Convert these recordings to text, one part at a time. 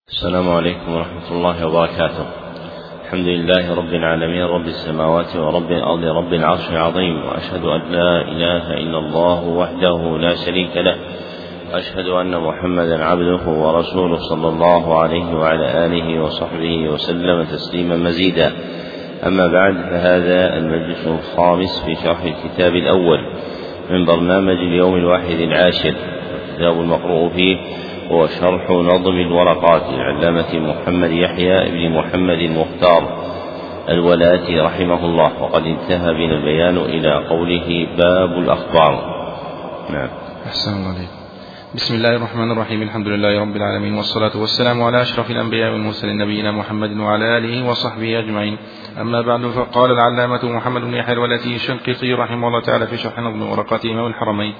السلام عليكم ورحمة الله وبركاته. الحمد لله رب العالمين، رب السماوات ورب الأرض، رب العرش العظيم، وأشهد أن لا إله إلا الله وحده لا شريك له، وأشهد أن محمدا عبده ورسوله صلى الله عليه وعلى آله وصحبه وسلم تسليما مزيدا. أما بعد، فهذا المجلس الخامس في شرح الكتاب الأول من برنامج اليوم الواحد العاشر. الكتاب المقروء فيه هو شرح نظم الورقات للعلامة محمد يحيى بن محمد المختار الولاتي رحمه الله، وقد انتهى بنا البيان إلى قوله باب الأخبار. نعم. أحسن الله عليك. بسم الله الرحمن الرحيم. الحمد لله رب العالمين، والصلاة والسلام على أشرف الأنبياء والمرسلين نبينا محمد وعلى آله وصحبه أجمعين. أما بعد، فقال العلامة محمد بن يحيى الولاتي الشنقيطي رحمه الله تعالى في شرح نظم ورقات إمام الحرمين،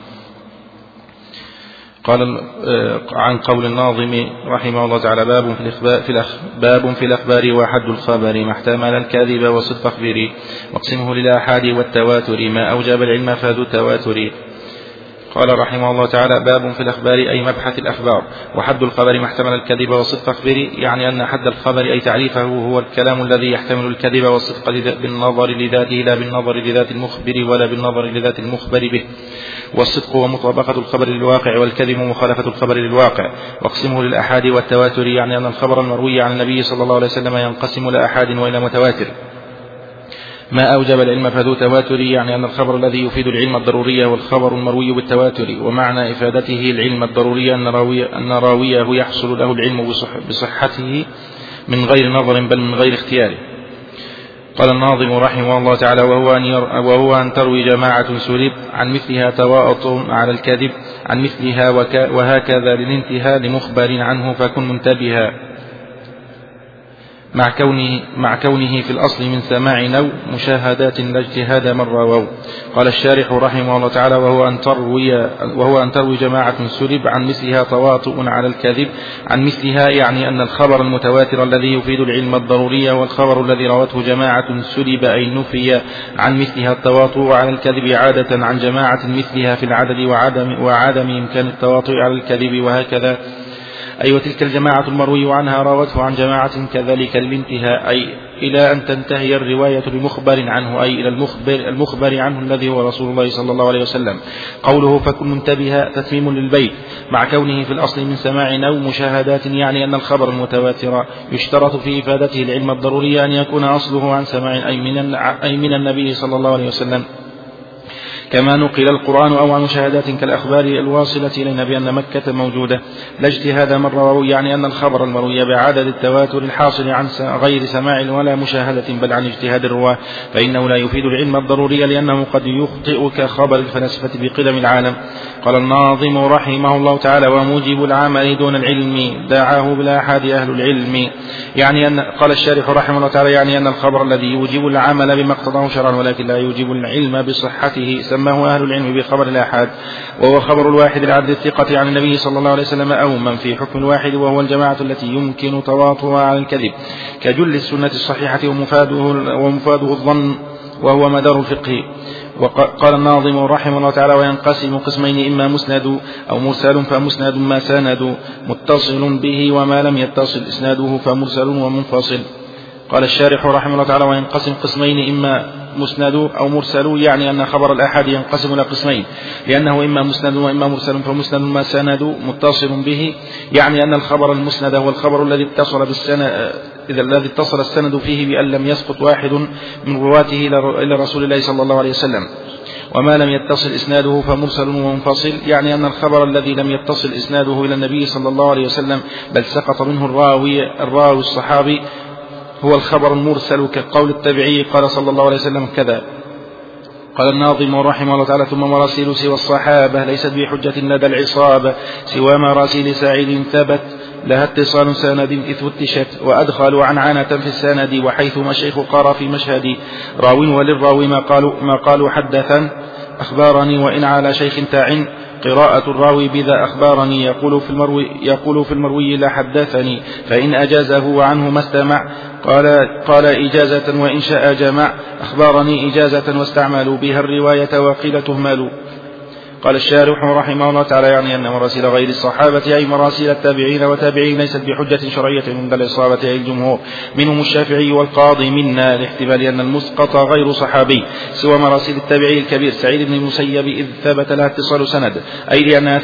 قال عن قول الناظم رحمه الله تعالى: باب في الأخبار وحد الخبر ما احتمل الكاذب وصدق أخبري، واقسمه للآحاد والتواتر ما أوجب العلم فذو التواتر. قال رحمه الله تعالى: باب في الأخبار أي مبحث الأخبار، وحد الخبر ما احتمل الكذب وصدق أخبري، يعني أن حد الخبر أي تعريفه هو الكلام الذي يحتمل الكذب والصدق بالنظر لذاته لا بالنظر لذات المخبر ولا بالنظر لذات المخبر به. والصدق هو مطابقة الخبر للواقع، والكذب مخالفة الخبر للواقع. واقسمه للآحاد والتواتر، يعني أن الخبر المروي عن النبي صلى الله عليه وسلم ينقسم إلى آحاد وإلى متواتر. ما أوجب العلم فذو تواتر، يعني أن الخبر الذي يفيد العلم الضروري والخبر المروي بالتواتر. ومعنى إفادته العلم الضروري أن راويه يحصل له العلم بصحته من غير نظر بل من غير اختياره. قال الناظم رحمه الله تعالى: وهو أن تروي جماعة سلب عن مثلها تواطؤ على الكذب عن مثلها وهكذا للانتهاء لمخبر عنه فكن منتبها، مع كونه في الأصل من سماع نو مشاهدات لا اجتهاد من رووا. قال الشارح رحمه الله تعالى: وهو أن تروي جماعة سلب عن مثلها تواطؤ على الكذب عن مثلها، يعني أن الخبر المتواتر الذي يفيد العلم الضروري والخبر الذي روته جماعة سلب أي نفي عن مثلها التواطؤ على الكذب عادة عن جماعة مثلها في العدد وعدم إمكان التواطؤ على الكذب، وهكذا وتلك الجماعة المروي عنها راوته عن جماعة كذلك للانتهاء، أي إلى أن تنتهي الرواية بمخبر عنه، أي إلى المخبر عنه الذي هو رسول الله صلى الله عليه وسلم. قوله فكن منتبها تتميم للبيت، مع كونه في الأصل من سماع أو مشاهدات، يعني أن الخبر المتواتر يشترط في إفادته العلم الضروري أن يكون أصله عن سماع أي من النبي صلى الله عليه وسلم، كما نقل القرآن، أو عن مشاهدات كالأخبار الواصلة إلينا بأن مكة موجودة لا اجتهاد من رواه، يعني أن الخبر المروي بعدد التواتر الحاصل عن غير سماع ولا مشاهدة بل عن اجتهاد الرواة، فإنه لا يفيد العلم الضروري لأنه قد يخطئ كخبر الفلاسفة بقدم العالم. قال الناظم رحمه الله تعالى: وموجب العمل دون العلم دعاه بالآحاد أهل العلم، قال الشارح رحمه الله تعالى: يعني أن الخبر الذي يوجب العمل بما اقتضاه شرعا ولكن لا يوجب العلم بصحته سماه أهل العلم بخبر الآحاد، وهو خبر الواحد العدل الثقة عن النبي صلى الله عليه وسلم أو من في حكم الواحد، وهو الجماعة التي يمكن تواطؤها على الكذب كجل السنة الصحيحة ومفاده الظن، وهو مدار الفقه. وقال الناظم رحمه الله تعالى: وينقسم قسمين، إما مسند أو مرسل، فمسند ما سند متصل به وما لم يتصل إسناده فمرسل ومنفصل. قال الشارح رحمه الله تعالى: وينقسم قسمين، إما مسند أو مرسل، يعني أن خبر الآحاد ينقسم إلى قسمين، لأنه إما مسند وإما مرسل. فمسند ما سند متصل به، يعني أن الخبر المسند هو الخبر الذي اتصل السند فيه بأن لم يسقط واحد من رواته إلى رسول الله صلى الله عليه وسلم. وما لم يتصل إسناده فمرسل ومنفصل، يعني أن الخبر الذي لم يتصل إسناده إلى النبي صلى الله عليه وسلم بل سقط منه الراوي الصحابي هو الخبر المرسل، كقول التابعي قال صلى الله عليه وسلم كذا. قال الناظم رحمه الله تعالى: ثم مراسيل سوى الصحابة ليست بحجة لدى العصابة، سوى مراسيل سعيد ثبت لها اتصال سند إذ فتشت، وأدخلوا عنعنة في السند، وحيثما الشيخ قرأ في مشهد راو وللراوي ما قالوا حدثا أخبارني، وإن على شيخ تعن قراءة الراوي بذا أخبارني، يقول في المروي لا حدثني، فإن أجازه وعنه ما استمع قال إجازة، وإن شاء جمع أخبارني إجازة، واستعملوا بها الرواية وقيل تهمل. قال الشارح رحمه الله تعالى يعني أن مراسيل غير الصحابة أي مراسيل التابعين وتابعين ليست بحجة شرعية عند الإصابة أي الجمهور منهم الشافعي والقاضي منا لاحتمال أن المسقط غير صحابي سوى مراسيل التابعي الكبير سعيد بن المسيب إذ ثبت لها اتصال سند أي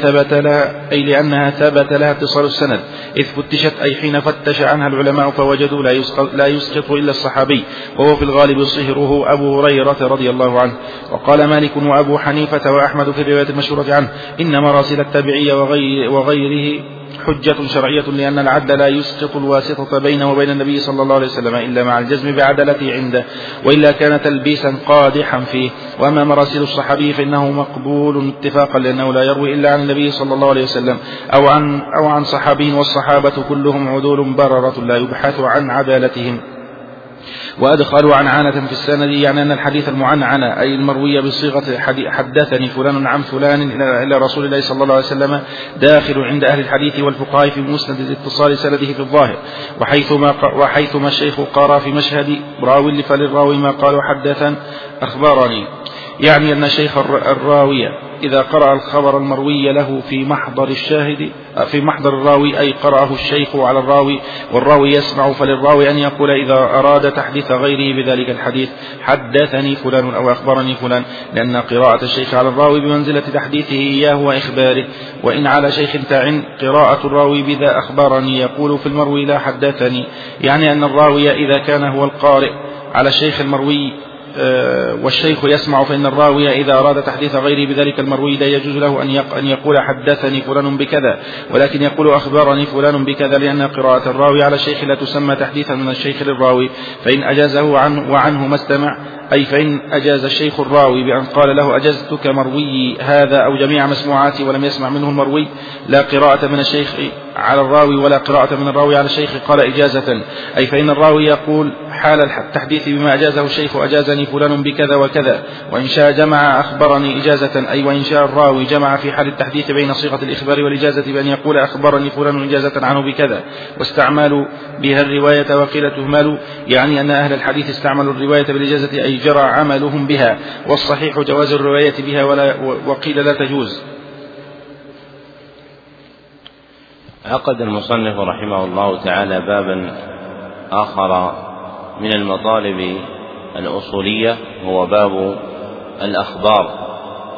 لأنها ثبت لها اتصال السند إذ فتشت أي حين فتش عنها العلماء فوجدوا لا يسقط إلا الصحابي وهو في الغالب صهره أبو هريرة رضي الله عنه. وقال مالك وأبو حنيفة وأحمد في الرواية المشهورة عنه إن مراسل التابعية وغيره حجة شرعية لأن العدل لا يسقط الواسطة بينه وبين النبي صلى الله عليه وسلم إلا مع الجزم بعدلته عنده وإلا كان تلبيسا قادحا فيه. وأما مراسل الصحابي فإنه مقبول اتفاقا لأنه لا يروي إلا عن النبي صلى الله عليه وسلم أو عن صحابي والصحابة كلهم عدول بررة لا يبحث عن عدالتهم. وأدخلوا عنعنة في السند يعني أن الحديث المعنعنة أي المروية بصيغة حدثني فلان عن فلان إلى رسول الله صلى الله عليه وسلم داخل عند أهل الحديث والفقهاء في مسند اتصال سنده في الظاهر وحيثما الشيخ قرأ في مشهد راوي فللراوي ما قال حدثا أخبرني يعني أن شيخ الراوية إذا قرأ الخبر المروي له في محضر الراوي أي قرأه الشيخ على الراوي والراوي يسمع فللراوي أن يقول إذا أراد تحديث غيره بذلك الحديث حدثني فلان أو أخبرني فلان لأن قراءة الشيخ على الراوي بمنزلة تحديثه إياه وإخباره. وإن على شيخ تعن قراءة الراوي بذا أخبرني يقول في المروي لا حدثني يعني أن الراوي إذا كان هو القارئ على الشيخ المروي والشيخ يسمع فإن الراوي إذا أراد تحديث غيره بذلك المروي لا يجوز له أن يقول حدثني فلان بكذا ولكن يقول أخبرني فلان بكذا لأن قراءة الراوي على الشيخ لا تسمى تحديثا من الشيخ للراوي فإن أجازه وعنه ما استمع أي فإن أجاز الشيخ الراوي بأن قال له أجزتك مروي هذا أو جميع مسموعاتي ولم يسمع منه المروي لا قراءة من الشيخ على الراوي ولا قراءة من الراوي على الشيخ قال إجازة أي فإن الراوي يقول حال التحديث بما أجازه الشيخ أجازني فلان بكذا وكذا وإن شاء جمع أخبرني إجازة أي وإن شاء الراوي جمع في حال التحديث بين صيغة الإخبار والإجازة بأن يقول أخبرني فلان إجازة عنه بكذا واستعملوا بها الرواية وقيل تهملوا يعني أن أهل الحديث استعملوا الرواية بالإجازة أي جرى عملهم بها والصحيح جواز الرواية بها وقيل لا تجوز. عقد المصنف رحمه الله تعالى بابا آخر من المطالب الأصولية هو باب الأخبار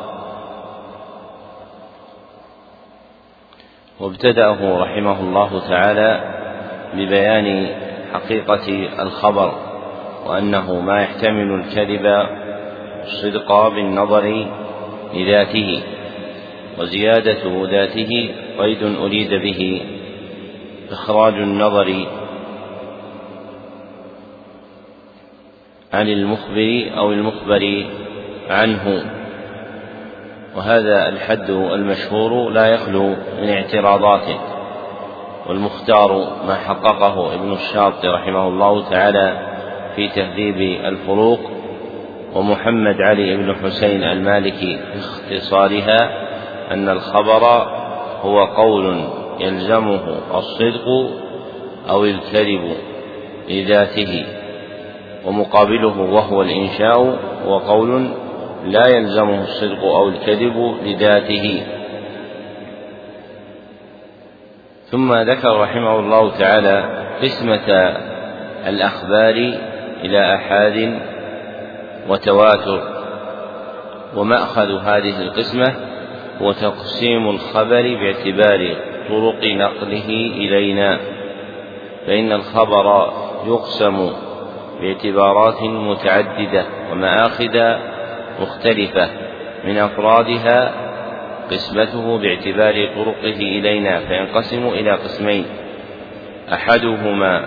وابتدأه رحمه الله تعالى ببيان حقيقة الخبر وأنه ما يحتمل الكذب والصدق بالنظر لذاته وزيادة ذاته قيد أريد به إخراج النظر عن المخبر أو المخبر عنه وهذا الحد المشهور لا يخلو من اعتراضات والمختار ما حققه ابن الشاط رحمه الله تعالى في تهذيب الفروق ومحمد علي بن حسين المالكي في اختصارها أن الخبر هو قول يلزمه الصدق أو الكذب لذاته ومقابله وهو الإنشاء هو قول لا يلزمه الصدق أو الكذب لذاته. ثم ذكر رحمه الله تعالى قسمة الأخبار إلى أحاد وتواتر ومأخذ هذه القسمة هو تقسيم الخبر باعتبار طرق نقله إلينا فإن الخبر يقسم باعتبارات متعددة ومآخذ مختلفة من أفرادها قسمته باعتبار طرقه إلينا فينقسم إلى قسمين أحدهما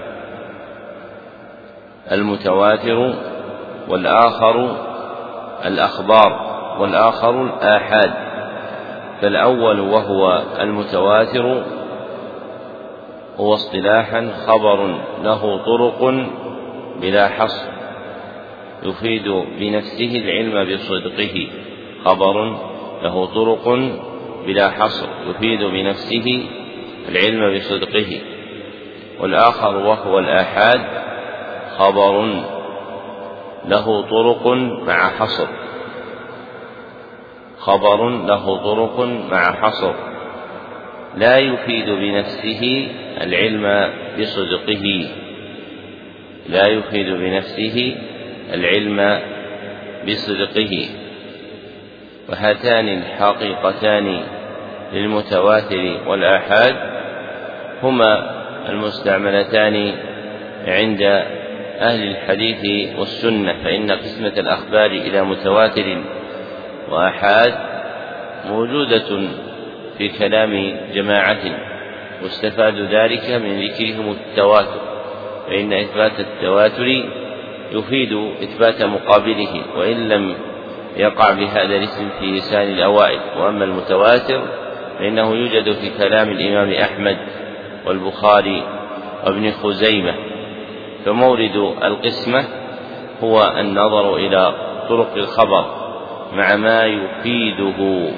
المتواتر والآخر الأخبار والآخر الآحاد. فالأول وهو المتواتر هو اصطلاحا خبر له طرق بلا حصر يفيد بنفسه العلم بصدقه خبر له طرق بلا حصر يفيد بنفسه العلم بصدقه. والآخر وهو الآحاد خبر له طرق مع حصر خبر له طرق مع حصر لا يفيد بنفسه العلم بصدقه، لا يفيد بنفسه العلم بصدقه. وهاتان الحقيقتان للمتواتر والآحاد هما المستعملتان عند أهل الحديث والسنة، فإن قسمة الأخبار إلى متواتر وآحاد موجودة في كلام جماعة، واستفاد ذلك من ذكرهم التواتر، فإن إثبات التواتر يفيد إثبات مقابله وإن لم يقع بهذا الاسم في لسان الأوائل. وأما المتواتر فإنه يوجد في كلام الإمام أحمد والبخاري وابن خزيمة، فمورد القسمة هو النظر إلى طرق الخبر مع ما يفيده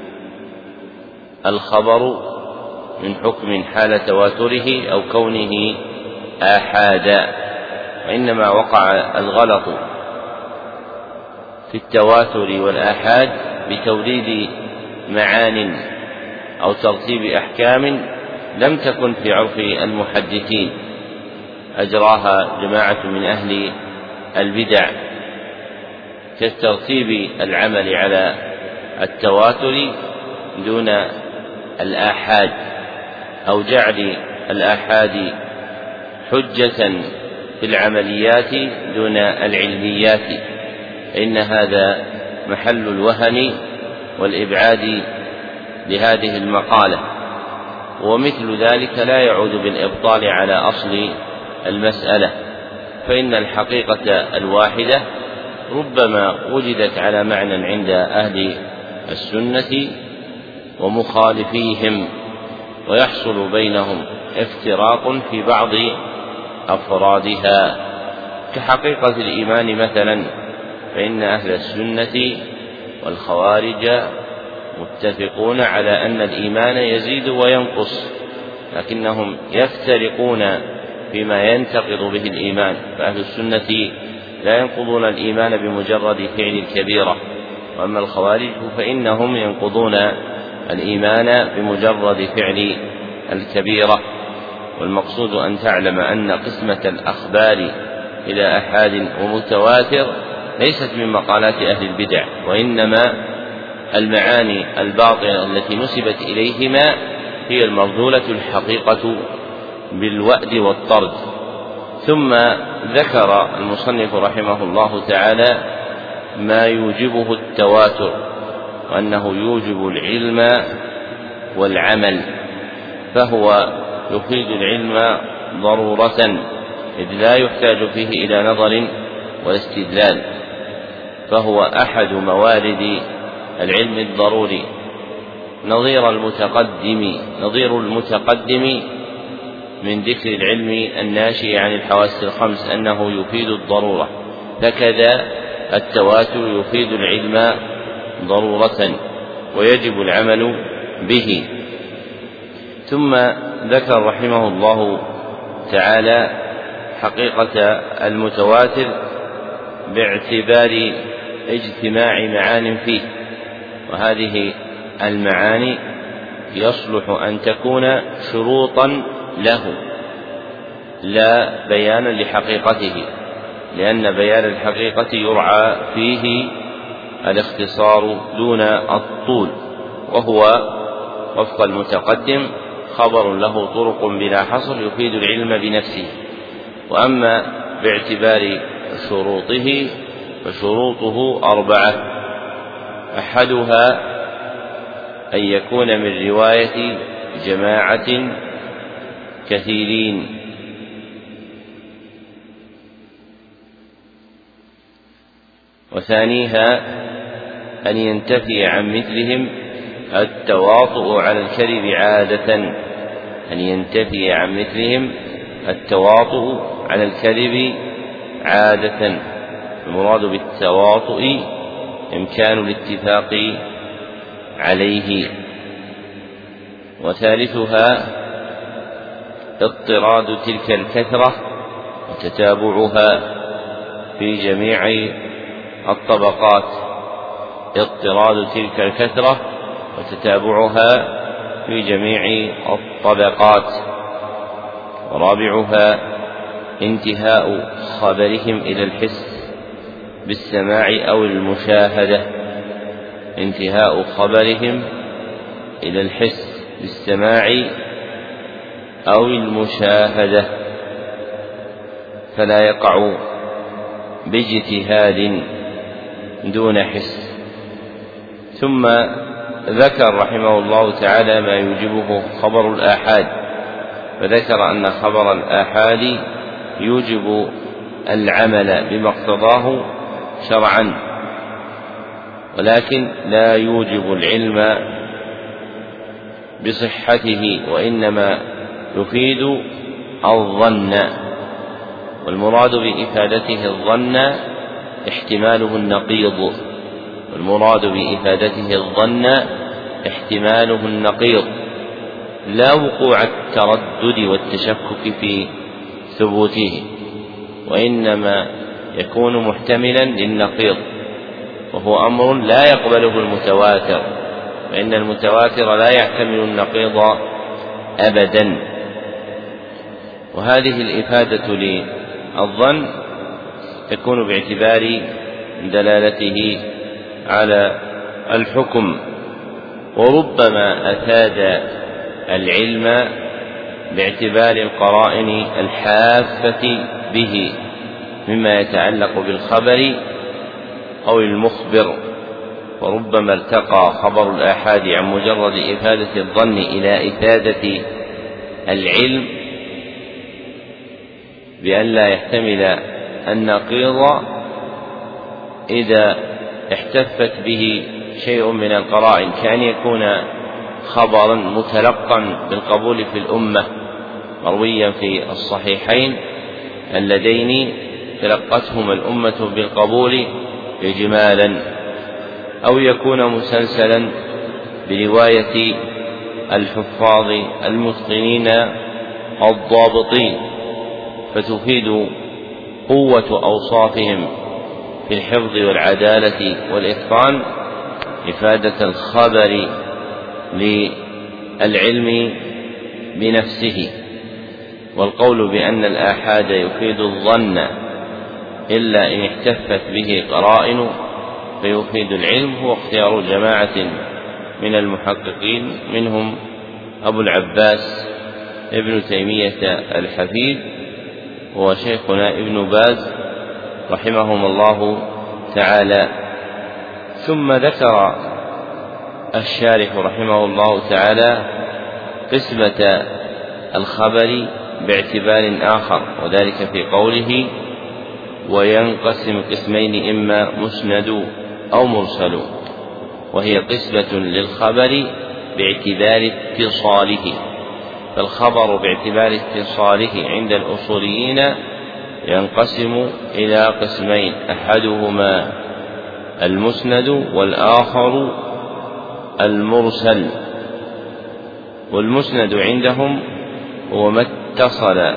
الخبر من حكم حال تواتره أو كونه آحادا. وإنما وقع الغلط في التواتر والآحاد بتوليد معان أو ترتيب أحكام لم تكن في عرف المحدثين أجراها جماعة من أهل البدع، كالترتيب العمل على التواتر دون الآحاد، أو جعل الآحاد حجة في العمليات دون العلميات، فإن هذا محل الوهن والإبعاد لهذه المقالة. ومثل ذلك لا يعود بالإبطال على أصل المسألة، فإن الحقيقة الواحدة ربما وجدت على معنى عند أهل السنة ومخالفيهم، ويحصل بينهم افتراق في بعض أفرادها، كحقيقة الإيمان مثلا، فإن أهل السنة والخوارج متفقون على أن الإيمان يزيد وينقص، لكنهم يفترقون فيما ينتقض به الإيمان. فأهل السنة لا ينقضون الإيمان بمجرد فعل الكبيرة، وأما الخوارج فإنهم ينقضون الإيمان بمجرد فعل الكبيرة. والمقصود أن تعلم أن قسمة الأخبار إلى أحاد ومتواتر ليست من مقالات أهل البدع، وإنما المعاني الباطلة التي نسبت إليهما هي المرذولة الحقيقة بالوأد والطرد. ثم ذكر المصنف رحمه الله تعالى ما يوجبه التواتر، وأنه يوجب العلم والعمل، فهو يفيد العلم ضرورة إذ لا يحتاج فيه إلى نظر واستدلال، فهو أحد موارد العلم الضروري، نظير المتقدم من ذكر العلم الناشئ عن الحواس الخمس أنه يفيد الضرورة، فكذا التواتر يفيد العلم ضرورة ويجب العمل به. ثم ذكر رحمه الله تعالى حقيقة المتواتر باعتبار اجتماع معان فيه، وهذه المعاني يصلح أن تكون شروطا له لا بيانا لحقيقته، لأن بيان الحقيقة يرعى فيه الاختصار دون الطول، وهو وفق المتقدم خبر له طرق بلا حصر يفيد العلم بنفسه. وأما باعتبار شروطه فشروطه 4: أحدها أن يكون من رواية جماعة كثيرين، وثانيها أن ينتفي عن مثلهم التواطؤ على الكذب عادة، أن ينتفي عن مثلهم التواطؤ على الكذب عادة. المراد بالتواطؤ إمكان الاتفاق عليه. وثالثها اضطراد تلك الكثرة وتتابعها في جميع الطبقات، اضطراد تلك الكثرة وتتابعها في جميع الطبقات. ورابعها انتهاء خبرهم إلى الحس بالسماع أو المشاهدة، انتهاء خبرهم إلى الحس بالسماع أو المشاهدة، فلا يقع باجتهاد دون حس. ثم ذكر رحمه الله تعالى ما يوجبه خبر الآحاد، فذكر أن خبر الآحاد يوجب العمل بما اقتضاه شرعا، ولكن لا يوجب العلم بصحته، وإنما يفيد الظن، والمراد بإفادته الظن احتماله النقيض، والمراد بإفادته الظن احتماله النقيض، لا وقوع التردد والتشكك في ثبوته، وإنما يكون محتملا للنقيض، وهو أمر لا يقبله المتواتر، فإن المتواتر لا يحتمل النقيض أبدا. وهذه الإفادة للظن تكون باعتبار دلالته على الحكم، وربما أفاد العلم باعتبار القرائن الحافة به مما يتعلق بالخبر أو المخبر، وربما ارتقى خبر الآحاد عن مجرد إفادة الظن إلى إفادة العلم بأن لا يحتمل النقيض إذا احتفت به شيء من القرائن، كأن يكون خبرا متلقا بالقبول في الأمة مرويا في الصحيحين اللذين تلقتهما الأمة بالقبول إجمالا، أو يكون مسلسلا برواية الحفاظ المتقنين الضابطين، فتفيد قوة أوصافهم في الحفظ والعدالة والإتقان إفادة الخبر للعلم بنفسه. والقول بأن الآحاد يفيد الظن إلا إن احتفت به قرائن فيفيد العلم هو اختيار جماعة من المحققين، منهم أبو العباس ابن تيمية الحفيد وشيخنا ابن باز رحمهم الله تعالى. ثم ذكر الشارح رحمه الله تعالى قسمة الخبر باعتبار آخر، وذلك في قوله وينقسم قسمين إما مسند أو مرسل، وهي قسمة للخبر باعتبار اتصاله، فالخبر باعتبار اتصاله عند الأصوليين ينقسم إلى قسمين، أحدهما المسند والآخر المرسل. والمسند عندهم هو ما اتصل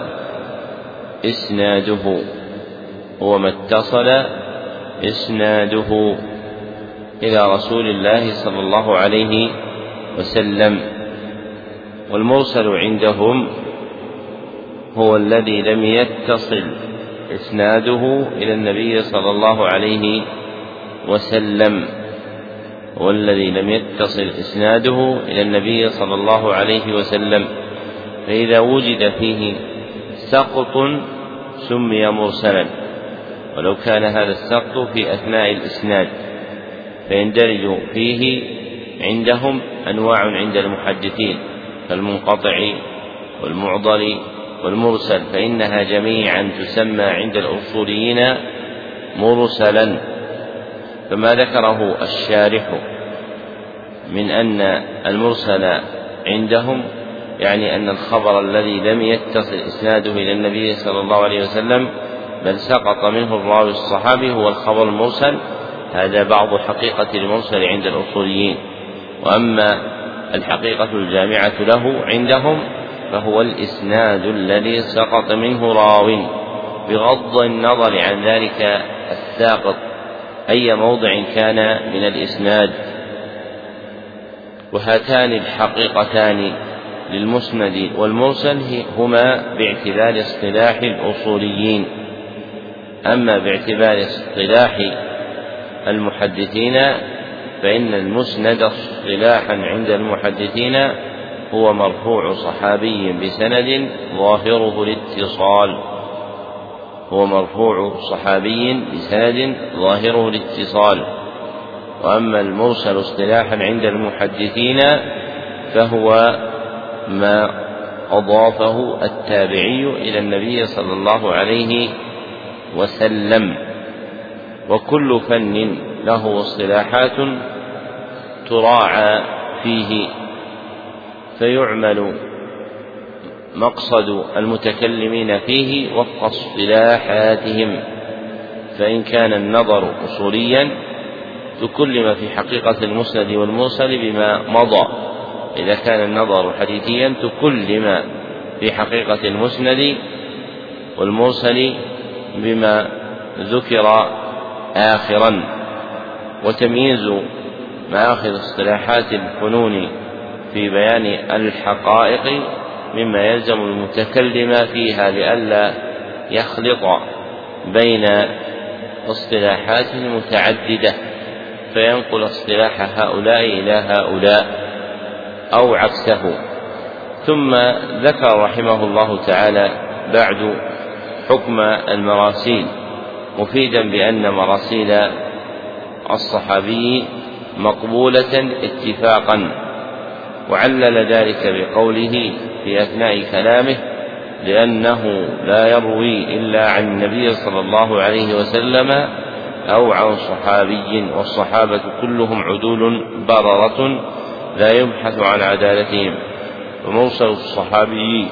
إسناده إلى رسول الله صلى الله عليه وسلم. والمرسل عندهم هو الذي لم يتصل إسناده إلى النبي صلى الله عليه وسلم، والذي لم يتصل إسناده إلى النبي صلى الله عليه وسلم، فإذا وجد فيه سقط سمي مرسلا، ولو كان هذا السقط في أثناء الإسناد، فيندرج فيه عندهم أنواع عند المحدثين كالمنقطع والمعضل والمرسل، فإنها جميعا تسمى عند الأصوليين مرسلا. فما ذكره الشارح من أن المرسل عندهم يعني أن الخبر الذي لم يتصل إسناده إلى النبي صلى الله عليه وسلم بل سقط منه الراوي الصحابي هو الخبر المرسل، هذا بعض حقيقة المرسل عند الأصوليين. وأما الحقيقة الجامعة له عندهم فهو الإسناد الذي سقط منه راو بغض النظر عن ذلك الساقط، أي موضع كان من الإسناد. وهاتان الحقيقتان للمسند والمرسل هما باعتبار اصطلاح الأصوليين. أما باعتبار اصطلاح المحدثين فإن المسند اصطلاحا عند المحدثين هو مرفوع صحابي بسند ظاهره الاتصال، وأما المرسل اصطلاحا عند المحدثين فهو ما أضافه التابعي إلى النبي صلى الله عليه وسلم. وكل فن له اصطلاحات تراعى فيه، فيعمل مقصد المتكلمين فيه وفق اصطلاحاتهم. فإن كان النظر أصوليا تكلم في حقيقة المسند والمرسل بما مضى، إذا كان النظر حديثيا تكلم في حقيقة المسند والمرسل بما ذكر آخرا. وتمييز مآخذ اصطلاحات الفنون في بيان الحقائق مما يلزم المتكلم فيها لئلا يخلط بين اصطلاحات متعددة فينقل اصطلاح هؤلاء إلى هؤلاء أو عكسه. ثم ذكر رحمه الله تعالى بعد حكم المراسيل، مفيدا بأن مراسيل الصحابي مقبولة اتفاقا، وعلل ذلك بقوله في أثناء كلامه: لأنه لا يروي إلا عن النبي صلى الله عليه وسلم أو عن صحابي، والصحابة كلهم عدول بررة لا يبحث عن عدالتهم. ومرسل الصحابي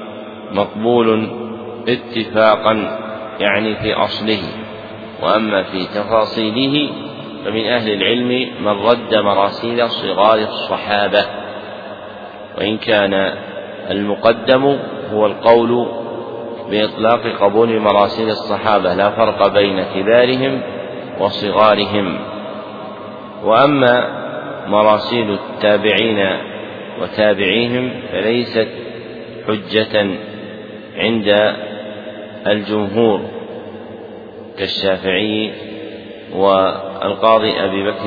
مقبول اتفاقا يعني في أصله، وأما في تفاصيله فمن أهل العلم من رد مراسيل صغار الصحابة، وإن كان المقدم هو القول بإطلاق قبول مراسيل الصحابة، لا فرق بين كبارهم وصغارهم. وأما مراسيل التابعين وتابعيهم فليست حجة عند الجمهور كالشافعي والقاضي أبي بكر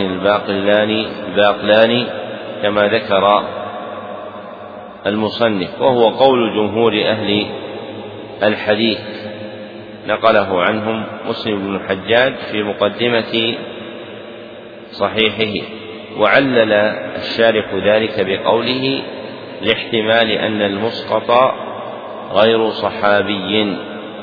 الباقلاني كما ذكر المصنف، وهو قول جمهور أهل الحديث، نقله عنهم مسلم بن الحجاج في مقدمة صحيحه. وعلل الشارح ذلك بقوله: لاحتمال أن المسقط غير صحابي،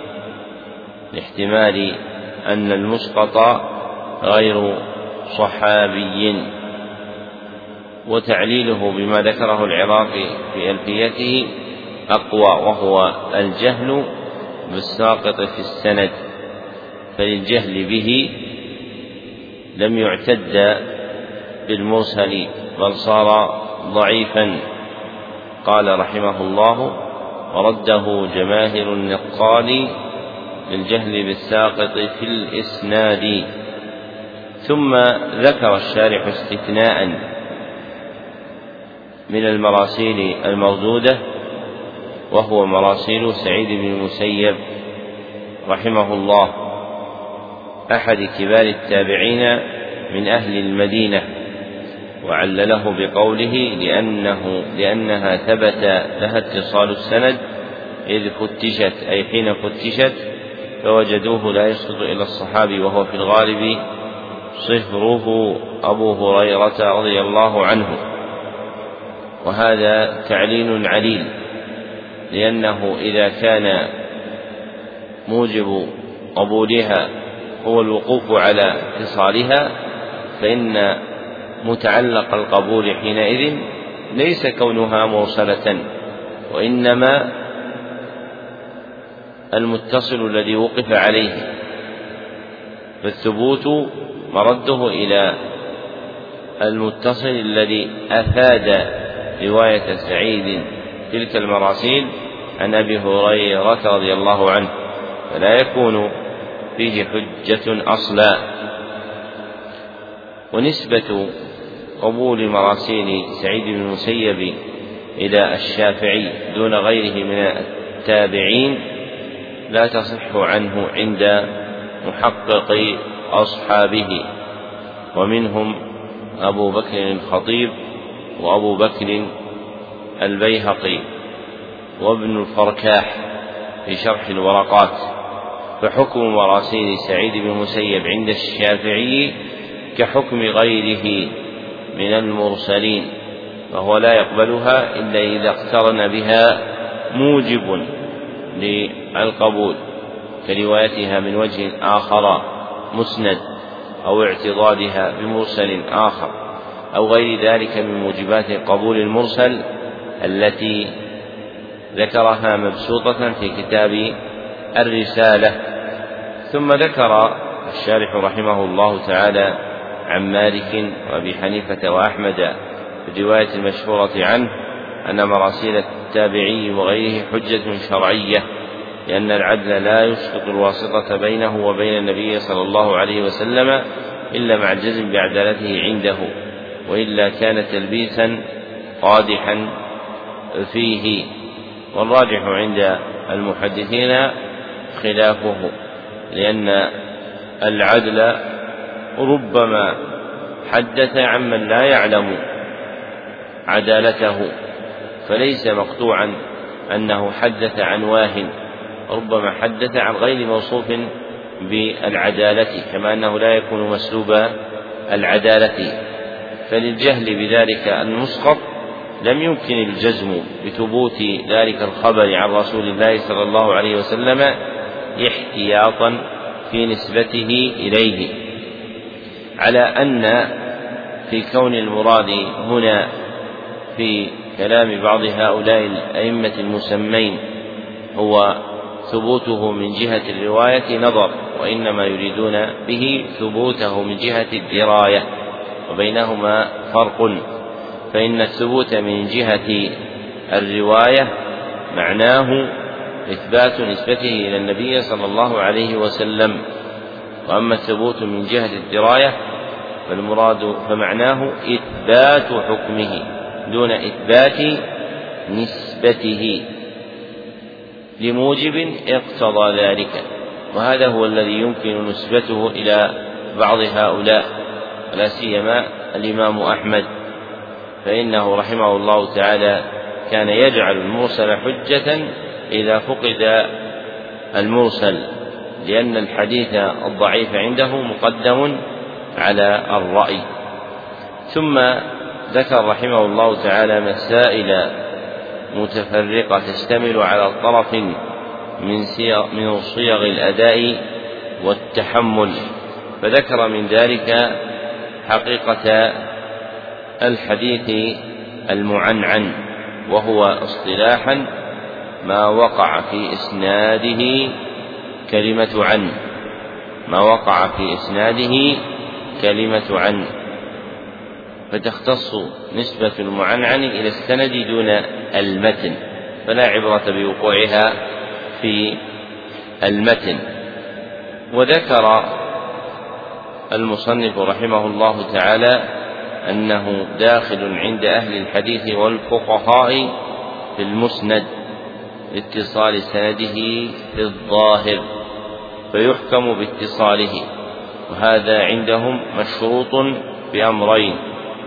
وتعليله بما ذكره العراقي في ألفيته أقوى، وهو الجهل بالساقط في السند، فللجهل به لم يعتد بالمرسل بل صار ضعيفا. قال رحمه الله: ورده جماهر النقال للجهل بالساقط في الإسناد. ثم ذكر الشارح استثناء من المراسيل المردودة، وهو مراسيل سعيد بن المسيب رحمه الله، أحد كبار التابعين من أهل المدينة، وعلله بقوله: لأنها ثبت لها اتصال السند إذ فتشت، أي حين فتشت فوجدوه لا يسقط إلى الصحابي، وهو في الغالب صهره أبو هريرة رضي الله عنه. وهذا تعليل عليل، لأنه إذا كان موجب قبولها هو الوقوف على اتصالها فإن متعلق القبول حينئذ ليس كونها مرسلة، وإنما المتصل الذي وقف عليه، فالثبوت مرده إلى المتصل الذي أفاد رواية سعيد تلك المراسيل عن أبي هريرة رضي الله عنه، فلا يكون فيه حجة أصلا. ونسبة قبول مراسيل سعيد بن المسيب إلى الشافعي دون غيره من التابعين لا تصح عنه عند محقق أصحابه، ومنهم أبو بكر الخطيب وأبو بكر البيهقي وابن الفركاح في شرح الورقات. فحكم مراسيل سعيد بن المسيب عند الشافعي كحكم غيره من المرسلين، فهو لا يقبلها إلا إذا اقترن بها موجب للقبول كروايتها من وجه آخر مسند أو اعتضادها بمرسل آخر أو غير ذلك من موجبات قبول المرسل التي ذكرها مبسوطة في كتاب الرسالة. ثم ذكر الشارح رحمه الله تعالى عن مالك وأبي حنيفة وأحمد في الرواية المشهورة عنه أن مراسيل التابعي وغيره حجة شرعية، لأن العدل لا يسقط الواسطة بينه وبين النبي صلى الله عليه وسلم إلا مع الجزم بعدالته عنده، وإلا كان تلبيسا قادحا فيه. والراجح عند المحدثين خلافه، لأن العدل ربما حدث عمن لا يعلم عدالته، فليس مقطوعا أنه حدث عن واهن، ربما حدث عن غير موصوف بالعدالة، كما أنه لا يكون مسلوب العدالة. فللجهل بذلك المسقط لم يمكن الجزم بثبوت ذلك الخبر عن رسول الله صلى الله عليه وسلم احتياطا في نسبته إليه، على أن في كون المراد هنا في كلام بعض هؤلاء الأئمة المسمين هو ثبوته من جهة الرواية نظر، وإنما يريدون به ثبوته من جهة الدراية، وبينهما فرق. فإن الثبوت من جهة الرواية معناه إثبات نسبته إلى النبي صلى الله عليه وسلم، وأما الثبوت من جهة الدراية فمعناه إثبات حكمه دون إثبات نسبته لموجب اقتضى ذلك. وهذا هو الذي يمكن نسبته إلى بعض هؤلاء، ولا سيما الإمام أحمد، فإنه رحمه الله تعالى كان يجعل المرسل حجة إذا فقد المرسل، لأن الحديث الضعيف عنده مقدم على الرأي. ثم ذكر رحمه الله تعالى مسائل متفرقة تشتمل على طرف من صيغ الأداء والتحمل، فذكر من ذلك حقيقة الحديث المعنعن، وهو اصطلاحا ما وقع في إسناده كلمة عن، ما وقع في إسناده كلمة عن، فتختص نسبة المعنعن إلى السند دون المتن، فلا عبرة بوقوعها في المتن. وذكر المصنف رحمه الله تعالى أنه داخل عند أهل الحديث والفقهاء في المسند لاتصال سنده في الظاهر، فيحكم باتصاله، وهذا عندهم مشروط بأمرين: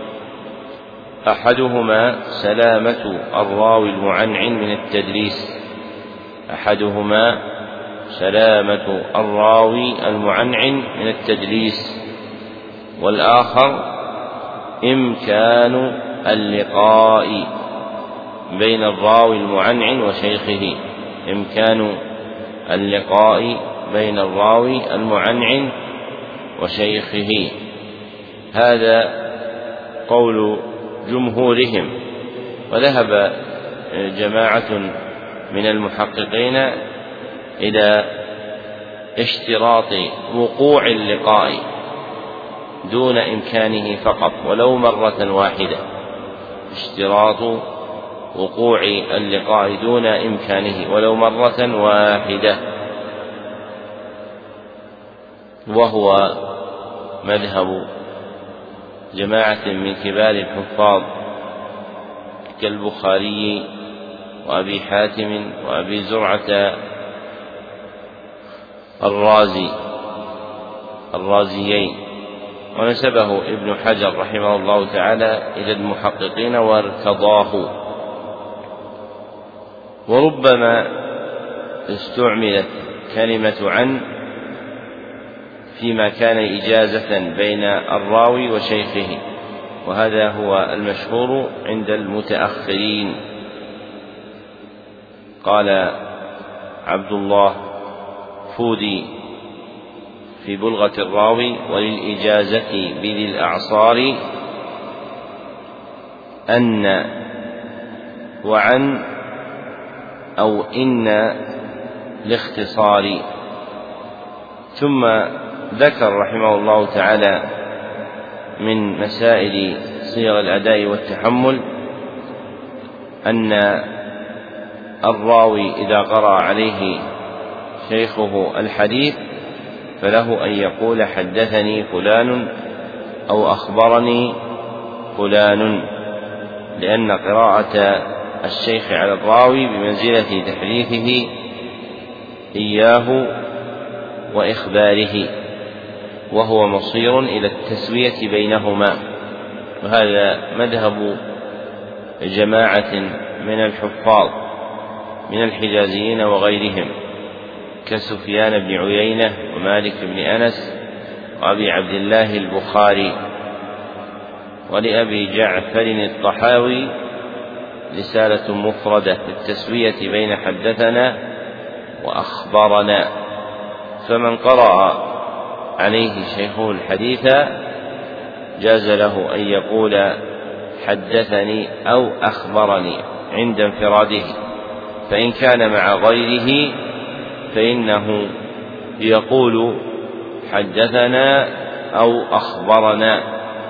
أحدهما سلامة الراوي المعنعن من التدليس، أحدهما سلامة الراوي المعنعن من التدليس، والآخر إمكان اللقاء بين الراوي المعنعن وشيخه، إمكان اللقاء بين الراوي المعنعن وشيخه. هذا قول جمهورهم. وذهب جماعة من المحققين إلى اشتراط وقوع اللقاء دون إمكانه فقط ولو مرة واحدة، اشتراط وقوع اللقاء دون إمكانه ولو مرة واحدة، وهو مذهب جماعة من كبار الحفاظ كالبخاري وأبي حاتم وأبي زرعة الرازيين، ونسبه ابن حجر رحمه الله تعالى إلى المحققين وارتضاه. وربما استعملت كلمة عن فيما كان إجازة بين الراوي وشيخه، وهذا هو المشهور عند المتأخرين. قال عبد الله فودي في بلغة الراوي: وللإجازة بذي الأعصار أن وعن أو إن لاختصار. ثم ذكر رحمه الله تعالى من مسائل صيغ الأداء والتحمل أن الراوي إذا قرأ عليه شيخه الحديث فله أن يقول حدثني فلان أو أخبرني فلان، لأن قراءة الشيخ على الراوي بمنزلة تحديثه إياه وإخباره، وهو مصير إلى التسوية بينهما. وهذا مذهب جماعة من الحفاظ من الحجازيين وغيرهم كسفيان بن عيينة ومالك بن أنس وأبي عبد الله البخاري. ولأبي جعفر الطحاوي رسالة مفردة في التسوية بين حدثنا وأخبرنا، فمن قرأ عليه شيخه الحديث جاز له أن يقول حدثني أو أخبرني عند انفراده، فإن كان مع غيره فإنه يقول حدثنا أو أخبرنا.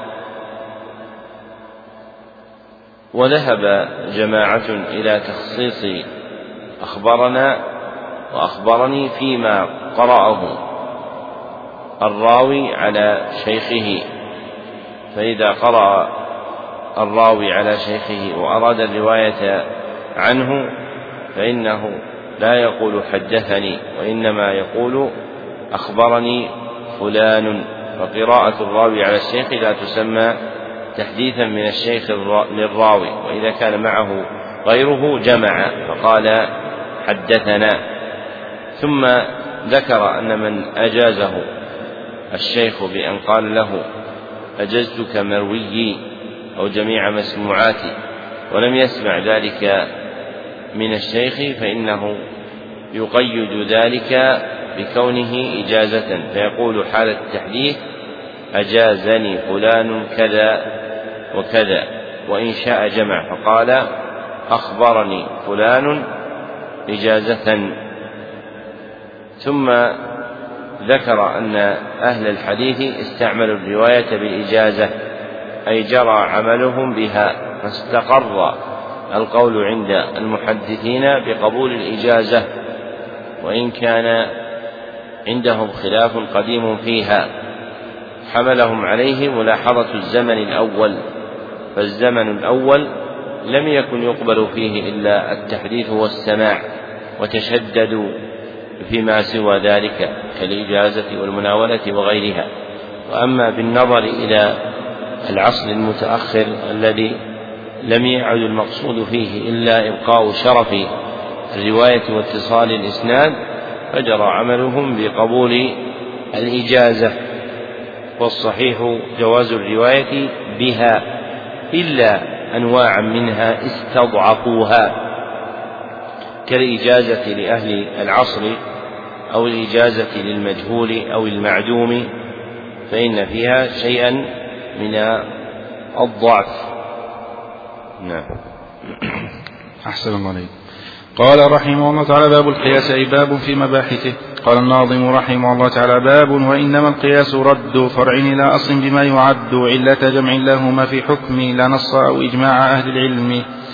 وذهب جماعة إلى تخصيص أخبرنا وأخبرني فيما قرأه الراوي على شيخه، فإذا قرأ الراوي على شيخه وأراد الرواية عنه فإنه لا يقول حدثني، وإنما يقول أخبرني فلان. فقراءة الراوي على الشيخ لا تسمى تحديثا من الشيخ للراوي، وإذا كان معه غيره جمع فقال حدثنا. ثم ذكر أن من أجازه الشيخ بأن قال له أجزتك مرويي أو جميع مسموعاتي ولم يسمع ذلك من الشيخ فإنه يقيد ذلك بكونه إجازة، فيقول حال التحديث أجازني فلان كذا وكذا، وإن شاء جمع فقال أخبرني فلان إجازة. ثم ذكر أن أهل الحديث استعملوا الرواية بالإجازة، أي جرى عملهم بها، فاستقر القول عند المحدثين بقبول الإجازة، وإن كان عندهم خلاف قديم فيها حملهم عليه ملاحظة الزمن الأول، فالزمن الأول لم يكن يقبل فيه إلا التحديث والسماع، وتشددوا فيما سوى ذلك كالإجازة والمناولة وغيرها. وأما بالنظر إلى العصر المتأخر الذي لم يعد المقصود فيه إلا إبقاء شرف الرواية واتصال الإسناد، فجرى عملهم بقبول الإجازة، والصحيح جواز الرواية بها إلا أنواعا منها استضعفوها كالإجازة لأهل العصر أو الإجازة للمجهول أو المعدوم، فإن فيها شيئا من الضعف. نعم. أحسن الله عليك. قال رحمه الله تعالى: باب القياس، أي باب في مباحثه. قال الناظم رحمه الله تعالى: باب وإنما القياس رد فرع إلى أصل بما يعد علة جمع لهما في حكم لا نص أو إجماع أهل العلم.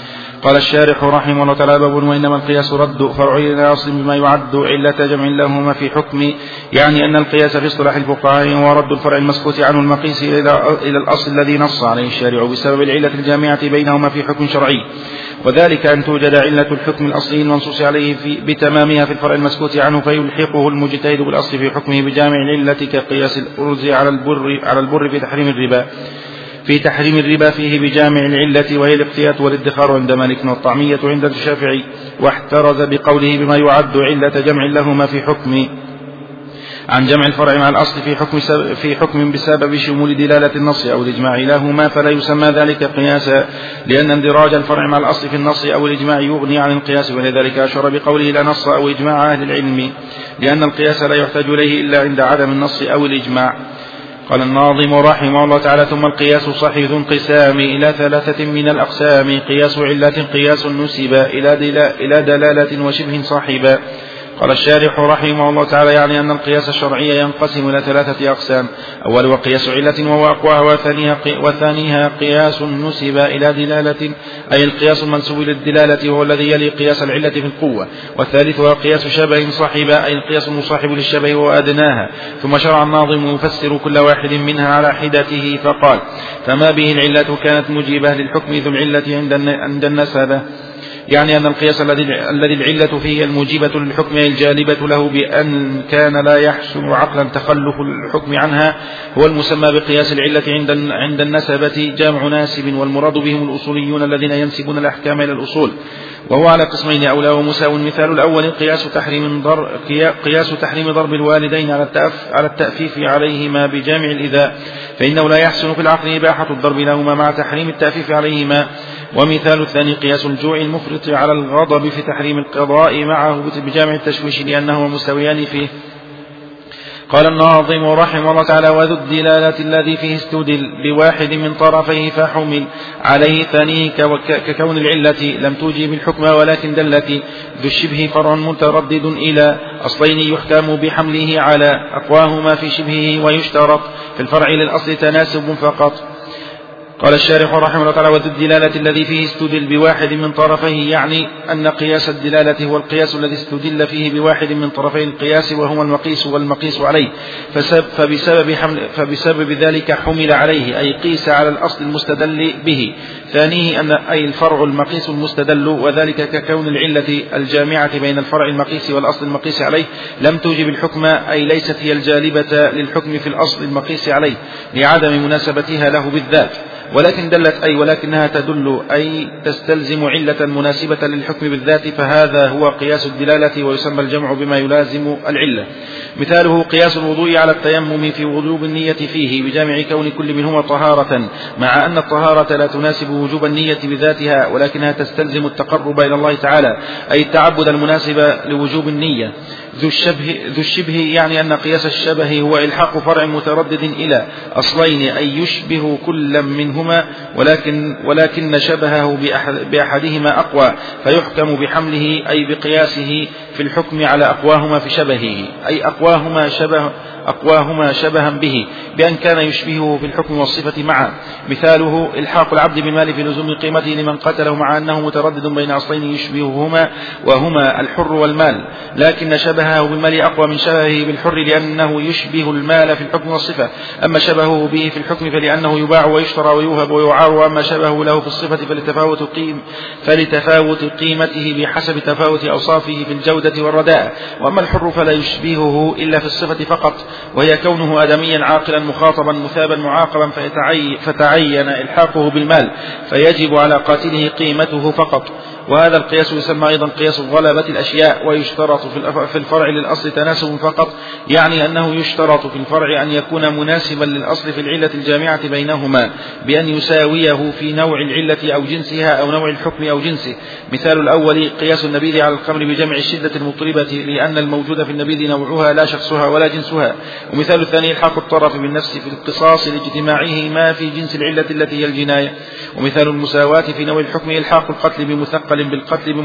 قال الشارح رحمه الله تعالى: باب وإنما القياس رد فرع إلى أصل بما يعد علة جمع لهما في حكم، يعني أن القياس في اصطلاح الفقهاء هو رد الفرع المسكوت عنه المقيس إلى الأصل الذي نص عليه الشارع بسبب العلة الجامعة بينهما في حكم شرعي، وذلك أن توجد علة الحكم الأصلي المنصوص عليه بتمامها في الفرع المسكوت عنه، فيلحقه المجتهد بالأصل في حكمه بجامع العلة كقياس الأرز على البر في تحريم الربا فيه بجامع العلة، وهي الاقتيات والادخار عند مالك، والطعمية عند الشافعي، واحترز بقوله بما يعد علة جمع لهما في حكم عن جمع الفرع مع الأصل في حكم بسبب شمول دلالة النص أو الإجماع لهما، فلا يسمى ذلك قياسا، لأن اندراج الفرع مع الأصل في النص أو الإجماع يغني عن القياس، ولذلك أشار بقوله لا نص أو إجماع أهل العلم، لأن القياس لا يحتاج إليه إلا عند عدم النص أو الإجماع. قال الناظم رحمه الله تعالى: ثم القياس صحيح انقسام إلى 3 من الأقسام: قياس علة، قياس نسب إلى دلالة وشبه صاحبا. قال الشارح رحمه الله تعالى: يعني أن القياس الشرعي ينقسم إلى 3 أقسام: أول وقياس علة وهو أقواها، وثانيها قياس نسب إلى دلالة، أي القياس المنسوب للدلالة وهو الذي يلي قياس العلة في القوة، والثالثها قياس شبه صاحبة، أي القياس المصاحب للشبه وأدناها. ثم شرع الناظم يفسر كل واحد منها على حدته فقال: فما به العلة كانت مجيبة للحكم ذو العلة عند النسبة، يعني أن القياس الذي العلة فيه الموجبة للحكم الجالبة له بأن كان لا يحسن عقلا تخلف الحكم عنها هو المسمى بقياس العلة عند النسبة جامع ناسب، والمراد بهم الأصوليون الذين ينسبون الأحكام إلى الأصول، وهو على قسمين أولى ومساو. مثال الأول قياس تحريم ضرب الوالدين على التأفيف عليهما بجامع الإذاء، فإنه لا يحسن في العقل إباحة الضرب لهما مع تحريم التأفيف عليهما. ومثال الثاني قياس الجوع المفرط على الغضب في تحريم القضاء معه بجامع التشويش، لأنهما مستويان فيه. قال الناظم رحمه الله تعالى: وذو الدلالة الذي فيه استدل بواحد من طرفيه فحمل عليه ثانيه ككون العلة لم توجب الحكم ولكن دلت، ذو الشبه فرع متردد إلى أصلين يحكم بحمله على أقواهما في شبهه، ويشترط في الفرع للأصل تناسب فقط. قال الشارح رحمه الله تعالى: وذو الدلالة الذي فيه استدل بواحد من طرفيه، يعني أن قياس الدلالة هو القياس الذي استدل فيه بواحد من طرفي القياس وهو المقيس والمقيس عليه، فبسبب ذلك حمل عليه، أي قيس على الأصل المستدل به. ثانيه أي الفرع المقيس المستدل، وذلك ككون العلة الجامعة بين الفرع المقيس والأصل المقيس عليه لم توجب الحكم، أي ليست هي الجالبة للحكم في الأصل المقيس عليه لعدم مناسبتها له بالذات، ولكن دلت أي ولكنها تدل أي تستلزم علة مناسبة للحكم بالذات، فهذا هو قياس الدلالة، ويسمى الجمع بما يلازم العلة. مثاله قياس الوضوء على التيمم في وجوب النية فيه بجامع كون كل منهما طهارة، مع أن الطهارة لا تناسب وجوب النية بذاتها، ولكنها تستلزم التقرب إلى الله تعالى، أي التعبد المناسب لوجوب النية. ذو الشبه يعني أن قياس الشبه هو إلحاق فرع متردد إلى أصلين، أي يشبه كل منهما ولكن شبهه بأحدهما أقوى، فيحكم بحمله أي بقياسه في الحكم على أقواهما في شبهه، أي أقواهما شبها به بأن كان يشبهه في الحكم والصفة معا. مثاله إلحاق العبد بالمال في لزوم قيمته لمن قتله، مع أنه متردد بين أصلين يشبههما وهما الحر والمال، لكن شبهه بالمال أقوى من شبهه بالحر لأنه يشبه المال في الحكم والصفة، أما شبهه به في الحكم فلأنه يباع ويشترى ويوهب ويعار، وأما شبهه له في الصفة فلتفاوت قيمته بحسب تفاوت أوصافه في الجودة والرداء. وأما الحر فلا يشبهه إلا في الصفة فقط، وهي كونه آدميا عاقلا مخاطبا مثابا معاقبا، فتعين إلحاقه بالمال، فيجب على قاتله قيمته فقط. وهذا القياس يسمى أيضا قياس غلبة الأشياء. ويشترط في الفرع للأصل تناسب فقط، يعني أنه يشترط في الفرع أن يكون مناسبا للأصل في العلة الجامعة بينهما بأن يساويه في نوع العلة أو جنسها أو نوع الحكم أو جنسه. مثال الأول قياس النبيذ على الخمر بجمع الشدة المضطربة، لأن الموجود في النبيذ نوعها لا شخصها ولا جنسها. ومثال الثاني الحاق الطرف بالنفس في القصاص لاجتماعه ما في جنس العلة التي هي الجناية. ومثال المساواة في نوع الحكم إلحاق القتل بمثقل بالقتل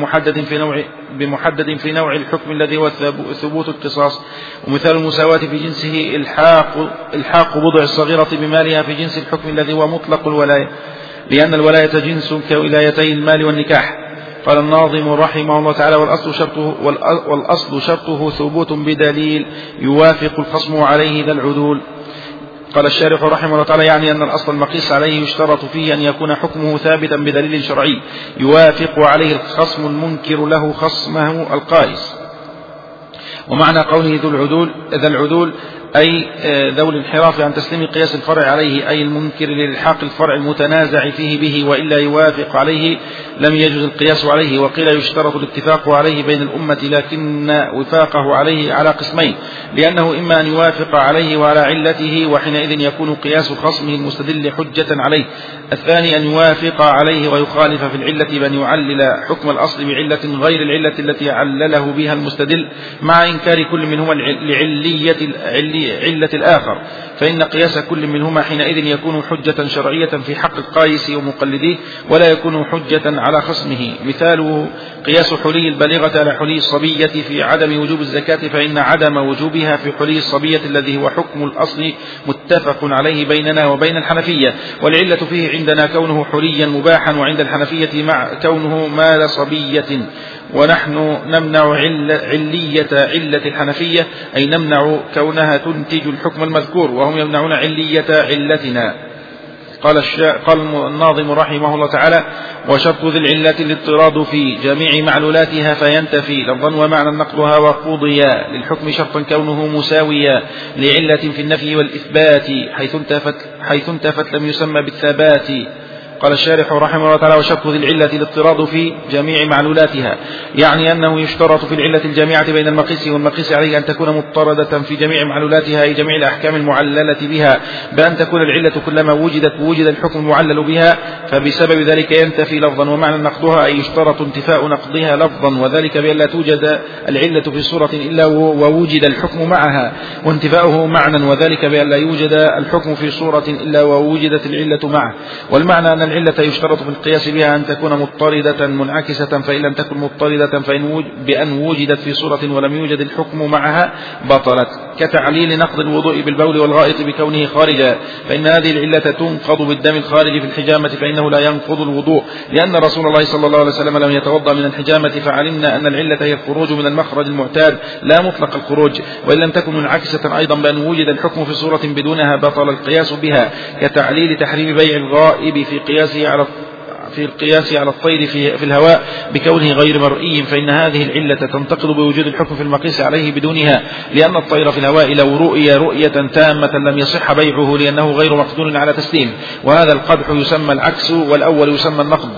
بمحدد في نوع الحكم الذي هو ثبوت القصاص. ومثال المساواة في جنسه إلحاق بضع الصغيرة بمالها في جنس الحكم الذي هو مطلق الولاية، لأن الولاية جنس كولايتي المال والنكاح. قال الناظم رحمه الله تعالى: والأصل شرطه ثبوت بدليل يوافق الخصم عليه ذا العدول. قال الشارح رحمه الله تعالى: يعني أن الأصل المقيس عليه يشترط فيه أن يكون حكمه ثابتا بدليل شرعي يوافق عليه الخصم المنكر له خصمه القائس. ومعنى قوله ذا العدول أي ذو الانحراف عن تسليم قياس الفرع عليه، أي المنكر للحاق الفرع المتنازع فيه به، وإلا يوافق عليه لم يجوز القياس عليه. وقيل يشترط الاتفاق عليه بين الأمة، لكن وفاقه عليه على قسمين، لأنه إما أن يوافق عليه وعلى علته، وحينئذ يكون قياس خصمه المستدل حجة عليه. الثاني أن يوافق عليه ويخالف في العلة بأن يعلل حكم الأصل بعلة غير العلة التي علله بها المستدل، مع إنكار كل منهما علة الآخر، فإن قياس كل منهما حينئذ يكون حجة شرعية في حق القائس ومقلديه، ولا يكون حجة على خصمه. مثاله قياس حلي البالغة على حلي الصبية في عدم وجوب الزكاة، فإن عدم وجوبها في حلي الصبية الذي هو حكم الأصل متفق عليه بيننا وبين الحنفية، والعلة فيه عندنا كونه حليا مباحا، وعند الحنفية مع كونه مال صبية. ونحن نمنع علة الحنفية، أي نمنع كونها تنتج الحكم المذكور، وهم يمنعون علية علتنا. قال الناظم رحمه الله تعالى: وشرط ذي العلة الاضطراد في جميع معلولاتها، فينتفي لفظا ومعنى نقضها وقضيا للحكم شرطا كونه مساويا لعلة في النفي والإثبات، حيث انتفت لم يسمى بالثبات. قال الشارح رحمه الله تعالى: وشرط ذي العلة الاضطراد في جميع معلولاتها، يعني أنه يشترط في العلة الجامعة بين المقيس والمقيس عليه أن تكون مضطردة في جميع معلولاتها، أي جميع الأحكام المعللة بها، بأن تكون العلة كلما وجد الحكم المعلل بها، فبسبب ذلك ينتفي لفظا ومعنى نقضها، أي يشترط انتفاء نقضها لفظا، وذلك بأن لا توجد العلة في صورة إلا ووجد الحكم معها، وانتفاؤه معنى، وذلك بأن لا يوجد الحكم في صورة إلا ووجدت العلة معه. والمعنى أن العلة يشترط في القياس بها أن تكون مضطردة منعكسة، فإن لم تكن مضطردة بأن وجدت في صورة ولم يوجد الحكم معها بطلت، كتعليل نقض الوضوء بالبول والغائط بكونه خارجا، فإن هذه العلة تنقض بالدم الخارج في الحجامة، فإنه لا ينقض الوضوء، لأن رسول الله صلى الله عليه وسلم لم يتوضأ من الحجامة، فعلمنا أن العلة هي الخروج من المخرج المعتاد لا مطلق الخروج. وإن لم تكن منعكسة أيضا بأن وجد الحكم في صورة بدونها بطل القياس بها، كتعليل تحريم بيع الغائب في القياس على الطير في الهواء بكونه غير مرئي، فإن هذه العلة تنتقض بوجود الحكم في المقيس عليه بدونها، لأن الطير في الهواء لو رؤي رؤية تامة لم يصح بيعه، لأنه غير مقدور على تسليم، وهذا القدح يسمى العكس، والأول يسمى النقض.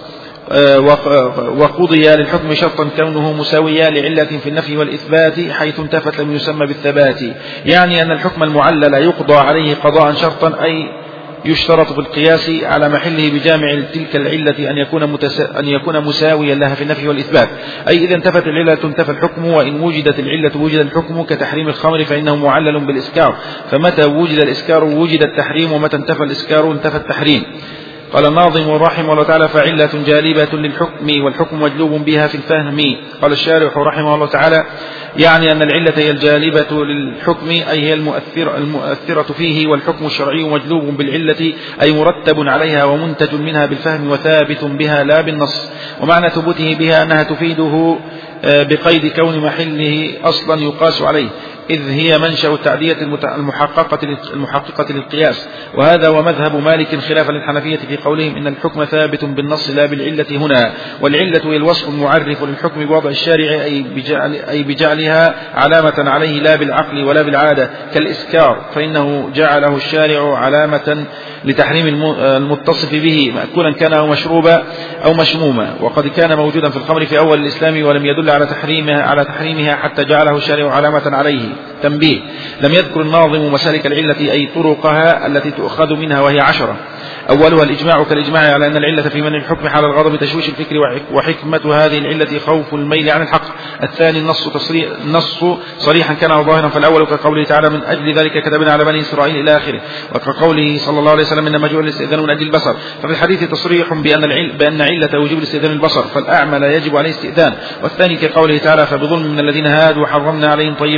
وقضي للحكم شرطا كونه مساويا لعلة في النفي والإثبات، حيث انتفت لم يسمى بالثبات، يعني أن الحكم المعلل يقضى عليه قضاء شرطا، أي يشترط في القياس على محله بجامع تلك العلة أن يكون مساويا لها في النفي والإثبات، أي إذا انتفت العلة انتفى الحكم، وإن وجدت العلة وجد الحكم، كتحريم الخمر فإنه معلل بالإسكار، فمتى وجد الإسكار وجد التحريم، ومتى انتفى الإسكار انتفى التحريم. قال الناظم رحمه الله تعالى: فعلة جالبة للحكم، والحكم مجلوب بها في الفهم. قال الشارح رحمه الله تعالى: يعني أن العلة هي الجالبة للحكم، أي هي المؤثرة فيه، والحكم الشرعي مجلوب بالعلة، أي مرتب عليها ومنتج منها بالفهم وثابت بها لا بالنص. ومعنى ثبوته بها أنها تفيده بقيد كون محله أصلا يقاس عليه، إذ هي منشأ التعدية المحققة للقياس، وهذا ومذهب مالك خلافا للحنفية في قولهم إن الحكم ثابت بالنص لا بالعلة هنا. والعلة هي الوصف المعرف للحكم بوضع الشارع، أي بجعلها علامة عليه لا بالعقل ولا بالعادة، كالإسكار، فإنه جعله الشارع علامة لتحريم المتصف به، مأكولا كان أو مشروبا أو مشموما، وقد كان موجودا في الخمر في أول الإسلام ولم يدل على تحريمها حتى جعله الشارع علامة عليه. تنبيه: لم يذكر الناظم مسالك العلة، أي طرقها التي تؤخذ منها، وهي 10. أولها الإجماع كالإجماع على أن العلة في منع الحكم حال الغضب تشويش الفكر، وحكمة هذه العلة خوف الميل عن الحق. الثاني النص صريحا كان أو ظاهرا، فالأول كقوله تعالى: من أجل ذلك كتبنا على بني إسرائيل إلى آخره، وكقوله صلى الله عليه وسلم: إنما جعل الاستئذان من أجل البصر. ففي الحديث تصريح بأن علة وجوب الاستئذان البصر، فالأعمى لا يجب عليه استئذان. والثاني كقوله تعالى: فبظلم من الذين هادوا حرمنا عليهم طيبات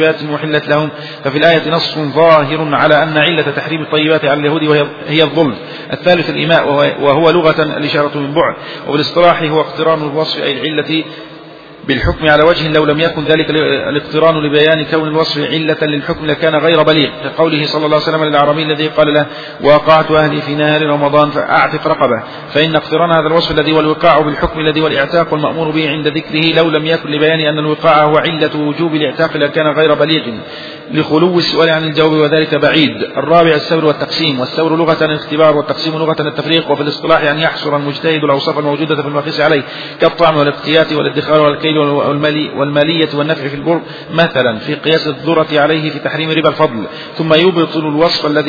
أحلت لهم. ففي الآية نص ظاهر على أن علة تحريم الطيبات على اليهود هي الظلم. الثالث الإيماء، وهو لغة الإشارة من بعد، وبالاصطلاح هو اقتران الوصف أي العلة بالحكم على وجه لو لم يكن ذلك الاقتران لبيان كون الوصف علة للحكم لكان غير بليغ، كقوله صلى الله عليه وسلم للأعرابي الذي قال له وقعت أهلي في نهار رمضان فأعتق رقبة، فإن اقتران هذا الوصف الذي هو الوقاع بالحكم الذي هو الإعتاق والمأمور به عند ذكره لو لم يكن لبيان أن الوقاع هو علة وجوب الاعتاق لكان غير بليغ لخلو السؤال عن الجواب وذلك بعيد. الرابع السور والتقسيم، والسور لغة الاختبار والتقسيم لغة التفريق، وفي الاصطلاح أن يحصر المجتهد الأوصاف الموجودة في المقيس عليه كالطعم والاقتيات والادخار والكيل والمالية والنفع في البر مثلا في قياس الذرة عليه في تحريم ربا الفضل، ثم يبطل الوصف الذي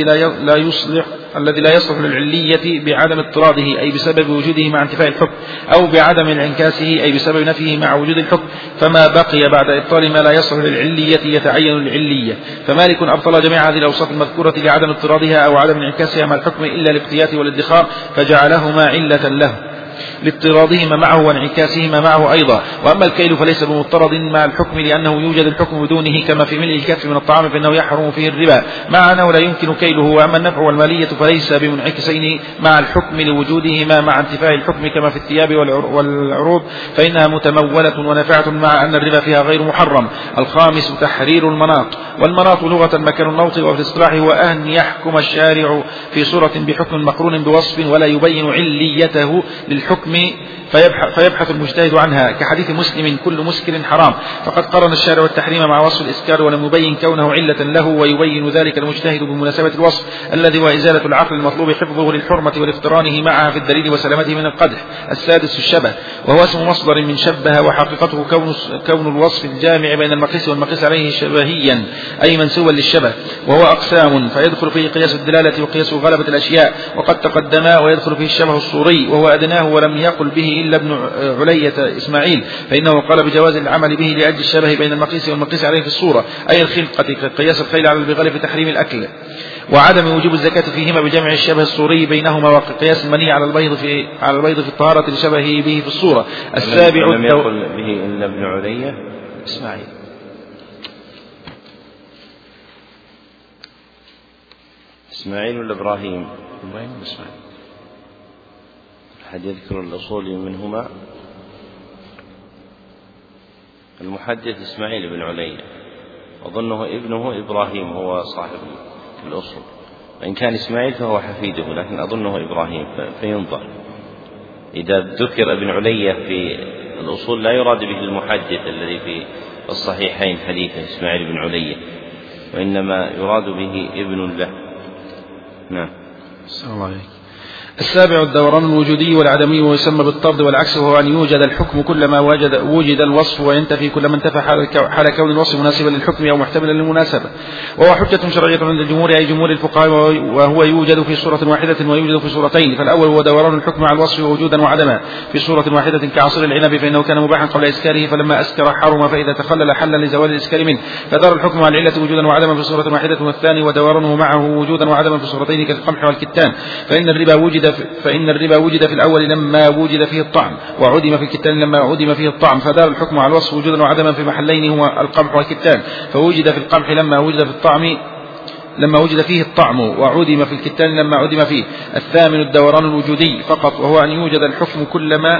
لا يصلح للعلية بعدم اضطراده أي بسبب وجوده مع انتفاء الحكم، أو بعدم انعكاسه أي بسبب نفيه مع وجود الحكم، فما بقي بعد إبطال ما لا يصلح للعلية يتعين العلية. فمالك أبطل جميع هذه الأوصاف المذكورة لعدم اضطرادها أو عدم انعكاسها مع الحكم إلا الاقتيات والادخار فجعلهما علة له لاضطرادهما معه وانعكاسهما معه أيضا. وأما الكيل فليس بمضطرد مع الحكم لأنه يوجد الحكم بدونه كما في ملء الكف من الطعام فإنه يحرم فيه الربا مع أنه لا يمكن كيله. وأما النفع والمالية فليس بمنعكسين مع الحكم لوجودهما مع انتفاء الحكم كما في الثياب والعروض فإنها متمولة ونافعة مع أن الربا فيها غير محرم. الخامس تحرير المناط، والمناط لغة مكان النوط، وفي الاصطلاح هو أن يحكم الشارع في صورة بحكم مقرون بوصف ولا يبين عليته للحكم فيبحث المجتهد عنها كحديث مسلم كل مسكر حرام، فقد قرن الشارع التحريم مع وصف الإسكار ولم يبين كونه علة له، ويبين ذلك المجتهد بمناسبة الوصف الذي هو إزالة العقل المطلوب حفظه للحرمة والاقترانه معها في الدليل وسلامته من القدح. السادس الشبه، وهو اسم مصدر من شبه، وحقيقته كون الوصف الجامع بين المقيس والمقيس عليه شبهيا أي منسوبا للشبه، وهو أقسام فيدخل فيه قياس الدلالة وقياس غلبة الأشياء وقد تقدما، ويدخل فيه الشبه الصوري وهو أدناه ولم يقل به إلا ابن علية إسماعيل فإنه قال بجواز العمل به لأجل الشبه بين المقيس والمقيس عليه في الصورة أي الخلقة كقياس الخيل على البغال في تحريم الأكل، وعدم وجوب الزكاة فيهما بجمع الشبه الصوري بينهما وقياس المني على البيض في الطهارة لشبهه به في الصورة. السابع لم يقل به إلا ابن علية إسماعيل. إسماعيل ولا إبراهيم؟ إسماعيل. أحد يذكر الأصول منهما؟ المحدث إسماعيل بن علية، أظنه ابنه إبراهيم هو صاحب الأصول، وإن كان إسماعيل فهو حفيده لكن أظنه إبراهيم فينظر. إذا ذكر ابن علية في الأصول لا يراد به المحدث الذي في الصحيحين حديث إسماعيل بن علية، وإنما يراد به ابن له. نعم. السلام الله عليك. السابع الدوران الوجودي والعدمي ويسمى بالطرد والعكس، وهو أن يوجد الحكم كلما وجد الوصف وينتفي كلما انتفى حال كون الوصف مناسبا للحكم أو محتملا للمناسبة، وهو حجة شرعية عند الجمهور أي جمهور الفقهاء، وهو يوجد في صورة واحدة ويوجد في صورتين. فالأول هو دوران الحكم مع الوصف وجودا وعدما في صورة واحدة كعصير العنب فإنه كان مباحا قبل إسكاره فلما أسكر حرم فإذا تخلل حل لزوال الإسكار منه، فدار الحكم مع العلة وجودا وعدما في صورة واحدة. والثاني ودورانه معه وجودا وعدما في صورتين كالقمح والكتان، فإن الربا وجد في الأول لما وجد فيه الطعم، وعدم في الكتان لما عدم فيه الطعم، فدار الحكم على الوصف وجودا وعدما في محلين هما القمح والكتان، فوجد في القمح لما وجد فيه الطعم، وعدم في الكتان لما عدم فيه. الثامن الدوران الوجودي فقط، وهو أن يوجد الحكم كلما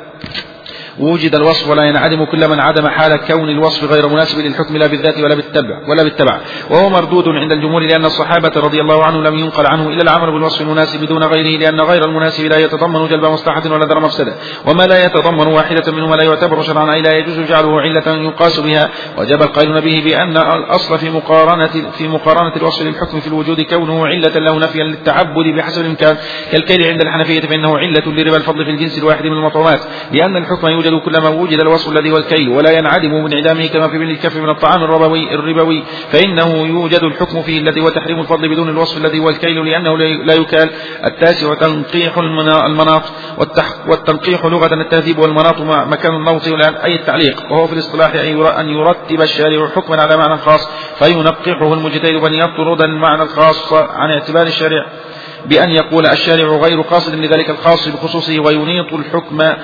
وجد الوصف ولا ينعدم كل من عدم حال كون الوصف غير مناسب للحكم لا بالذات ولا بالتبع، وهو مردود عند الجمهور لأن الصحابة رضي الله عنهم لم ينقل عنه إلا العمل بالوصف المناسب دون غيره، لأن غير المناسب لا يتضمن جلب مصلحة ولا دار مفسدة، وما لا يتضمن واحدة منهما لا يعتبر شرعا أي لا يجوز جعله علة يقاس بها. وجب القائلون به بأن الأصل في مقارنة الوصف للحكم في الوجود كونه علة له نفيا للتعبد بحسب الإمكان، كالكيل عند الحنفية فإنه علة لربا الفضل في الجنس الواحد من المطعومات، لأن الحكم يوجد كلما وجد الوصف الذي هو الكيل ولا ينعدم من انعدامه كما في الكف من الطعام الربوي، فإنه يوجد الحكم فيه الذي هو تحريم الفضل بدون الوصف الذي هو الكيل لأنه لا يكال. التاسع تنقيح المناط، والتنقيح لغة التهذيب والمناط مكان النوط أي التعليق، وهو في الاصطلاح أن يرتب الشارع حكما على معنى خاص فينقحه المجتهد بأن يطرد المعنى الخاص عن اعتبار الشارع بأن يقول الشارع غير قاصد لذلك الخاص بخصوصه وينيط الحكم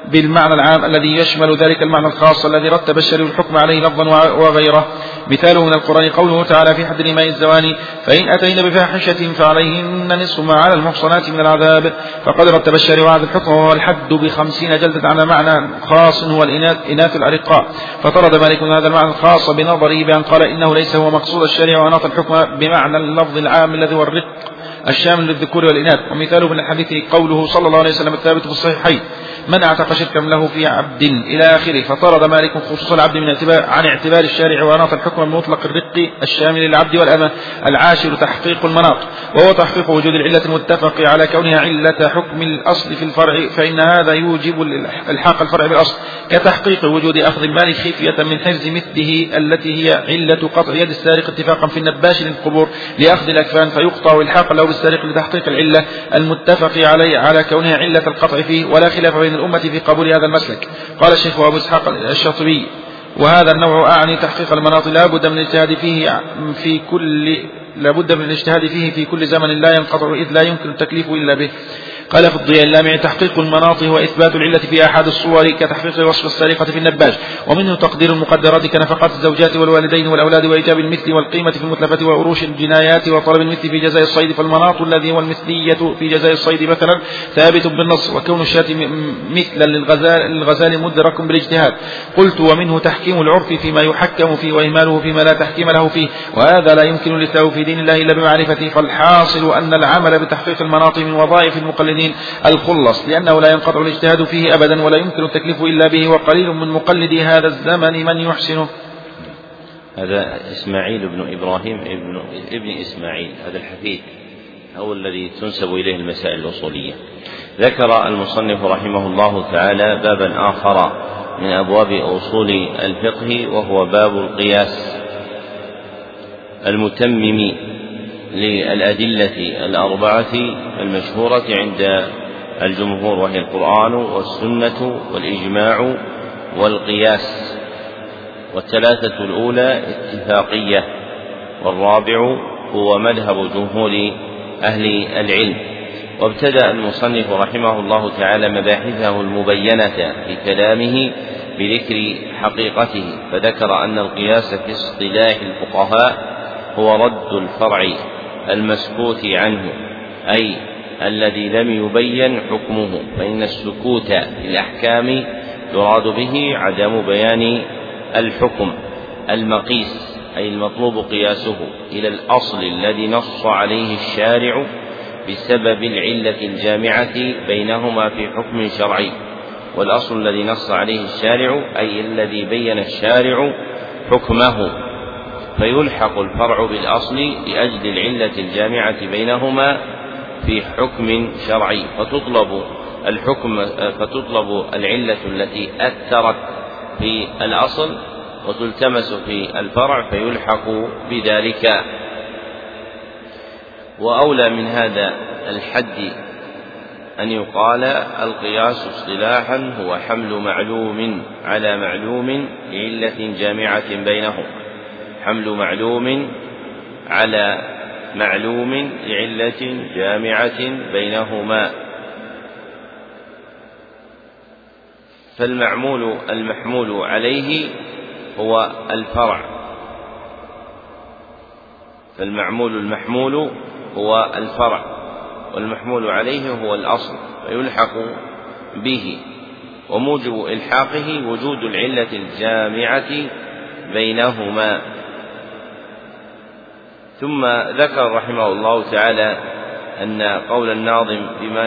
بالمعنى العام الذي يشمل ذلك المعنى الخاص الذي رتب الشريع الحكم عليه لفظا وغيره. مثاله من القرآن قوله تعالى في حد الإماء الزواني: فإن أتين بفاحشة فعليهن نصف ما على المحصنات من العذاب. فقد رتب الشريع هذا الحكم وهو الحد ب50 جلدة على معنى خاص هو إناث الأرقاء. فطرد مالك هذا المعنى الخاص بنظره بأن قال إنه ليس هو مقصود الشريع وأناط الحكم بمعنى اللفظ العام الذي هو الرق الشامل للذكور والإناث. ومثاله من الحديث قوله صلى الله عليه وسلم الثابت في الصحيحين: من اعتق شركا له في عبد إلى آخره. فطرد مالك خصوص العبد عن اعتبار الشارع وأناط الحكم بمطلق الرق الشامل للعبد والأمة. العاشر تحقيق المناط، وهو تحقيق وجود العلة المتفق على كونها علة حكم الأصل في الفرع، فإن هذا يوجب الحاق الفرع بالأصل، كتحقيق وجود أخذ المال خفية من حرز مثله التي هي علة قطع يد السارق اتفاقا في النباش للقبور لأخذ الأكفان، فيقطع الحاق له بالسارق لتحقيق العلة المتفق عليه على كونها علة القطع فيه، ولا خلاف بين الأمة في قبول هذا المسلك. قال الشيخ أبو إسحاق الشاطبي: وهذا النوع أعني تحقيق المناط لا بد من الاجتهاد فيه في كل زمن لا ينقطع، إذ لا يمكن التكليف إلا به. قال في الضياء اللامع: تحقيق المناط هو إثبات العلة في أحد الصور كتحقيق وصف السرقة في النباش، ومنه تقدير المقدرات كنفقات الزوجات والوالدين والأولاد وإيجاب المثل والقيمة في المتلفة وأروش الجنايات وطلب المثل في جزاء الصيد. فالمناط الذي هو المثلية في جزاء الصيد مثلا ثابت بالنص، وكون الشاة مثلا للغزال مدرك بالاجتهاد. قلت: ومنه تحكيم العرف فيما يحكم فيه وإهماله فيما لا تحكيم له فيه، وهذا لا يمكن الإسلام في دين الله إلا بمعرفته. فالحاصل أن العمل بتحقيق المناط من وظائف المقلدين الخلص، لأنه لا ينقطع الاجتهاد فيه أبدا ولا يمكن التكليف إلا به، وقليل من مقلدي هذا الزمن من يحسنه. هذا إسماعيل بن إبراهيم ابن إسماعيل، هذا الحفيد هو الذي تنسب إليه المسائل الأصولية. ذكر المصنف رحمه الله تعالى بابا آخر من أبواب أصول الفقه، وهو باب القياس المتمم للأدلة الأربعة المشهورة عند الجمهور، وهي القرآن والسنة والإجماع والقياس. والثلاثة الأولى اتفاقية، والرابع هو مذهب جمهور أهل العلم. وابتدأ المصنف رحمه الله تعالى مباحثه المبينة في كلامه بذكر حقيقته، فذكر أن القياس في اصطلاح الفقهاء هو رد الفرع المسكوت عنه، أي الذي لم يبين حكمه، فإن السكوت في الأحكام يراد به عدم بيان الحكم المقيس، أي المطلوب قياسه إلى الأصل الذي نص عليه الشارع بسبب العلة الجامعة بينهما في حكم شرعي. والأصل الذي نص عليه الشارع أي الذي بين الشارع حكمه، فيلحق الفرع بالأصل لأجل العلة الجامعة بينهما في حكم شرعي، فتطلب العلة التي أثرت في الأصل وتلتمس في الفرع فيلحق بذلك. وأولى من هذا الحد أن يقال القياس اصطلاحا هو حمل معلوم على معلوم لعلة جامعة بينهم، حمل معلوم على معلوم لعلة جامعة بينهما. فالمعمول المحمول عليه هو الفرع، فالمعمول المحمول هو الفرع، والمحمول عليه هو الأصل، فيلحق به. وموجب إلحاقه وجود العلة الجامعة بينهما. ثم ذكر رحمه الله تعالى أن قول الناظم بما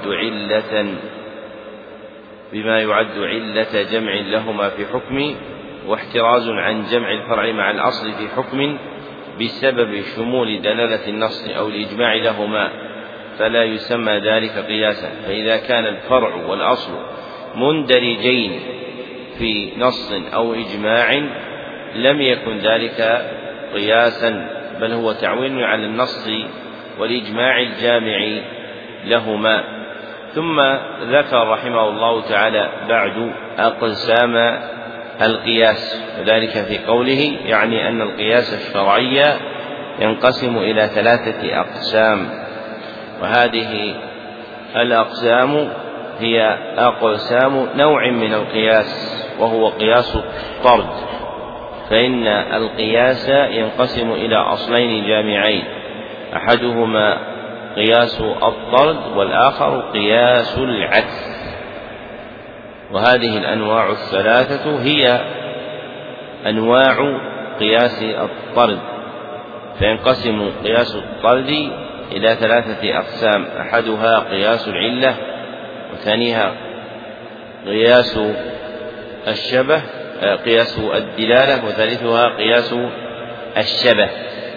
يعد علة جمع لهما في حكم، واحتراز عن جمع الفرع مع الأصل في حكم بسبب شمول دلالة النص أو الإجماع لهما، فلا يسمى ذلك قياسا. فإذا كان الفرع والأصل مندرجين في نص أو إجماع لم يكن ذلك قياسا، بل هو تعويل على النص والإجماع الجامع لهما. ثم ذكر رحمه الله تعالى بعد أقسام القياس، وذلك في قوله يعني أن القياس الشرعي ينقسم إلى 3 أقسام، وهذه الأقسام هي أقسام نوع من القياس، وهو قياس الطرد. فإن القياس ينقسم إلى أصلين جامعين، أحدهما قياس الطرد والآخر قياس العكس. وهذه الأنواع الثلاثة هي أنواع قياس الطرد. فينقسم قياس الطرد إلى ثلاثة أقسام، أحدها قياس العلة، وثانيها قياس الشبه قياس الدلالة، وثالثها قياس الشبه.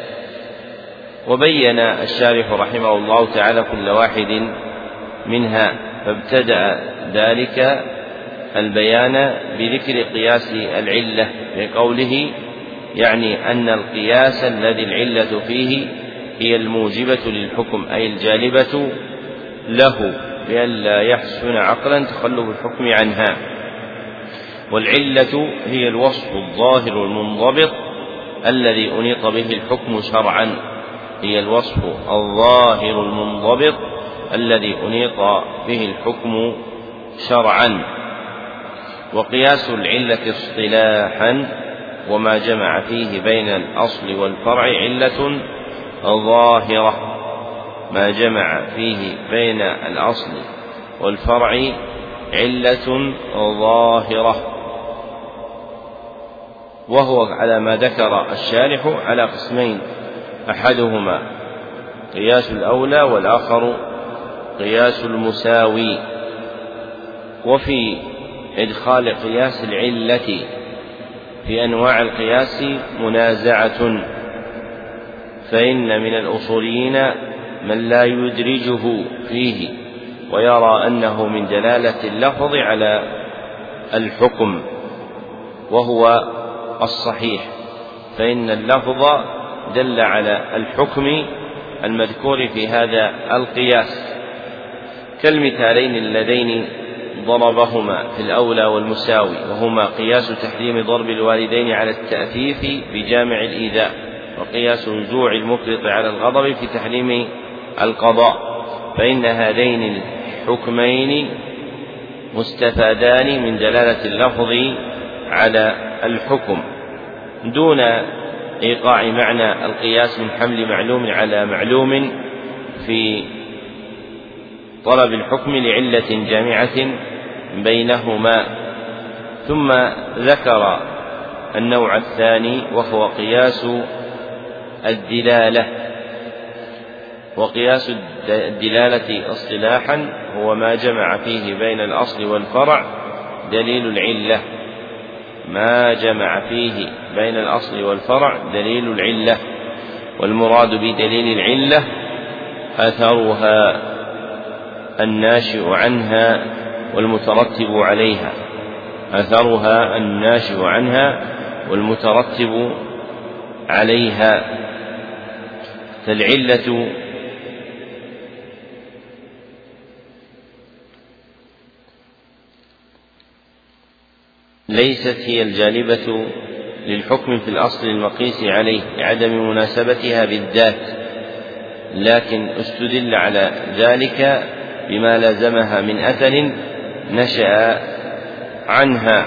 وبين الشارح رحمه الله تعالى كل واحد منها، فابتدأ ذلك البيان بذكر قياس العلة بقوله: يعني أن القياس الذي العلة فيه هي الموجبة للحكم، أي الجالبة له، بألا يحسن عقلا تخلف الحكم عنها. والعلة هي الوصف الظاهر المنضبط الذي أنيط به الحكم شرعا، هي الوصف الظاهر المنضبط الذي أنيط به الحكم شرعا. وقياس العلة اصطلاحا وما جمع فيه بين الأصل والفرع علة ظاهرة، ما جمع فيه بين الأصل والفرع علة ظاهرة. وهو على ما ذكر الشارح على قسمين، أحدهما قياس الأولى والآخر قياس المساوي. وفي إدخال قياس العلة في أنواع القياس منازعة، فإن من الأصوليين من لا يدرجه فيه ويرى أنه من دلالة اللفظ على الحكم، وهو الصحيح، فإن اللفظ دل على الحكم المذكور في هذا القياس، كالمثالين اللذين ضربهما في الأولى والمساوي، وهما قياس تحريم ضرب الوالدين على التأفيف بجامع الإيذاء، وقياس رجوع المفرط على الغضب في تحريم القضاء. فإن هذين الحكمين مستفادان من دلالة اللفظ على الحكم، دون إيقاع معنى القياس من حمل معلوم على معلوم في طلب الحكم لعلة جامعة بينهما. ثم ذكر النوع الثاني، وهو قياس الدلالة. وقياس الدلالة اصطلاحا هو ما جمع فيه بين الأصل والفرع دليل العلة، ما جمع فيه بين الأصل والفرع دليل العلة. والمراد بدليل العلة أثرها الناشئ عنها والمترتب عليها، أثرها الناشئ عنها والمترتب عليها. فالعلة ليست هي الجالبة للحكم في الأصل المقيس عليه لعدم مناسبتها بالذات، لكن استدل على ذلك بما لازمها من أثر نشأ عنها.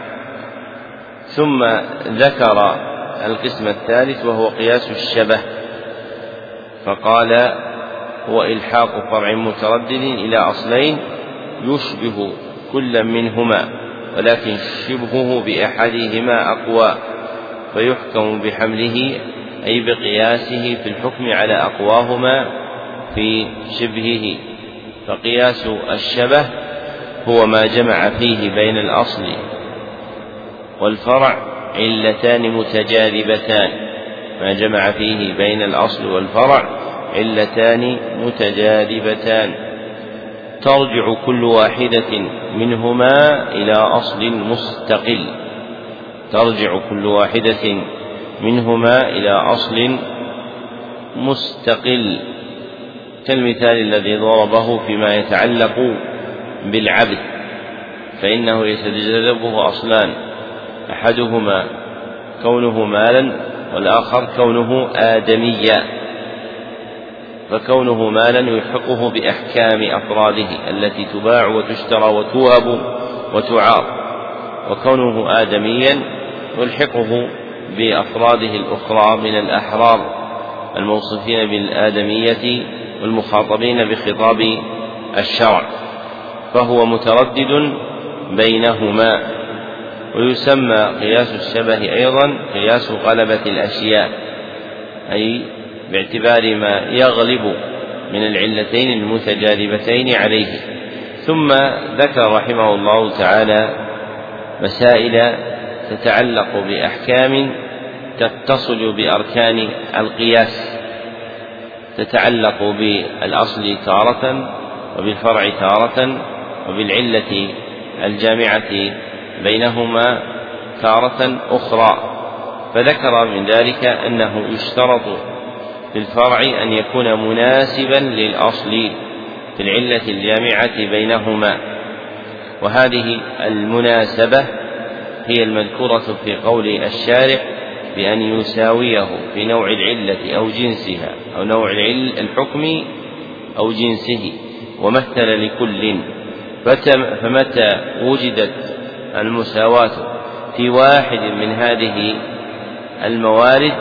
ثم ذكر القسم الثالث، وهو قياس الشبه، فقال: هو إلحاق فرع متردد إلى أصلين يشبه كل منهما، ولكن شبهه بأحدهما أقوى، فيحكم بحمله أي بقياسه في الحكم على أقواهما في شبهه. فقياس الشبه هو ما جمع فيه بين الأصل والفرع علتان متجاذبتان، ما جمع فيه بين الأصل والفرع علتان متجاذبتان، ترجع كل واحدة منهما إلى أصل مستقل، ترجع كل واحدة منهما إلى أصل مستقل، كالمثال الذي ضربه فيما يتعلق بالعبد، فإنه يتجاذبه أصلان، أحدهما كونه مالا والآخر كونه آدميا. فكونه مالا يلحقه بأحكام أفراده التي تباع وتشترى وتوهب وتعار، وكونه آدميا يلحقه بأفراده الأخرى من الأحرار الموصوفين بالآدمية والمخاطبين بخطاب الشرع، فهو متردد بينهما. ويسمى قياس الشبه أيضا قياس غلبة الأشياء، أي باعتبار ما يغلب من العلتين المتجاذبتين عليه. ثم ذكر رحمه الله تعالى مسائل تتعلق بأحكام تتصل بأركان القياس، تتعلق بالأصل تارة وبالفرع تارة وبالعلة الجامعة بينهما تارة أخرى. فذكر من ذلك أنه يشترط في الفرع أن يكون مناسبا للأصل في العلة الجامعة بينهما، وهذه المناسبة هي المذكورة في قول الشارع بأن يساويه في نوع العلة أو جنسها أو نوع الحكم أو جنسه، ومثل لكل. فمتى وجدت المساواة في واحد من هذه الموارد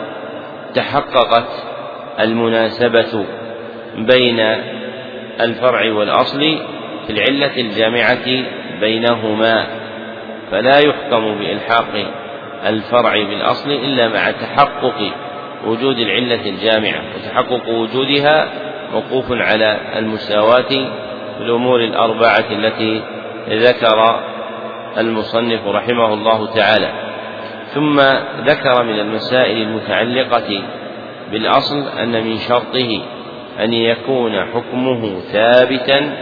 تحققت المناسبة بين الفرع والأصل في العلة الجامعة بينهما، فلا يحكم بإلحاق الفرع بالأصل إلا مع تحقق وجود العلة الجامعة، وتحقق وجودها موقوف على المساواة في الأمور الأربعة التي ذكر المصنف رحمه الله تعالى. ثم ذكر من المسائل المتعلقة بالأصل أن من شرطه أن يكون حكمه ثابتا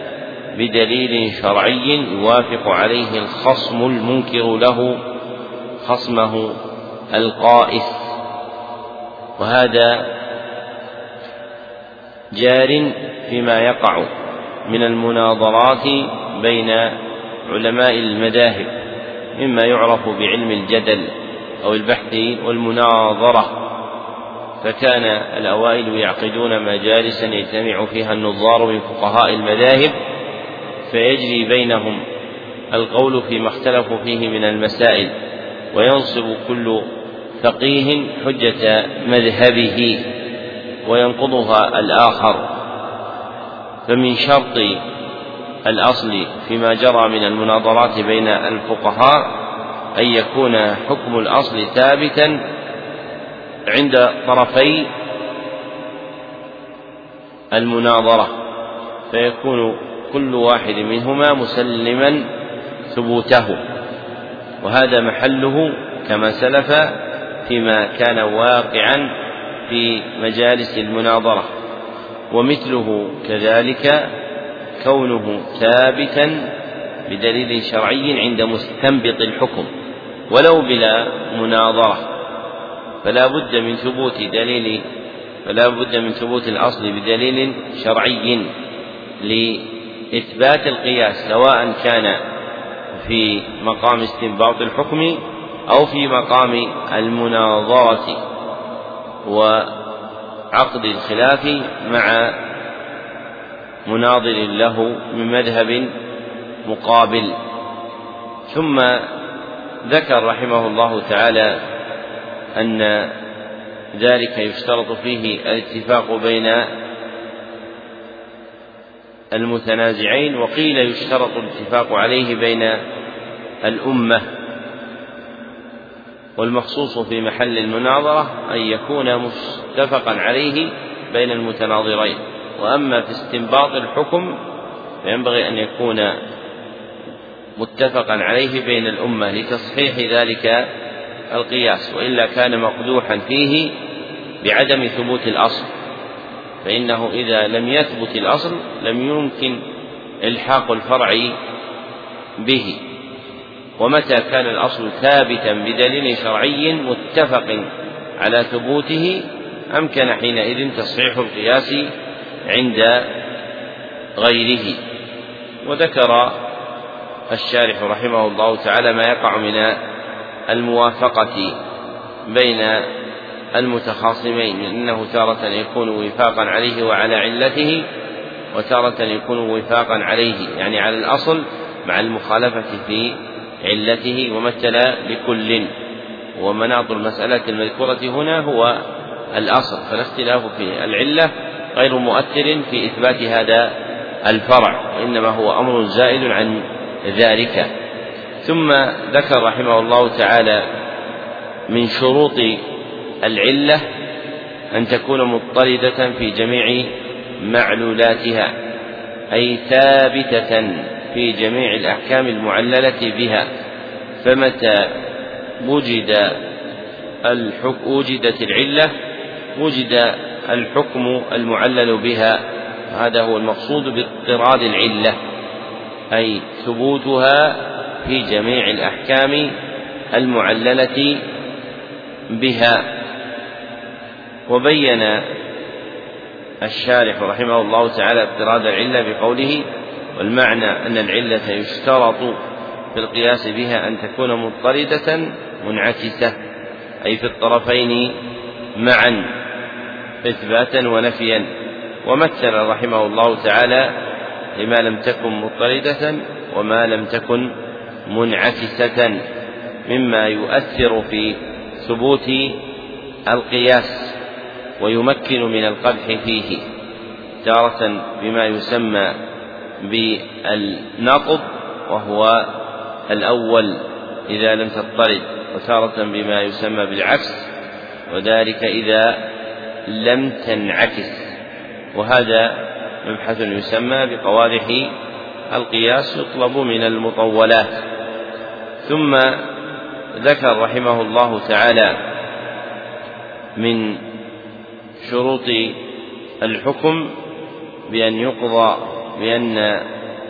بدليل شرعي يوافق عليه الخصم المنكر له خصمه القائس، وهذا جار فيما يقع من المناظرات بين علماء المذاهب مما يعرف بعلم الجدل أو البحث والمناظرة. فكان الأوائل يعقدون مجالسا يجتمع فيها النظار من فقهاء المذاهب، فيجري بينهم القول فيما اختلفوا فيه من المسائل، وينصب كل فقيه حجة مذهبه وينقضها الآخر. فمن شرط الأصل فيما جرى من المناظرات بين الفقهاء أن يكون حكم الأصل ثابتا عند طرفي المناظرة، فيكون كل واحد منهما مسلما ثبوته، وهذا محله كما سلف فيما كان واقعا في مجالس المناظرة. ومثله كذلك كونه ثابتا بدليل شرعي عند مستنبط الحكم ولو بلا مناظرة، فلا بد من ثبوت الأصل بدليل شرعي لإثبات القياس، سواء كان في مقام استنباط الحكم أو في مقام المناظرة وعقد الخلاف مع مناظر له من مذهب مقابل. ثم ذكر رحمه الله تعالى أن ذلك يشترط فيه الاتفاق بين المتنازعين، وقيل يشترط الاتفاق عليه بين الأمة، والمخصوص في محل المناظرة أن يكون متفقا عليه بين المتناظرين. وأما في استنباط الحكم فينبغي أن يكون متفقا عليه بين الأمة لتصحيح ذلك القياس، وإلا كان مقدوحا فيه بعدم ثبوت الأصل، فإنه إذا لم يثبت الأصل لم يمكن إلحاق الفرع به. ومتى كان الأصل ثابتا بدليل شرعي متفق على ثبوته أمكن حينئذ تصحيح القياس عند غيره. وذكر الشارح رحمه الله تعالى ما يقع من الموافقة بين المتخاصمين، لأنه تارة يكون وفاقا عليه وعلى علته، وتارة يكون وفاقا عليه يعني على الأصل مع المخالفة في علته، ومثل لكل. ومناط المسألة المذكورة هنا هو الأصل، فالاختلاف في العلة غير مؤثر في إثبات هذا الفرع، وإنما هو أمر زائد عن ذلك. ثم ذكر رحمه الله تعالى من شروط العلة أن تكون مضطردة في جميع معلولاتها، أي ثابتة في جميع الأحكام المعللة بها. فمتى وجدت العلة وجد الحكم المعلل بها، هذا هو المقصود باضطراد العلة، أي ثبوتها في جميع الأحكام المعللة بها. وبين الشارح رحمه الله تعالى اضطراد العلة بقوله: والمعنى أن العلة يشترط في القياس بها أن تكون مضطردة منعكسة، أي في الطرفين معا إثباتا ونفيا. ومثل رحمه الله تعالى لما لم تكن مضطردة وما لم تكن منعكسة مما يؤثر في ثبوت القياس ويمكن من القدح فيه، تارة بما يسمى بالنقض وهو الأول إذا لم تضطرد، وتارة بما يسمى بالعكس وذلك إذا لم تنعكس. وهذا مبحث يسمى بقوادح القياس، يطلب من المطولات. ثم ذكر رحمه الله تعالى من شروط الحكم بأن يقضى بأن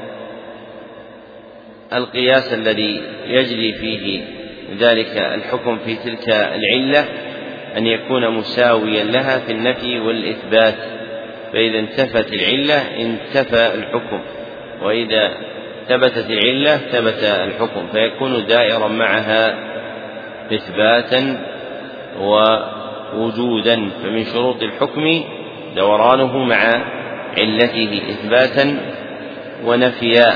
القياس الذي يجري فيه ذلك الحكم في تلك العلة أن يكون مساويا لها في النفي والإثبات، فإذا انتفت العلة انتفى الحكم، وإذا ثبتت العلة ثبت الحكم، فيكون دائرا معها إثباتا ووجودا. فمن شروط الحكم دورانه مع علته إثباتا ونفيا.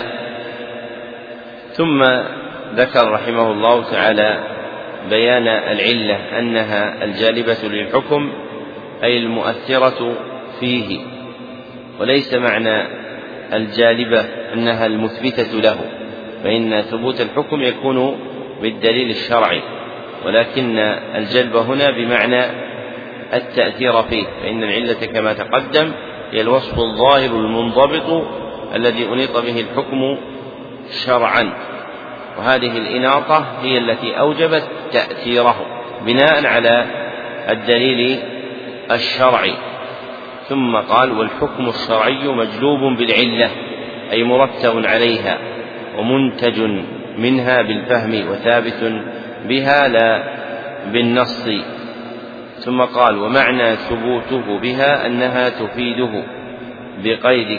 ثم ذكر رحمه الله تعالى بيان العلة أنها الجالبة للحكم، أي المؤثرة فيه، وليس معنى الجالبة أنها المثبتة له، فإن ثبوت الحكم يكون بالدليل الشرعي، ولكن الجلب هنا بمعنى التأثير فيه، فإن العلة كما تقدم هي الوصف الظاهر المنضبط الذي أنيط به الحكم شرعا، وهذه الإناطة هي التي أوجبت تأثيره بناء على الدليل الشرعي. ثم قال: والحكم الشرعي مجلوب بالعلة، أي مرتب عليها ومنتج منها بالفهم وثابت بها لا بالنص. ثم قال: ومعنى ثبوته بها أنها تفيده بقيد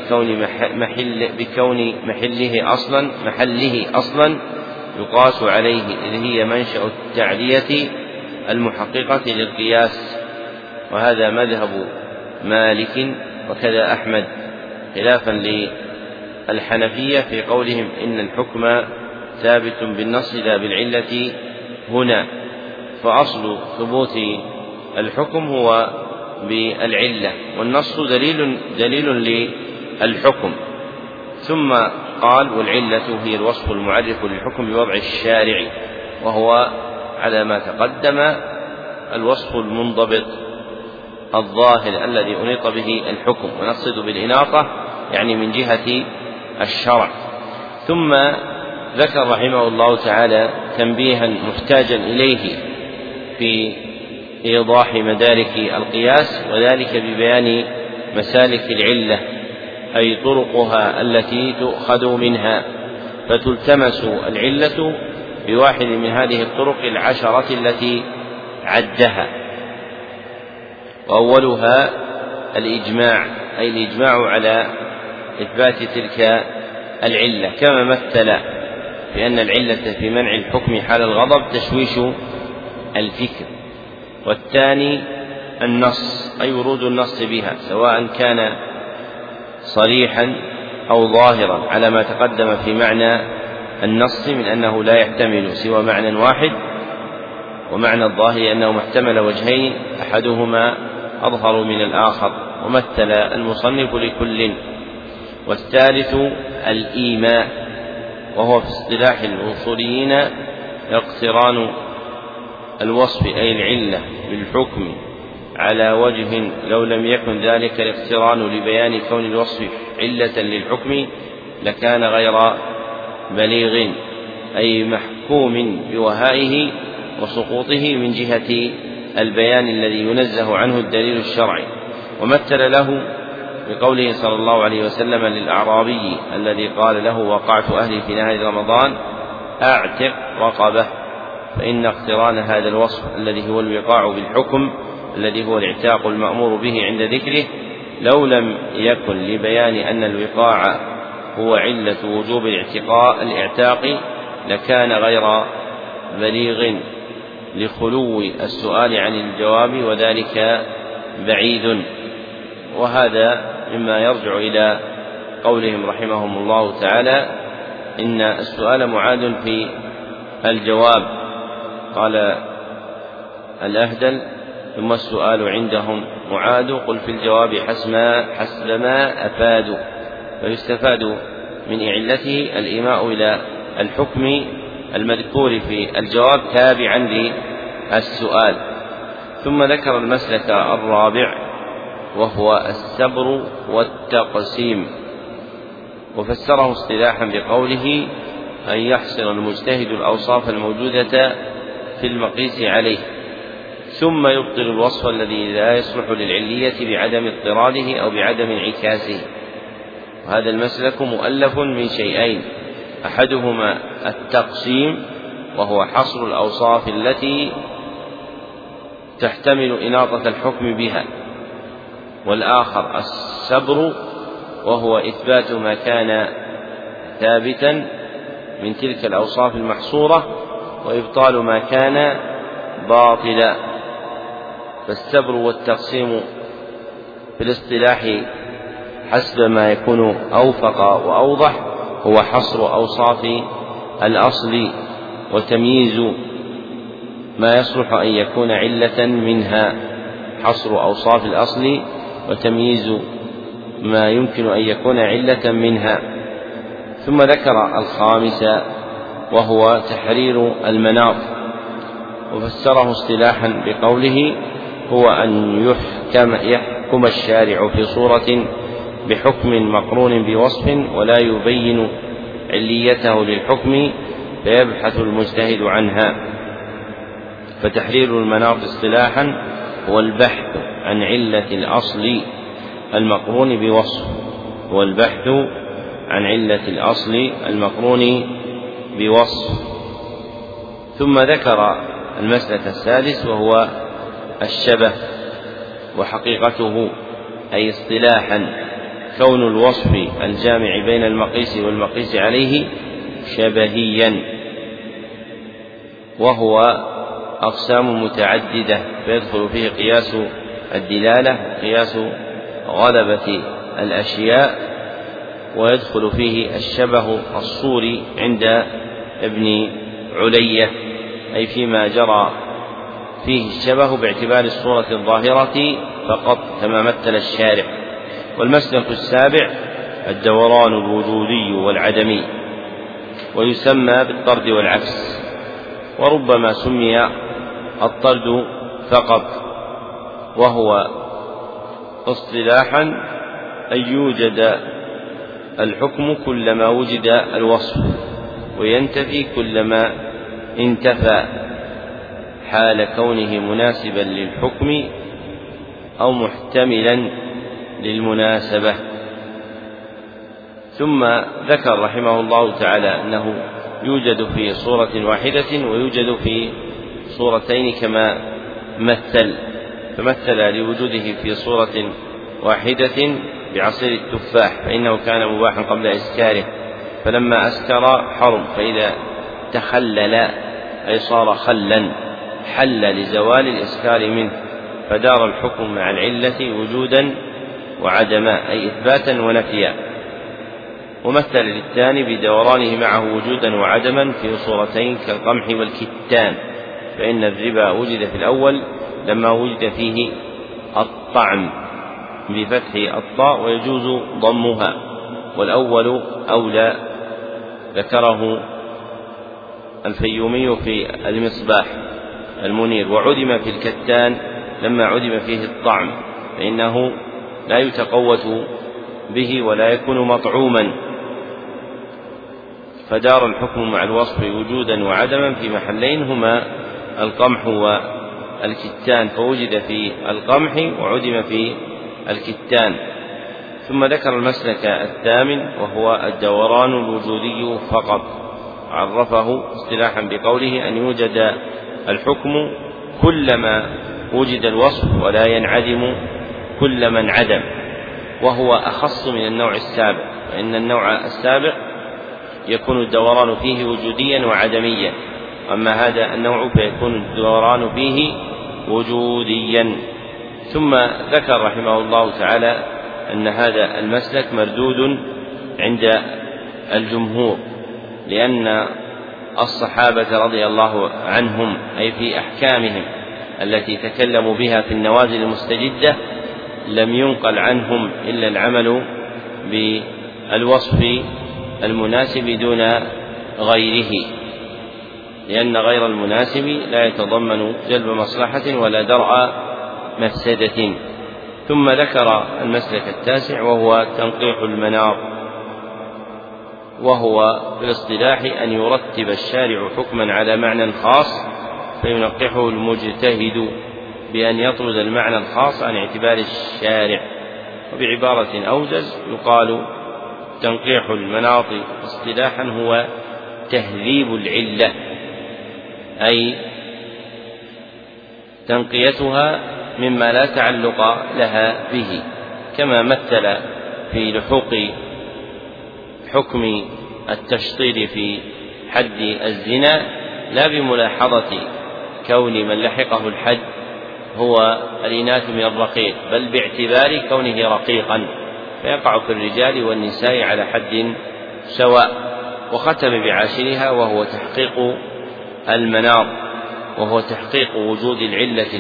كون محله أصلا يقاس عليه، إذ هي منشأ التعدية المحققة للقياس. وهذا مذهب مالك وكذا أحمد، خلافا للحنفية في قولهم إن الحكم ثابت بالنص لا بالعلة هنا، فأصل ثبوت الحكم هو بالعلة، والنص دليل للحكم. ثم قال: والعلة هي الوصف المعرف للحكم بوضع الشارع، وهو على ما تقدم الوصف المنضبط الظاهر الذي أنيط به الحكم، ونقصد بالإناطة يعني من جهة الشرع. ثم ذكر رحمه الله تعالى تنبيها محتاجا إليه في إيضاح مدارك القياس، وذلك ببيان مسالك العلة، أي طرقها التي تؤخذ منها، فتلتمس العلة بواحد من هذه الطرق 10 التي عدها. وأولها الإجماع، أي الإجماع على إثبات تلك العلة، كما مثل بأن العلة في منع الحكم حال الغضب تشويش الفكر، والثاني النص أي ورود النص بها، سواء كان صريحا أو ظاهرا، على ما تقدم في معنى النص من أنه لا يحتمل سوى معنى واحد، ومعنى الظاهر أنه محتمل وجهين أحدهما أظهر من الآخر، ومثل المصنف لكل. والثالث الإيماء، وهو في اصطلاح الأصوليين اقتران الوصف أي العلة بالحكم على وجه لو لم يكن ذلك الاقتران لبيان كون الوصف علة للحكم لكان غير بليغ، أي محكوم بوهائه وسقوطه من جهة البيان الذي ينزه عنه الدليل الشرعي. ومثل له بقوله صلى الله عليه وسلم للأعرابي الذي قال له: وقعت أهلي في نهار رمضان أعتق رقبة، فإن اقتران هذا الوصف الذي هو الوقاع بالحكم الذي هو الاعتاق المأمور به عند ذكره لو لم يكن لبيان أن الوقاع هو علة وجوب الاعتاق لكان غير بليغ لخلو السؤال عن الجواب، وذلك بعيد. وهذا مما يرجع إلى قولهم رحمهم الله تعالى: إن السؤال معاد في الجواب. قال الأهدل: ثم السؤال عندهم معاد، قل في الجواب حسب ما أفادوا. فيستفاد من علته الإيماء إلى الحكم المذكور في الجواب تابعا للسؤال. ثم ذكر المسلك الرابع وهو السبر والتقسيم، وفسره اصطلاحا بقوله: أن يحصر المجتهد الأوصاف الموجودة في المقيس عليه ثم يبطل الوصف الذي لا يصلح للعلية بعدم اضطراده أو بعدم انعكاسه. وهذا المسلك مؤلف من شيئين: أحدهما التقسيم وهو حصر الأوصاف التي تحتمل إناطة الحكم بها، والآخر السبر وهو إثبات ما كان ثابتا من تلك الأوصاف المحصورة وإبطال ما كان باطلا. فالسبر والتقسيم في الاصطلاح حسب ما يكون أوفق وأوضح هو حصر أوصاف الأصل وتمييز ما يصلح أن يكون علة منها، حصر أوصاف الأصل وتمييز ما يمكن أن يكون علة منها. ثم ذكر الخامس وهو تحرير المناط، وفسره اصطلاحا بقوله: هو أن يحكم الشارع في صورة بحكم مقرون بوصف ولا يبين عليته للحكم فيبحث المجتهد عنها. فتحرير المناط اصطلاحا هو البحث عن علة الأصل المقرون بوصف، هو البحث عن علة الأصل المقرون بوصف. ثم ذكر المسلك السادس وهو الشبه، وحقيقته أي اصطلاحا كون الوصف الجامع بين المقيس والمقيس عليه شبهيا، وهو أقسام متعددة، فيدخل فيه قياس الدلالة وقياس غلبة الأشياء، ويدخل فيه الشبه الصوري عند ابن علية، أي فيما جرى فيه الشبه باعتبار الصورة الظاهرة فقط كما مثل الشارع. والمسلك السابع الدوران الوجودي والعدمي، ويسمى بالطرد والعكس، وربما سمي الطرد فقط، وهو اصطلاحا أن يوجد الحكم كلما وجد الوصف، وينتفي كلما انتفى، حال كونه مناسبا للحكم أو محتملا للمناسبة. ثم ذكر رحمه الله تعالى أنه يوجد في صورة واحدة ويوجد في صورتين كما فمثل لوجوده في صورة واحدة بعصير التفاح، فإنه كان مباحا قبل إسكاره، فلما أسكر حرم، فإذا تخلل أي صار خلا حل لزوال الإسكار منه، فدار الحكم مع العلة وجودا وعدما، أي إثباتا ونفيا. ومثل للثاني بدورانه معه وجودا وعدما في صورتين كالقمح والكتان، فإن الربا وجد في الأول لما وجد فيه الطعم بفتح الطاء ويجوز ضمها، والأول أولى، ذكره الفيومي في المصباح المنير. وعدم في الكتان لما عدم فيه الطعم، فإنه لا يتقوت به ولا يكون مطعوما، فدار الحكم مع الوصف وجودا وعدما في محلين هما القمح والكتان، فوجد في القمح وعدم في الكتان. ثم ذكر المسلك الثامن وهو الدوران الوجودي فقط، عرفه اصطلاحا بقوله أن يوجد الحكم كلما وجد الوصف ولا ينعدم كلما انعدم، وهو أخص من النوع السابق، فإن النوع السابق يكون الدوران فيه وجوديا وعدميا، أما هذا النوع فيكون الدوران فيه وجوديا. ثم ذكر رحمه الله تعالى أن هذا المسلك مردود عند الجمهور، لأن الصحابة رضي الله عنهم أي في أحكامهم التي تكلموا بها في النوازل المستجدة لم ينقل عنهم إلا العمل بالوصف المناسب دون غيره، لأن غير المناسب لا يتضمن جلب مصلحة ولا درء مفسدة. ثم ذكر المسلك التاسع وهو تنقيح المناط، وهو في الاصطلاح أن يرتب الشارع حكما على معنى خاص فينقحه المجتهد بأن يطرد المعنى الخاص عن اعتبار الشارع. وبعبارة أوجز يقال تنقيح المناط اصطلاحا هو تهذيب العلة، أي تنقيتها مما لا تعلق لها به، كما مثل في لحوق حكم التشطير في حد الزنا لا بملاحظة كون من لحقه الحد هو الإناث من الرقيق، بل باعتبار كونه رقيقا فيقع في الرجال والنساء على حد سواء. وختم بعاشرها وهو تحقيق المناط، وهو تحقيق وجود العلة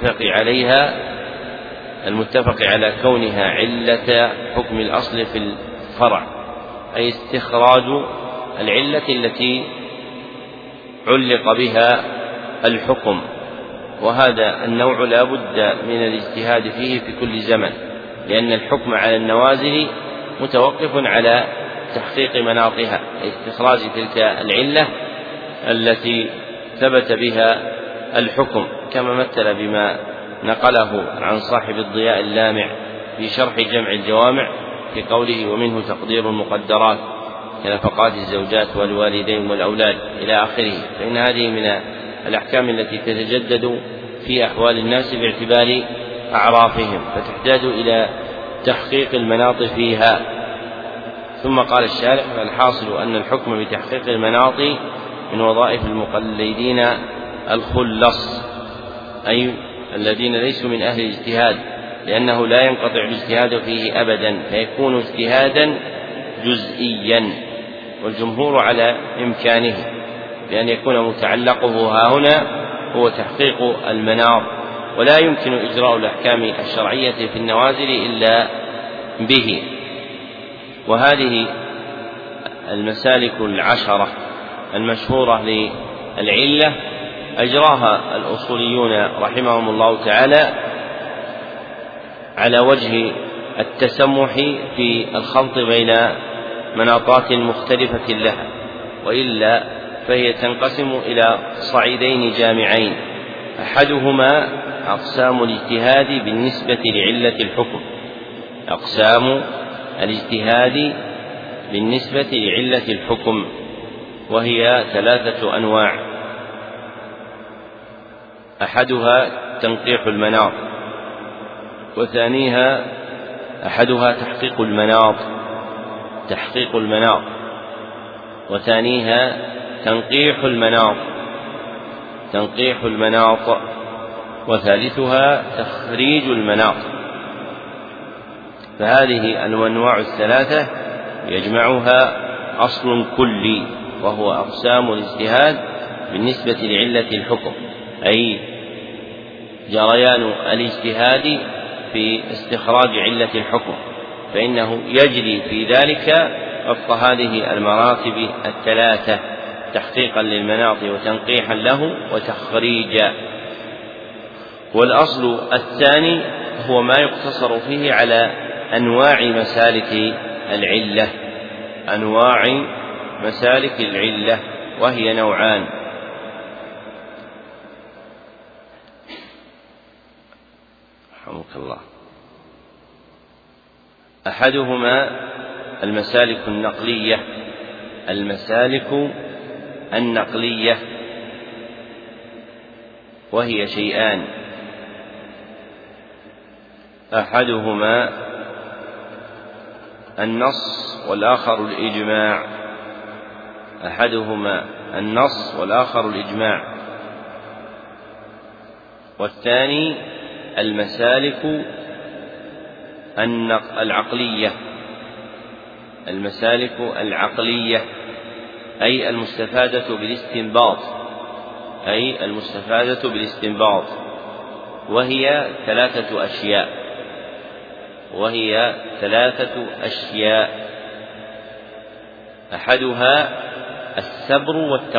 المتفق على كونها علة حكم الأصل في الفرع، أي استخراج العلة التي علق بها الحكم. وهذا النوع لا بد من الاجتهاد فيه في كل زمن، لأن الحكم على النوازل متوقف على تحقيق مناطها، أي استخراج تلك العلة التي ثبت بها الحكم، كما مثل بما نقله عن صاحب الضياء اللامع في شرح جمع الجوامع في قوله ومنه تقدير المقدرات كنفقات الزوجات والوالدين والأولاد إلى آخره. فإن هذه من الأحكام التي تتجدد في أحوال الناس باعتبار أعرافهم، فتحتاج إلى تحقيق المناط فيها. ثم قال الشارح الحاصل أن الحكم بتحقيق المناط من وظائف المقلدين الخلص، أي الذين ليسوا من أهل الاجتهاد، لأنه لا ينقطع الاجتهاد فيه أبدا فيكون اجتهادا جزئيا، والجمهور على إمكانه بأن يكون متعلقه هاهنا هو تحقيق المناط، ولا يمكن إجراء الأحكام الشرعية في النوازل إلا به. وهذه المسالك العشرة المشهورة للعلة أجراها الأصوليون رحمهم الله تعالى على وجه التسمح في الخلط بين مناطات مختلفة لها، وإلا فهي تنقسم إلى صعيدين جامعين، أحدهما أقسام الاجتهاد بالنسبة لعلة الحكم، أقسام الاجتهاد بالنسبة لعلة الحكم، وهي 3 أنواع، أحدها تنقيح المناط، وثانيها أحدها تحقيق المناط، وثانيها تنقيح المناط، تنقيح المناط، وثالثها تخريج المناط. فهذه الأنواع الثلاثة يجمعها أصل كلي، وهو أقسام الاجتهاد بالنسبة لعلة الحكم، أي جريان الاجتهاد في استخراج علة الحكم، فإنه يجري في ذلك وفق هذه المراتب الثلاثة: تحقيقا للمناط وتنقيحا له وتخريجا. والأصل الثاني هو ما يقتصر فيه على أنواع مسالك العلة، أنواع مسالك العلة، وهي نوعان: رحمك الله. أحدهما المسالك النقلية، المسالك النقلية، وهي شيئان: أحدهما النص والآخر الإجماع، أحدهما النص والآخر الإجماع. والثاني المسالك العقلية، المسالك العقلية أي المستفادة بالاستنباط، أي المستفادة بالاستنباط، وهي ثلاثة أشياء: أحدها السبر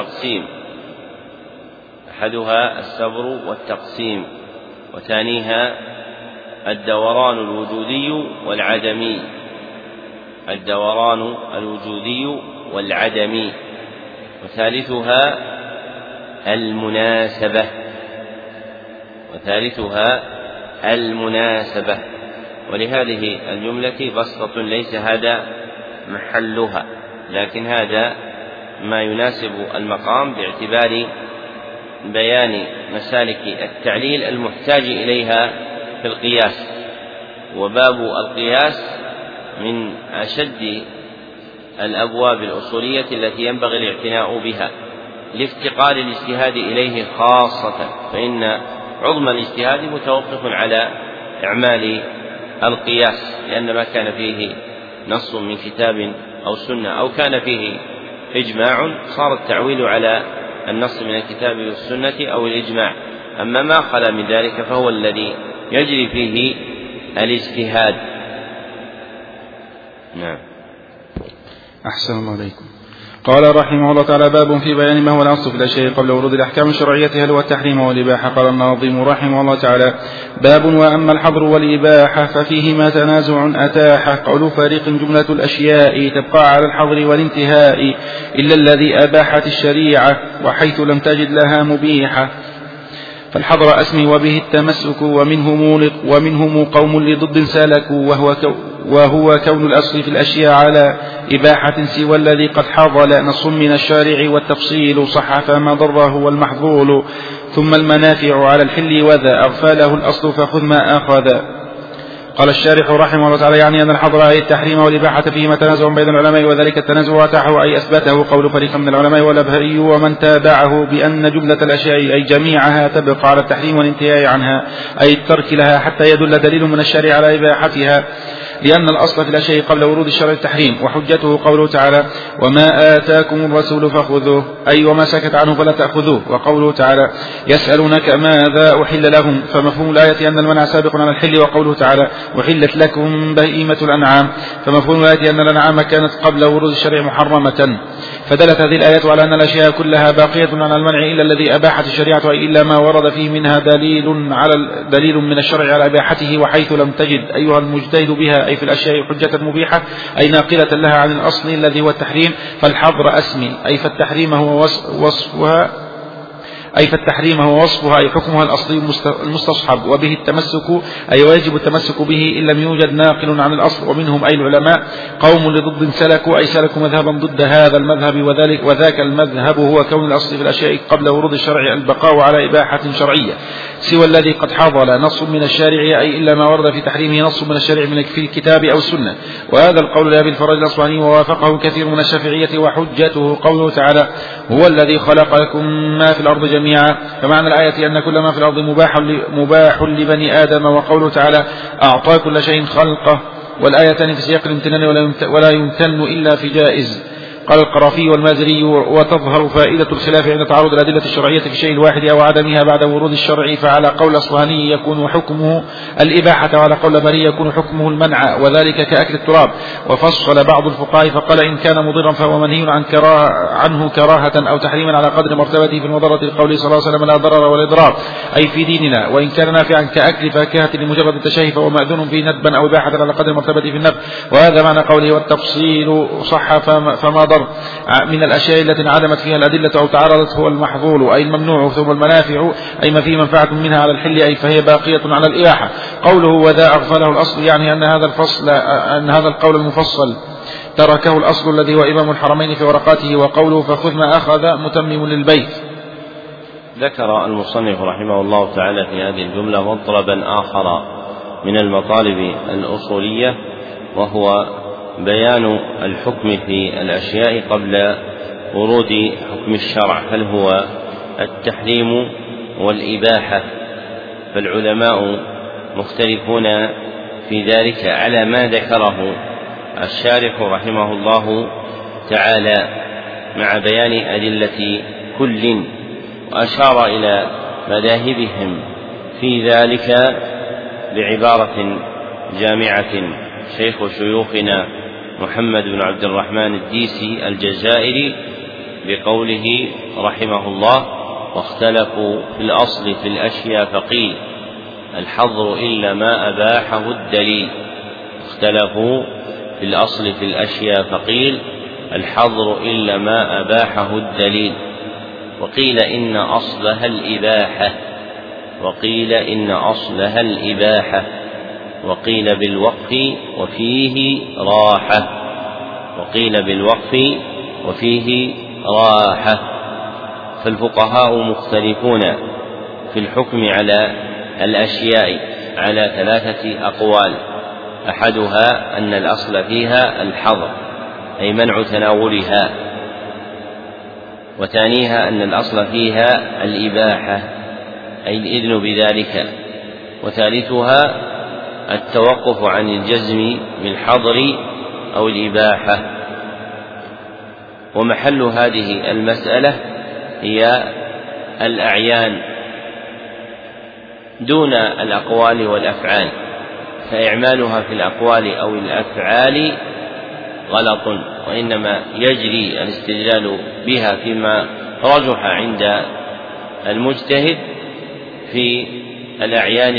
والتقسيم، وثانيها الدوران الوجودي والعدمي، وثالثها المناسبة. ولهذه الجملة بسطة ليس هذا محلها، لكن هذا ما يناسب المقام باعتبار بيان مسالك التعليل المحتاج إليها في القياس. وباب القياس من أشد الأبواب الأصولية التي ينبغي الاعتناء بها لافتقار الاجتهاد إليه خاصة، فإن عظم الاجتهاد متوقف على إعمال القياس، لأن ما كان فيه نص من كتاب أو سنة أو كان فيه إجماع صار التعويل على النص من الكتاب والسنة أو الإجماع. أما ما خلا من ذلك فهو الذي يجري فيه الاجتهاد. نعم. أحسن الله عليكم. قال رحمه الله تعالى: باب في بيان ما هو الأصل في الأشياء قبل ورود الأحكام الشرعية، هل هو التحريم والإباحة؟ قال الناظم رحمه الله تعالى: باب وأما الحظر والإباحة ففيهما تنازع أتاح. قول فارق جملة الأشياء تبقى على الحظر والانتهاء إلا الذي أباحت الشريعة وحيث لم تجد لها مبيحة، فالحظر أسمي وبه التمسك ومنهم قوم لضد سالكوا، وهو كون الأصل في الأشياء على إباحة سوى الذي قد حظل نص من الشارع والتفصيل صح فما ضره والمحظول، ثم المنافع على الحل وذا أغفاله الأصل فخذ ما أخذ. قال الشارح رحمه الله تعالى: يعني أن الحظر أي التحريم والإباحة فيهما تنازع بين العلماء، وذلك التنازع أتاحه أي أثبته قول فريق من العلماء والأبهري ومن تابعه بأن جملة الأشياء أي جميعها تبقى على التحريم والانتهاء عنها، أي الترك لها حتى يدل دليل من الشارع على إباحتها، لأن الأصل في الأشياء قبل ورود الشرع التحريم. وحجته قوله تعالى: وما آتاكم الرسول فخذوه، أي وما سكت عنه فلا تأخذوه. وقوله تعالى: يسألونك ماذا أحل لهم، فمفهوم الآية أن المنع سابق على الحل. وقوله تعالى: أحلت لكم بهيمة الأنعام، فمفهوم الآية أن الأنعام كانت قبل ورود الشرع محرمة. فدلت هذه الآية على أن الأشياء كلها باقية على المنع إلا الذي أباحت الشريعة، أي إلا ما ورد فيه منها دليل من الشرع على إباحته، وحيث لم تجد أيها المجتهد بها أي في الأشياء حجة مبيحة أي ناقلة لها عن الأصل الذي هو التحريم، فالحظر أسمي أي فالتحريم هو وصفها أي حكمها الأصلي المستصحب، وبه التمسك أي ويجب التمسك به إن لم يوجد ناقل عن الأصل. ومنهم أي العلماء قوم لضد سلكوا أي سلكوا مذهبا ضد هذا المذهب، وذاك المذهب هو كون الأصل في الأشياء قبل ورود الشرع البقاء على إباحة شرعية سوى الذي قد حظل نص من الشارع، أي إلا ما ورد في تحريمه نص من الشارع في الكتاب أو السنة. وهذا القول لأبي الفرج الأصبهاني ووافقه كثير من الشافعية. وحجته قوله تعالى: هو الذي خلق لكم ما في الأرض جميعا جميعا. فمعنى الآية أن كل ما في الأرض مباح لبني آدم، وقوله تعالى أعطى كل شيء خلقه، والآيتان في سياق الامتنان ولا يمتن إلا في جائز. قال القرافي والمازري: وتظهر فائدة الخلاف عند تعارض الأدلة الشرعية في الشيء الواحد أو عدمها بعد ورود الشرع، فعلى قول أصفهاني يكون حكمه الإباحة، وعلى قول بري يكون حكمه المنع، وذلك كأكل التراب. وفصل بعض الفقهاء فقال إن كان مضرا فهو منهي عنه كراهة أو تحريما على قدر مرتبته في المضرة، لقوله صلى الله عليه وسلم لا ضرر ولا إضرار، أي في ديننا. وإن كان نافعا كأكل فاكهة لمجرد التشهي فهو مأذون فيه ندبا أو إباحة على قدر مرتبته في النفع. وهذا معنى قوله والتفصيل صح فما ضر من الأشياء التي انعدمت فيها الأدلة أو تعارضت هو المحظول أي الممنوع، ثم المنافع أي ما فيه منفعة منها على الحل أي فهي باقية على الإباحة. قوله وذا أغفله الأصل يعني أن هذا القول المفصل تركه الأصل الذي هو إمام الحرمين في ورقاته. وقوله فخذ ما أخذ متمم للبيت. ذكر المصنف رحمه الله تعالى في هذه الجملة مطلبا آخر من المطالب الأصولية، وهو بيان الحكم في الأشياء قبل ورود حكم الشرع، هل هو التحريم والإباحة. فالعلماء مختلفون في ذلك على ما ذكره الشارح رحمه الله تعالى مع بيان أدلة كل، وأشار إلى مذاهبهم في ذلك بعبارة جامعة شيخ شيوخنا محمد بن عبد الرحمن الديسي الجزائري بقوله رحمه الله واختلفوا في الأصل في الأشياء فقيل الحظر إلا ما أباحه الدليل. اختلفوا في الأصل في الأشياء فقيل الحظر إلا ما أباحه الدليل، وقيل إن أصلها الإباحة، وقيل بالوقف وفيه راحة. فالفقهاء مختلفون في الحكم على الأشياء على 3 أقوال: أحدها أن الأصل فيها الحظر أي منع تناولها، وثانيها أن الأصل فيها الإباحة أي الإذن بذلك، وثالثها التوقف عن الجزم بالحظر أو الإباحة. ومحل هذه المسألة هي الأعيان دون الأقوال والأفعال، فإعمالها في الأقوال أو الأفعال غلط، وإنما يجري الاستدلال بها فيما رجح عند المجتهد في الأعيان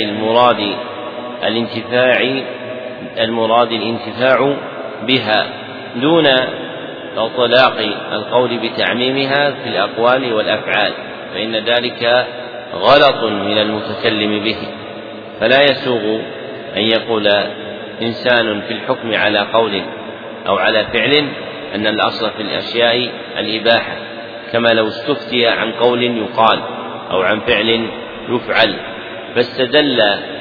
المراد الانتفاع بها دون إطلاق القول بتعميمها في الأقوال والأفعال، فإن ذلك غلط من المتكلم به. فلا يسوغ أن يقول إنسان في الحكم على قول أو على فعل أن الأصل في الأشياء الإباحة، كما لو استفتي عن قول يقال أو عن فعل يفعل فاستدل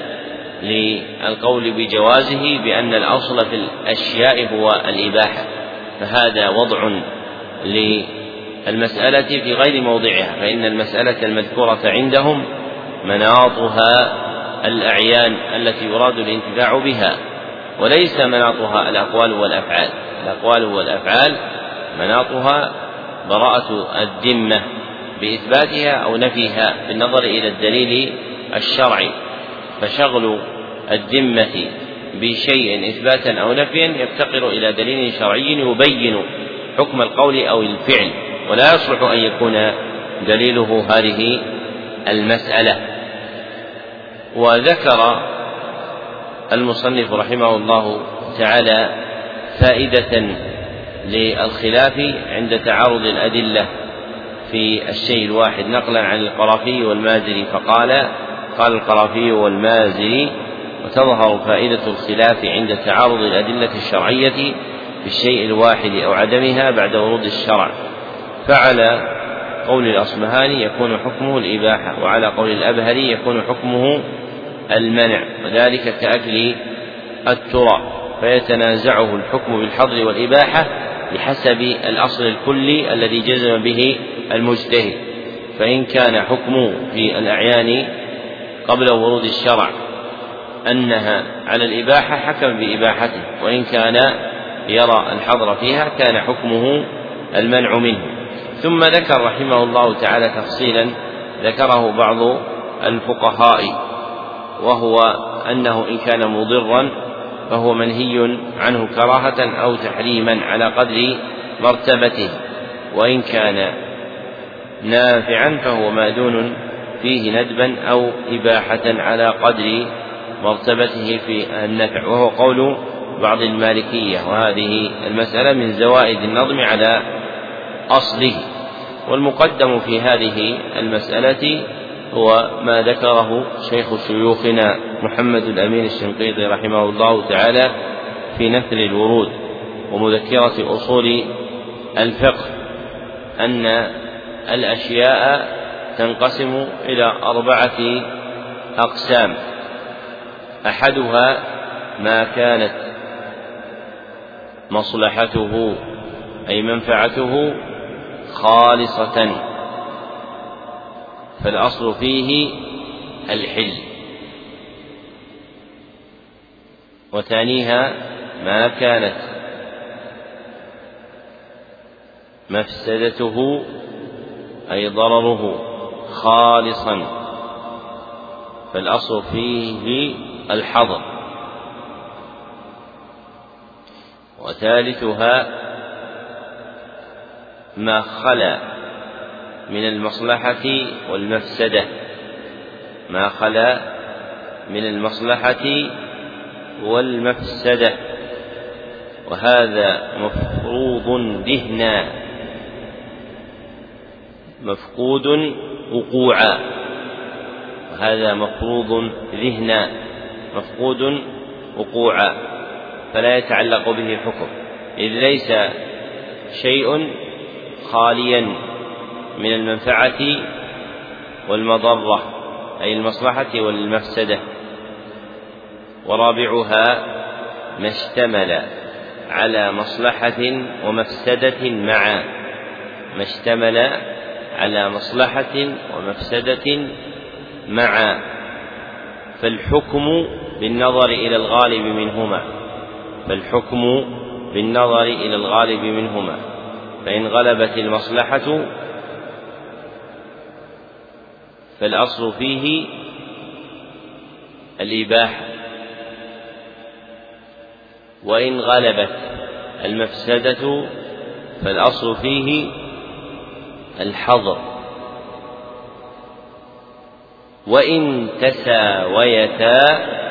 للقول بجوازه بأن الأصل في الأشياء هو الإباحة، فهذا وضع للمسألة في غير موضعها، فإن المسألة المذكورة عندهم مناطها الأعيان التي يراد الانتفاع بها، وليس مناطها الأقوال والأفعال. الأقوال والأفعال مناطها براءة الذمة بإثباتها أو نفيها بالنظر إلى الدليل الشرعي، فشغل الذمة بشيء إثباتا أو نفيا يفتقر إلى دليل شرعي يبين حكم القول أو الفعل، ولا يصلح أن يكون دليله هذه المسألة. وذكر المصنف رحمه الله تعالى فائدة للخلاف عند تعارض الأدلة في الشيء الواحد نقلا عن القرافي والمازري، قال القرافي والمازري: وتظهر فائدة الخلاف عند تعارض الأدلة الشرعية في الشيء الواحد أو عدمها بعد ورود الشرع، فعلى قول الأصبهاني يكون حكمه الإباحة، وعلى قول الأبهري يكون حكمه المنع، وذلك كأكل التراب، فيتنازعه الحكم بالحظر والإباحة بحسب الأصل الكلي الذي جزم به المجتهد. فإن كان حكم في الأعيان قبل ورود الشرع أنها على الإباحة حكم بإباحته، وإن كان يرى الحظر فيها كان حكمه المنع منه. ثم ذكر رحمه الله تعالى تفصيلا ذكره بعض الفقهاء، وهو أنه إن كان مضرا فهو منهي عنه كراهة أو تحريما على قدر مرتبته، وإن كان نافعا فهو مأذون فيه ندبا أو إباحة على قدر مرتبته في النفع، وهو قول بعض المالكية، وهذه المسألة من زوائد النظم على أصله. والمقدم في هذه المسألة هو ما ذكره شيخ شيوخنا محمد الأمين الشنقيطي رحمه الله تعالى في نثر الورود ومذكرة أصول الفقه، أن الأشياء تنقسم إلى 4 أقسام: أحدها ما كانت مصلحته أي منفعته خالصة فالأصل فيه الحل، وثانيها ما كانت مفسدته أي ضرره خالصا فالأصل فيه الحظر، وثالثها ما خلا من المصلحة والمفسدة، ما خلا من المصلحة والمفسدة، وهذا مفروض ذهنا مفقود وقوعا، وهذا مفروض ذهنا مفقود وقوعا، فلا يتعلق به حكم، إذ ليس شيء خاليا من المنفعة والمضرة أي المصلحة والمفسدة. ورابعها ما اشتمل على مصلحة ومفسدة معا، ما اشتمل على مصلحة ومفسدة معا، فالحكم بالنظر إلى الغالب منهما، فالحكم بالنظر إلى الغالب منهما، فإن غلبت المصلحة فالأصل فيه الإباحة، وإن غلبت المفسدة فالأصل فيه الحظر، وإن تساويتا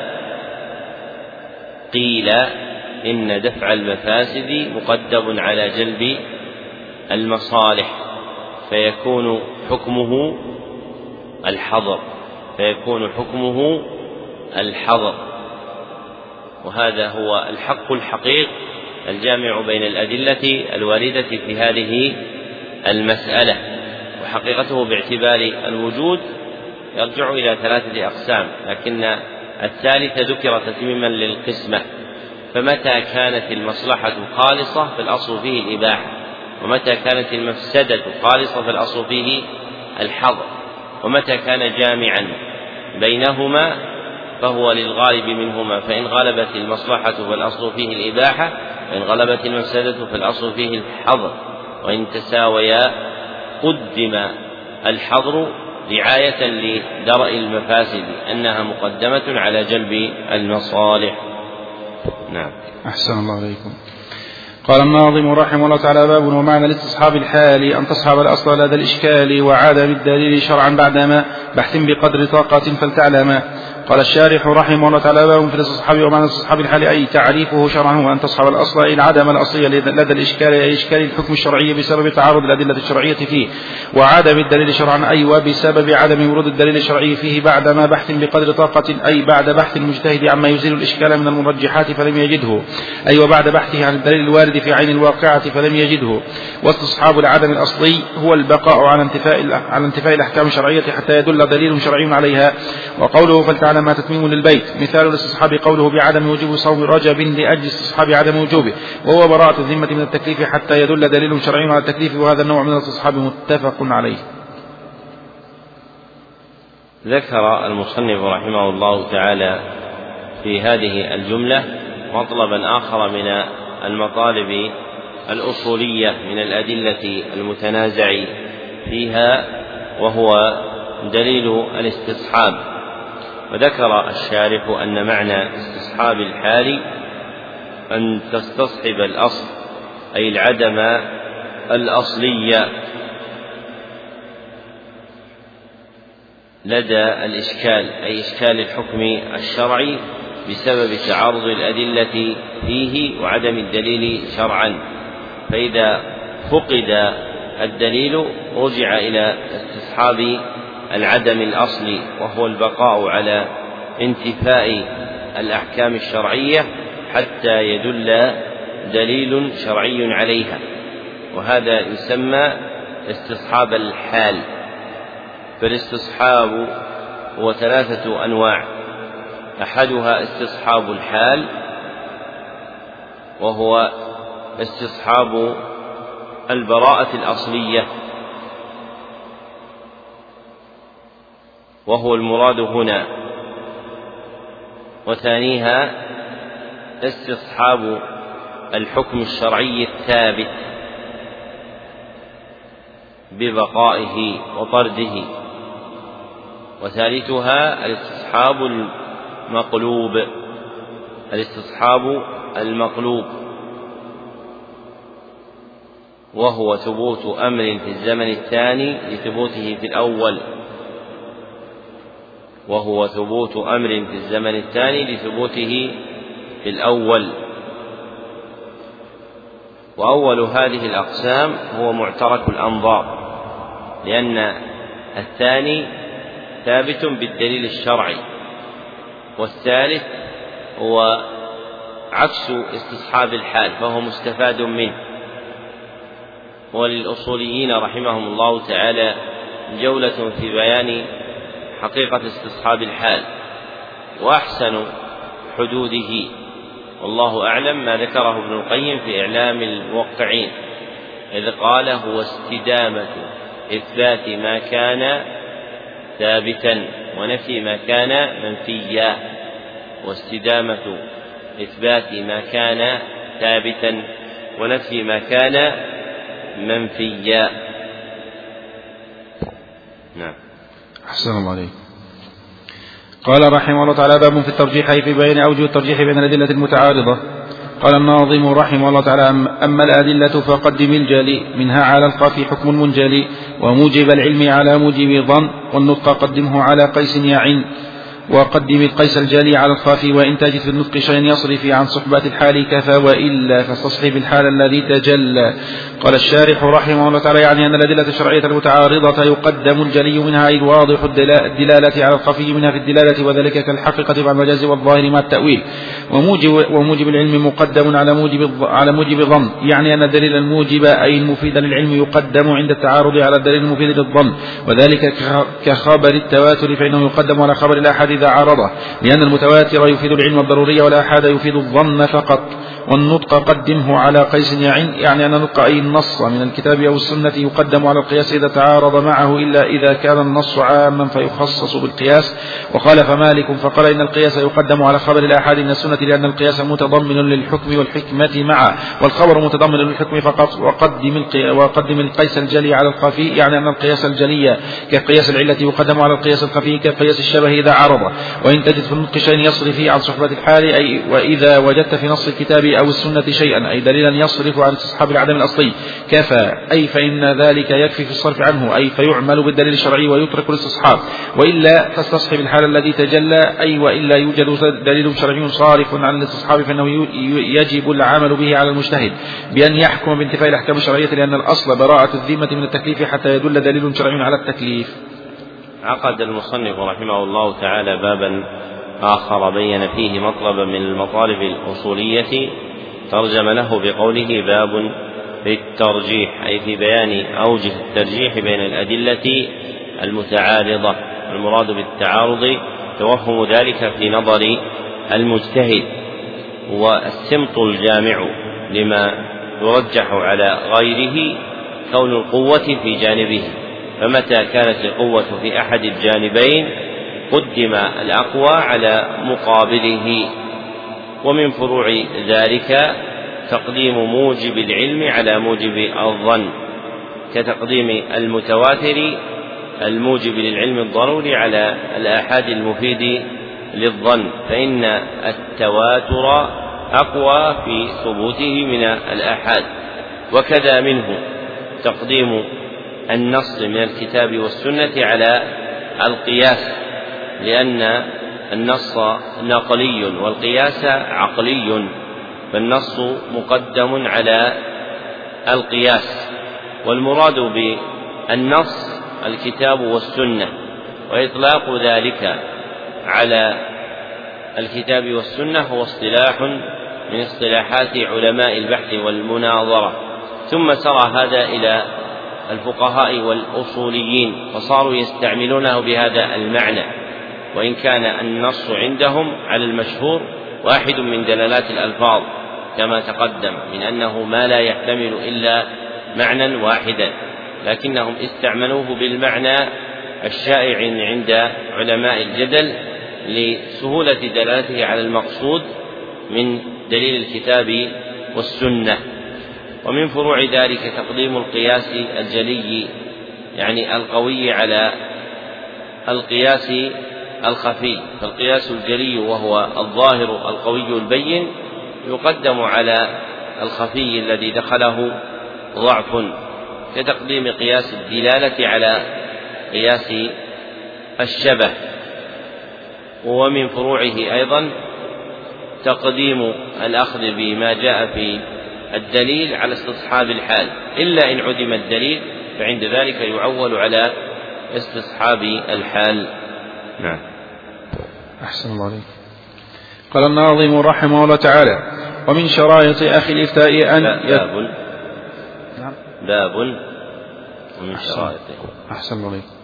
قيل إن دفع المفاسد مقدم على جلب المصالح فيكون حكمه الحظر، فيكون حكمه الحظر. وهذا هو الحق الحقيق الجامع بين الأدلة الواردة في هذه المسألة، وحقيقته باعتبار الوجود يرجع إلى 3 أقسام، لكن الثالثة ذكر تتميما للقسمة. فمتى كانت المصلحة خالصة فالأصل فيه الإباحة، ومتى كانت المفسدة خالصة فالأصل فيه الحظر، ومتى كان جامعا بينهما فهو للغالب منهما، فإن غلبت المصلحة فالأصل فيه الإباحة، وإن غلبت المفسدة فالأصل فيه الحظر، وإن تساويا قدم الحظر رعاية لدرء المفاسد أنها مقدمة على جلب المصالح. نعم. أحسن الله عليكم. قال الناظم رحمه الله تعالى: باب ومعنى الاستصحاب الحال أن تصحب الأصل لدى الإشكال وعدم الدليل شرعا بعدما بحث بقدر طاقة فلتعلما. قال الشارح رحمه الله تعالى: باب في الاستصحاب ومعنى الاستصحاب الحال أي تعريفه شرعا وأن تصحب الأصل إن عدم الأصلية لدى الإشكال أي إشكال الحكم الشرعي بسبب تعارض الأدلة الشرعية فيه، وعدم الدليل شرعا أي وبسبب عدم ورود الدليل الشرعي فيه بعدما بحث بقدر طاقة أي بعد بحث المجتهد عما يزيل الإشكال من المرجحات فلم يجده، أي وبعد بحثه عن الدليل الوارد في عين الواقعة فلم يجده. واستصحاب العدم الأصلي هو البقاء على انتفاء الأحكام الشرعية حتى يدل دليل شرعي عليها. وقوله فلتعلم ما تتميم للبيت مثال الاستصحاب قوله بعدم وجوب صوم رجب لأجل استصحاب عدم وجوبه، وهو براءة الذمة من التكليف حتى يدل دليل شرعي على التكليف، وهذا النوع من الاستصحاب متفق عليه. ذكر المصنف رحمه الله تعالى في هذه الجملة مطلبا آخر من المطالب الأصولية من الأدلة المتنازع فيها، وهو دليل الاستصحاب. وذكر الشارح أن معنى استصحاب الحال أن تستصحب الأصل، أي العدم الأصلي لدى الإشكال، أي إشكال الحكم الشرعي بسبب تعارض الأدلة فيه وعدم الدليل شرعا. فإذا فقد الدليل رجع إلى استصحاب العدم الأصلي، وهو البقاء على انتفاء الأحكام الشرعية حتى يدل دليل شرعي عليها، وهذا يسمى استصحاب الحال. فالاستصحاب هو 3 أنواع: أحدها استصحاب الحال، وهو استصحاب البراءة الأصلية، وهو المراد هنا. وثانيها استصحاب الحكم الشرعي الثابت ببقائه وطرده. وثالثها الاستصحاب المقلوب، وهو ثبوت أمر في الزمن الثاني لثبوته في الأول، وأول هذه الأقسام هو معترك الأنظار، لأن الثاني ثابت بالدليل الشرعي، والثالث هو عكس استصحاب الحال فهو مستفاد منه. وللأصوليين رحمهم الله تعالى جولة في بيان حقيقة استصحاب الحال وأحسن حدوده، والله أعلم ما ذكره ابن القيم في إعلام الموقعين، إذ قال: هو استدامة إثبات ما كان ثابتا ونفي ما كان منفيا. واستدامة إثبات ما كان ثابتا ونفي ما كان منفيا. نعم. أحسن الله عليك. قال رحمه الله تعالى: باب في الترجيح، أي في بيان أوجه الترجيح بين الأدلة المتعارضة. قال الناظم رحمه الله تعالى: أما الأدلة فقدم الجلي منها على الخفي حكم منجلي، وموجب العلم على موجب ظن، والنطق قدمه على قيس يعن، وقدم القيس الجلي على الخفي، وإن تجد في النطق شيء يصرف عن صحبة الحال كفى، وإلا فاستصحب الحال الذي تجلى. قال الشارح رحمه الله تعالى: يعني أن الأدلة الشرعية المتعارضة يقدم الجلي منها أي الواضح الدلالة على الخفي منها في الدلالة، وذلك كالحقيقة مع المجاز والظاهر مع التأويل. وموجب العلم مقدم على موجب ظن، يعني أن الدليل الموجب أي المفيد للعلم يقدم عند التعارض على الدليل المفيد للظن، وذلك كخبر التواتر فإنه يقدم على خبر الآحاد إذا عارضه، لأن المتواتر يفيد العلم الضروري والآحاد يفيد الظن فقط. والنطق قدمه على قيس يعن، يعني أن نطق أي النص من الكتاب أو السنة يقدم على القياس إذا تعارض معه، إلا إذا كان النص عاما فيخصص بالقياس. وخالف مالك فقال إن القياس يقدم على خبر الآحاد من السنة، لأن القياس متضمن للحكم والحكمة معا، والخبر متضمن للحكم فقط. وقدم القيس الجلي على الخفي، يعني أن القياس الجلي كقياس العلة يقدم على القياس الخفي كقياس الشبه إذا عرض. وإن تجد في النطق شيء يصرف عن صحبة الحال، أي وإذا وجدت في نص الكتاب أو السنة شيئا أي دليلا يصرف عن استصحاب العدم الأصلي كفى، أي فإن ذلك يكفي في الصرف عنه، أي فيعمل بالدليل الشرعي ويترك الاستصحاب. وإلا فاستصحب الحال الذي تجلى، أي وإلا يوجد دليل شرعي صارف عن الاستصحاب فإنه يجب العمل به على المجتهد بأن يحكم بانتفاء الأحكام الشرعية، لأن الأصل براءة الذمة من التكليف حتى يدل دليل شرعي على التكليف. عقد المصنف رحمه الله تعالى بابا آخر بين فيه مطلبا من المطالب الأصولية، ترجم له بقوله: باب في الترجيح، أي في بيان أوجه الترجيح بين الأدلة المتعارضة. المراد بالتعارض توهم ذلك في نظر المجتهد، والسمط الجامع لما يرجح على غيره كون القوة في جانبه، فمتى كانت القوة في أحد الجانبين قدم الأقوى على مقابله. ومن فروع ذلك تقديم موجب العلم على موجب الظن، كتقديم المتواتر الموجب للعلم الضروري على الآحاد المفيد للظن، فإن التواتر أقوى في ثبوته من الآحاد. وكذا منه تقديم النص من الكتاب والسنة على القياس، لأن النص نقلي والقياس عقلي، فالنص مقدم على القياس. والمراد بالنص الكتاب والسنة، وإطلاق ذلك على الكتاب والسنة هو اصطلاح من اصطلاحات علماء البحث والمناظرة، ثم سرى هذا إلى الفقهاء والأصوليين فصاروا يستعملونه بهذا المعنى، وإن كان النص عندهم على المشهور واحد من دلالات الألفاظ كما تقدم، من أنه ما لا يحتمل إلا معنى واحدا، لكنهم استعملوه بالمعنى الشائع عند علماء الجدل لسهولة دلالته على المقصود من دليل الكتاب والسنة. ومن فروع ذلك تقديم القياس الجلي، يعني القوي، على القياس الخفي، فالقياس الجلي وهو الظاهر القوي البين يقدم على الخفي الذي دخله ضعف، كتقديم قياس الدلالة على قياس الشبه. ومن فروعه أيضا تقديم الأخذ بما جاء في الدليل على استصحاب الحال، إلا إن عدم الدليل فعند ذلك يعول على استصحاب الحال. نعم. أحسن الله عليك. قال الناظم رحمه الله تعالى: ومن شرائط أخي الإفتاء أن باب ومن شرائطه. أحسن الله عليك.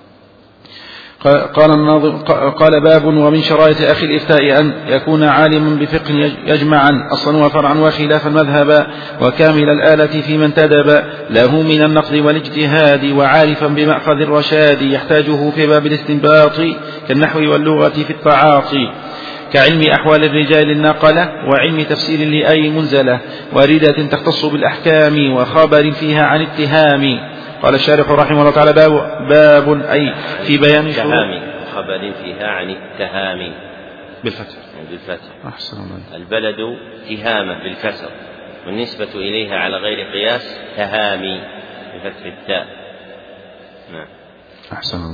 قال الناظم: قال باب ومن شرائط أخي الإفتاء أن يكون عالما بفقه يجمعا أصلا وفرعا وخلاف المذهب، وكامل الآلة في من تدب له من النقد والاجتهاد، وعارفا بمأخذ الرشاد يحتاجه في باب الاستنباط كالنحو واللغة في التعاطي، كعلم أحوال الرجال الناقلة، وعلم تفسير لآي منزلة، واردة تختص بالأحكام، وخبر فيها عن اتهام. قال الشارح رحمه الله تعالى: باب أي في بيان التهام، خبر فيها عن التهام بالفتح. أحسن الله. البلد تهامة بالكسر، والنسبة إليها على غير قياس تهامي بفتح التاء. نعم. أحسن الله.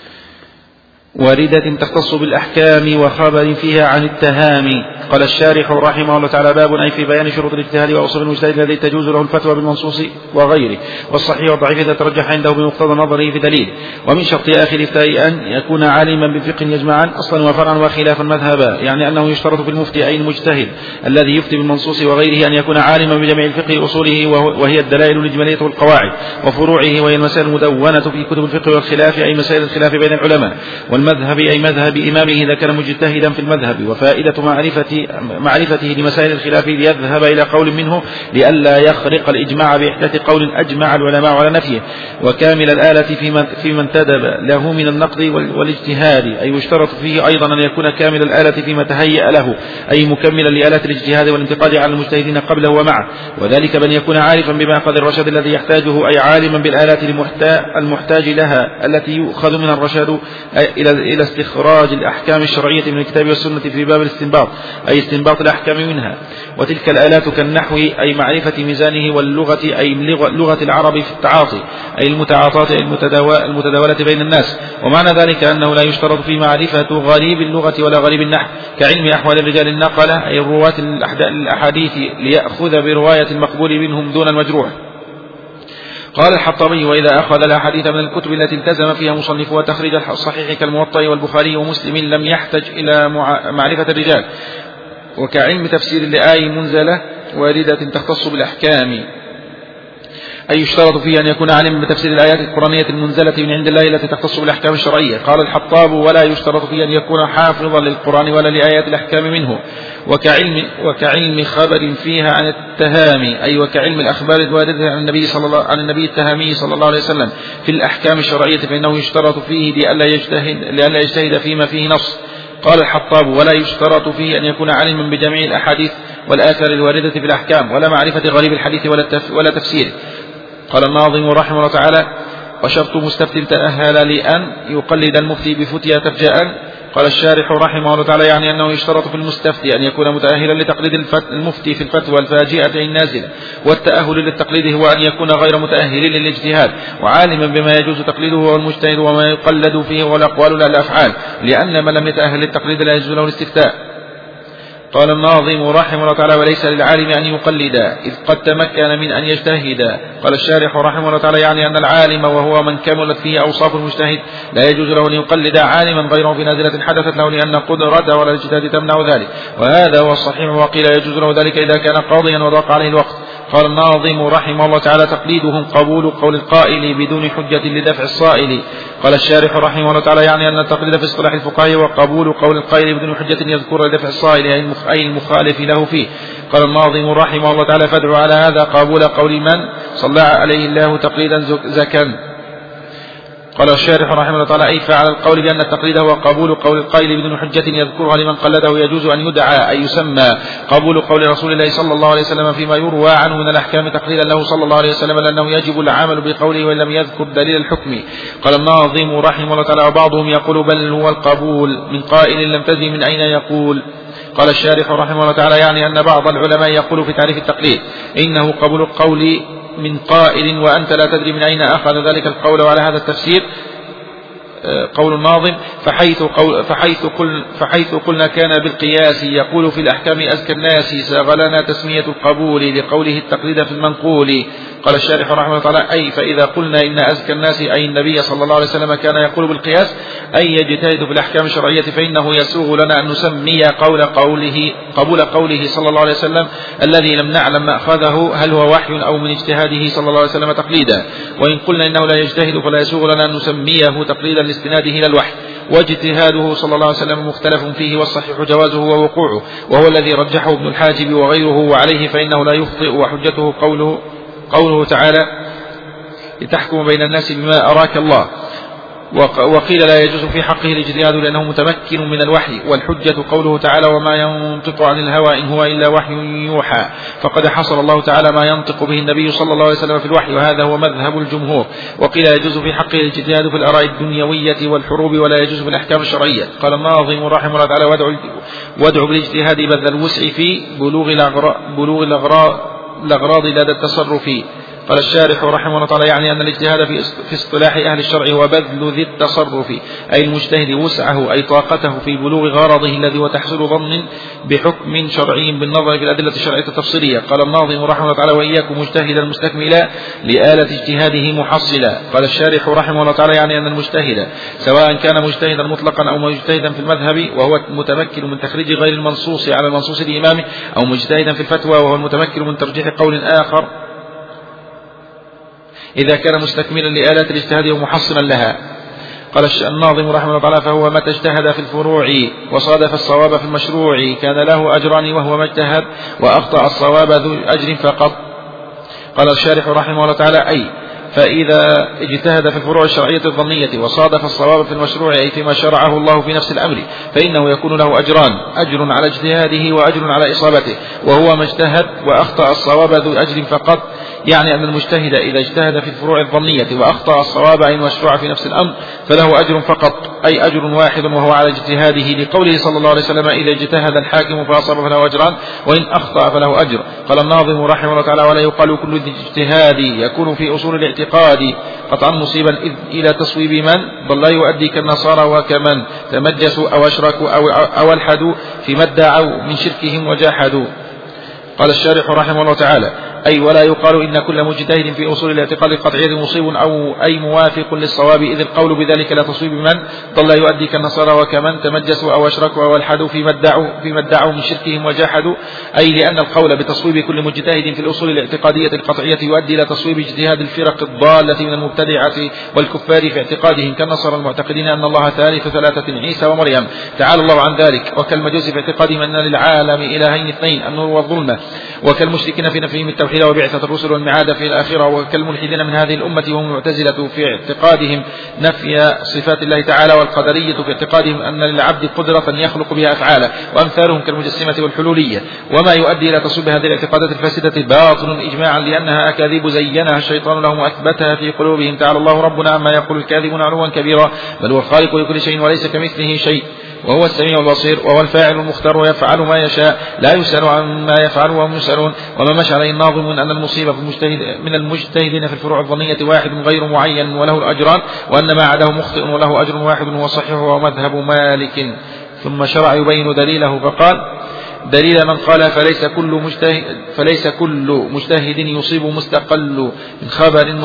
واردة تختص بالأحكام، وخبر فيها عن التهام. قال الشارح رحمه الله تعالى: باب أي في بيان شروط الاجتهاد وأصول المجتهد الذي تجوز له الفتوى بالمنصوص وغيره، والصحيح والضعيف إذا ترجح عنده بمقتضى نظره في دليل. ومن شرط آخر الإفتاء أن يكون عالما بفقه يجمعا أصلا وفرعا وخلافا مذهبا، يعني أنه يشترط في المفتي أي المجتهد الذي يفتي بالمنصوص وغيره أن يكون عالما بجميع الفقه أصوله، وهي الدلائل الإجمالية والقواعد، وفروعه وهي المسائل المدونة في كتب الفقه والخلاف أي مسائل الخلاف بين العلماء، والمذهب أي مذهب إمامه إذا كان مجتهدا في المذهب، وفائدة معرفته لمسائل الخلاف ليذهب إلى قول منه لئلا يخرق الإجماع بإحداث قول أجمع العلماء على نفيه، وكامل الآلة في من تدب له من النقد والاجتهاد، أي يشترط فيه أيضا أن يكون كامل الآلة فيما تهيأ له، أي مكملا لآلة الاجتهاد والانتقاد على المجتهدين قبله ومعه، وذلك بأن يكون عارفا بمأخذ الرشاد الذي يحتاجه، أي عالما بالآلات المحتاج لها التي يؤخذ من الرشاد إلى استخراج الأحكام الشرعية من الكتاب والسنة في باب الاستنباط، أي استنباط الأحكام منها. وتلك الآلات كالنحو أي معرفة ميزانه، واللغة أي لغة العرب في التعاطي أي المتعاطات المتداولة بين الناس. ومعنى ذلك أنه لا يشترط في معرفة غريب اللغة ولا غريب النحو، كعلم أحوال الرجال النقلة أي الرواة الأحاديث ليأخذ برواية المقبول منهم دون المجروح. قال الحطبي: وإذا أخذ الأحاديث من الكتب التي التزم فيها مصنفها تخريج الصحيح كالموطأ والبخاري ومسلم لم يحتج إلى معرفة الرجال، وكعلم تفسير لآي منزلة واردة تختص بالأحكام. أي يشترط فيه أن يكون عالما بتفسير الآيات القرآنية المنزلة من عند الله التي تختص بالأحكام الشرعية. قال الحطاب: ولا يشترط فيه أن يكون حافظا للقرآن ولا لآيات الأحكام منه، وكعلم خبر فيها عن التهامي، أي وكعلم الأخبار الواردة عن النبي التهامي صلى الله عليه وسلم في الأحكام الشرعية، فإنه يشترط فيه لئلا يجتهد فيما فيه نص. قال الحطاب: ولا يشترط فيه أن يكون عالما بجميع الأحاديث والآثار الواردة في الأحكام ولا معرفة غريب الحديث ولا تفسيره. قال الناظم رحمه الله تعالى: وشرط مستفتٍ تأهل لأن يقلد المفتي بفتيا تفجأ. قال الشارح رحمه الله تعالى: يعني أنه يشترط في المستفتي أن يكون متأهلا لتقليد المفتي في الفتوى الفاجئة النازلة، والتأهل للتقليد هو أن يكون غير متأهل للاجتهاد وعالما بما يجوز تقليده والمجتهد وما يقلد فيه والأقوال لا الأفعال، لأن من لم يتأهل للتقليد لا يجوز له الاستفتاء. قال الناظم رحمه الله تعالى: وليس للعالم أن يقلد إذ قد تمكن من أن يجتهد. قال الشارح رحمه الله تعالى: يعني أن العالم وهو من كملت فيه أوصاف المجتهد لا يجوز له أن يقلد عالما غيره في نازلة حدثت له، لأن قدرته ولا الاجتهاد تمنع ذلك، وهذا هو الصحيح، وقيل يجوز له ذلك إذا كان قاضيا وضاق عليه الوقت. قال الناظم رحمه الله تعالى: تقليدهم قبول قول القائل بدون حجة لدفع الصائل. قال الشارح رحمه الله تعالى: يعني أن التقليد في اصطلاح الفقهاء وقبول قول القائل بدون حجة يذكر لدفع الصائل أي المخالف له فيه. قال الناظم رحمه الله تعالى: فادعوا على هذا قبول قول من صلى عليه الله تقليدا زكا. قال الشارح رحمه الله تعالى: أي فعل القول بأن التقليد هو قبول قول القائل بدون حجة يذكرها لمن قلده يجوز أن يدعى أي يسمى قبول قول رسول الله صلى الله عليه وسلم فيما يروى عنه من الأحكام تقليدا له صلى الله عليه وسلم، لأنه يجب العمل بقوله وإن لم يذكر دليل الحكم. قال الناظم رحمه الله تعالى: وبعضهم يقول بل هو القبول من قائل لم تدري من أين يقول. قال الشارح رحمه الله تعالى: يعني أن بعض العلماء يقول في تعريف التقليد إنه قبول القول من قائل وأنت لا تدري من أين أخذ ذلك القول. وعلى هذا التفسير قول الناظم: فحيث قلنا كان بالقياس يقول في الأحكام أزكى الناس، ساغ لنا تسمية القبول لقوله التقليد في المنقول. قال الشارح رحمه الله تعالى: أي فإذا قلنا إن أزكى الناس أي النبي صلى الله عليه وسلم كان يقول بالقياس أي يجتهد في الأحكام الشرعية، فإنه يسوغ لنا أن نسمي قبول قوله صلى الله عليه وسلم الذي لم نعلم مأخذه هل هو وحي أو من اجتهاده صلى الله عليه وسلم تقليدا. وإن قلنا إنه لا يجتهد فلا يسوغ لنا أن نسميه تقليدا لاستناده إلى الوحي، واجتهاده صلى الله عليه وسلم مختلف فيه والصحيح جوازه ووقوعه، وهو الذي رجحه ابن الحاجب وغيره، وعليه فإنه لا يخطئ، وحجته قوله تعالى: لتحكم بين الناس بما أراك الله. وقيل لا يجوز في حقه الاجتهاد لأنه متمكن من الوحي، والحجة قوله تعالى: وما ينطق عن الهوى إن هو إلا وحي يوحى، فقد حصر الله تعالى ما ينطق به النبي صلى الله عليه وسلم في الوحي، وهذا هو مذهب الجمهور. وقيل يجوز في حقه الاجتهاد في الآراء الدنيوية والحروب ولا يجوز في الأحكام الشرعية. قال الناظم رحمه الله تعالى: وادعو بالاجتهاد بذل الوسع في بلوغ الأغراض لدى التصرف. قال الشارح رحمه الله تعالى: يعني أن الاجتهاد في اصطلاح أهل الشرع هو بذل ذي التصرف، أي المجتهد وسعه أي طاقته في بلوغ غرضه الذي هو تحصيل ظن بحكم شرعي بالنظر في الأدلة الشرعية التفصيلية. قال الناظم رحمه الله تعالى: وإياكم مجتهدا مستكملا لآلة اجتهاده محصلا. قال الشارح رحمه الله تعالى: يعني أن المجتهد سواء كان مجتهدا مطلقا أو مجتهدا في المذهب وهو متمكن من تخريج غير المنصوص على المنصوص لإمامه، أو مجتهدا في الفتوى وهو المتمكن من ترجيح قول آخر، إذا كان مستكملا لآلات الاجتهاد ومحصنا لها. قال الناظم رحمه الله تعالى: فهو متى اجتهد في الفروع وصادف الصواب في المشروع كان له أجران، وهو ما اجتهد وأخطأ الصواب ذو أجر فقط. قال الشارح رحمه الله تعالى: أي فإذا اجتهد في الفروع الشرعية الظنية وصادف الصواب في المشروع أي فيما شرعه الله في نفس الأمر، فإنه يكون له أجران: أجر على اجتهاده وأجر على إصابته، وهو ما اجتهد وأخطأ الصواب ذو أجر فقط. يعني أن المجتهد إذا اجتهد في الفروع الظنية وأخطأ الصواب أي المشروع في نفس الأمر فله أجر فقط، أي أجر واحد وهو على اجتهاده، لقوله صلى الله عليه وسلم: إذا اجتهد الحاكم فأصاب فله أجران وإن أخطأ فله أجر. قال الناظم رحمه الله تعالى: ولا يقال كل اجتهاد يكون في أصول الاعتقاد قطعا مصيبا إلى تصويب من ضل يؤدي كالنصارى وكمن تمجسوا أو أشركوا أو ألحدوا فيما ادعوا من شركهم وجاحدوا. قال الشارح رحمه الله تعالى: أي ولا يقال إن كل مجتهد في أصول الاعتقاد القطعية مصيب أو أي موافق للصواب، إذ القول بذلك لا تصويب من ضل يؤدي كالنصارى وكمن تمجسوا أو أشركوا أو الحدوا فيما ادعوا من شركهم وجحدوا، أي لأن القول بتصويب كل مجتهد في الأصول الاعتقادية القطعية يؤدي إلى تصويب اجتهاد الفرق الضالة من المبتدعة والكفار في اعتقادهم كالنصارى المعتقدين أن الله ثالث ثلاثة عيسى ومريم تعالى الله عن ذلك، وكالمجوس في اعتقادهم أن للعالم إلهين اثنين النور والظلمة، وكالمشركين في نفيهم التوحيد وبعثة الرسل والمعاد في الآخرة، وكالملحدين من هذه الأمة وهم المعتزلة في اعتقادهم نفي صفات الله تعالى، والقدرية في اعتقادهم أن للعبد قدرة يخلق بها أفعاله، وأمثالهم كالمجسمة والحلولية. وما يؤدي إلى تصويب هذه الاعتقادات الفاسدة باطل إجماعا، لأنها أكاذيب زينها الشيطان لهم وأثبتها في قلوبهم. تعالى الله ربنا عما يقول الكاذبون علوا كبيرا، بل هو الخالق لكل شيء وليس كمثله شيء وهو السميع البصير، وهو الفاعل المختار ويفعل ما يشاء لا يسأل عما يفعل وهم يسألون. وما مشى عليه الناظم أن المصيبة من المجتهدين في الفروع الظنية واحد غير معين وله الأجران، وأن ما عداه مخطئ وله أجر واحد هو صحيح وهو مذهب مالك. ثم شرع يبين دليله فقال: دليل من قال فليس كل مجتهد يصيب مستقل من خبر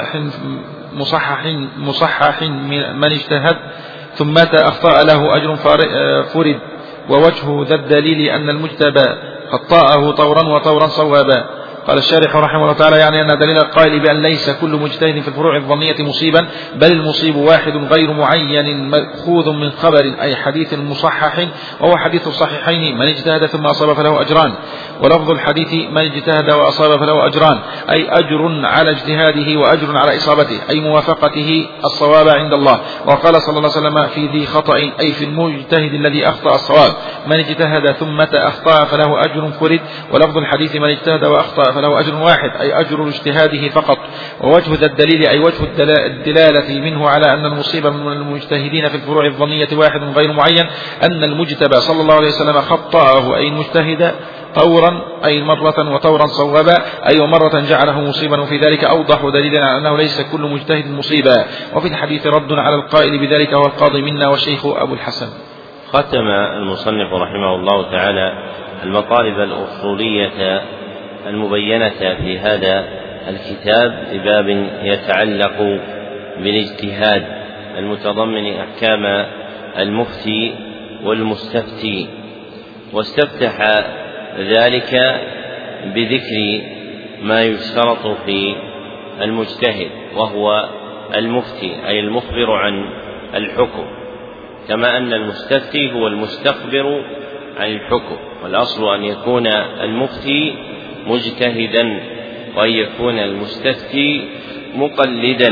مصحح من اجتهد ثم أخطأ له أجر فرد، ووجه ذا الدليل أن المجتبى خطأه طورا وطورا صوابا. قال الشارح رحمه الله تعالى: يعني أن دليل القائل بأن ليس كل مجتهد في الفروع الظنية مصيبا، بل المصيب واحد غير معين مأخوذ من خبر أي حديث مصحح، وهو حديث الصحيحين: من اجتهد ثم أصاب فله أجران. ولفظ الحديث: من اجتهد وأصاب فله أجران، أي أجر على اجتهاده وأجر على إصابته، أي موافقته الصواب عند الله. وقال صلى الله عليه وسلم: في ذي خطأ، أي في المجتهد الذي أخطأ الصواب. من اجتهد ثم أخطأ فله أجر فرد. ولفظ الحديث: من اجتهد وأخطأ فله أجر واحد، أي أجر اجتهاده فقط. ووجه ذا الدليل أي وجه الدلالة منه على أن المصيب من المجتهدين في الفروع الظنية واحد غير معين، أن المجتبى صلى الله عليه وسلم خطأه أي المجتهد طورا أي مرة وطورا صوابا أي ومرة جعله مصيبا. وفي ذلك أوضح دليل على أنه ليس كل مجتهد مصيبا. وفي الحديث رد على القائل بذلك هو القاضي منا والشيخ أبو الحسن. ختم المصنف رحمه الله تعالى المطالب الأصولية المبينة في هذا الكتاب بباب يتعلق بالاجتهاد المتضمن أحكام المفتي والمستفتي، واستفتح ذلك بذكر ما يشترط في المجتهد وهو المفتي أي المخبر عن الحكم، كما أن المستفتي هو المستخبر عن الحكم. والأصل أن يكون المفتي مجتهدا وأن يكون المستفتي مقلدا.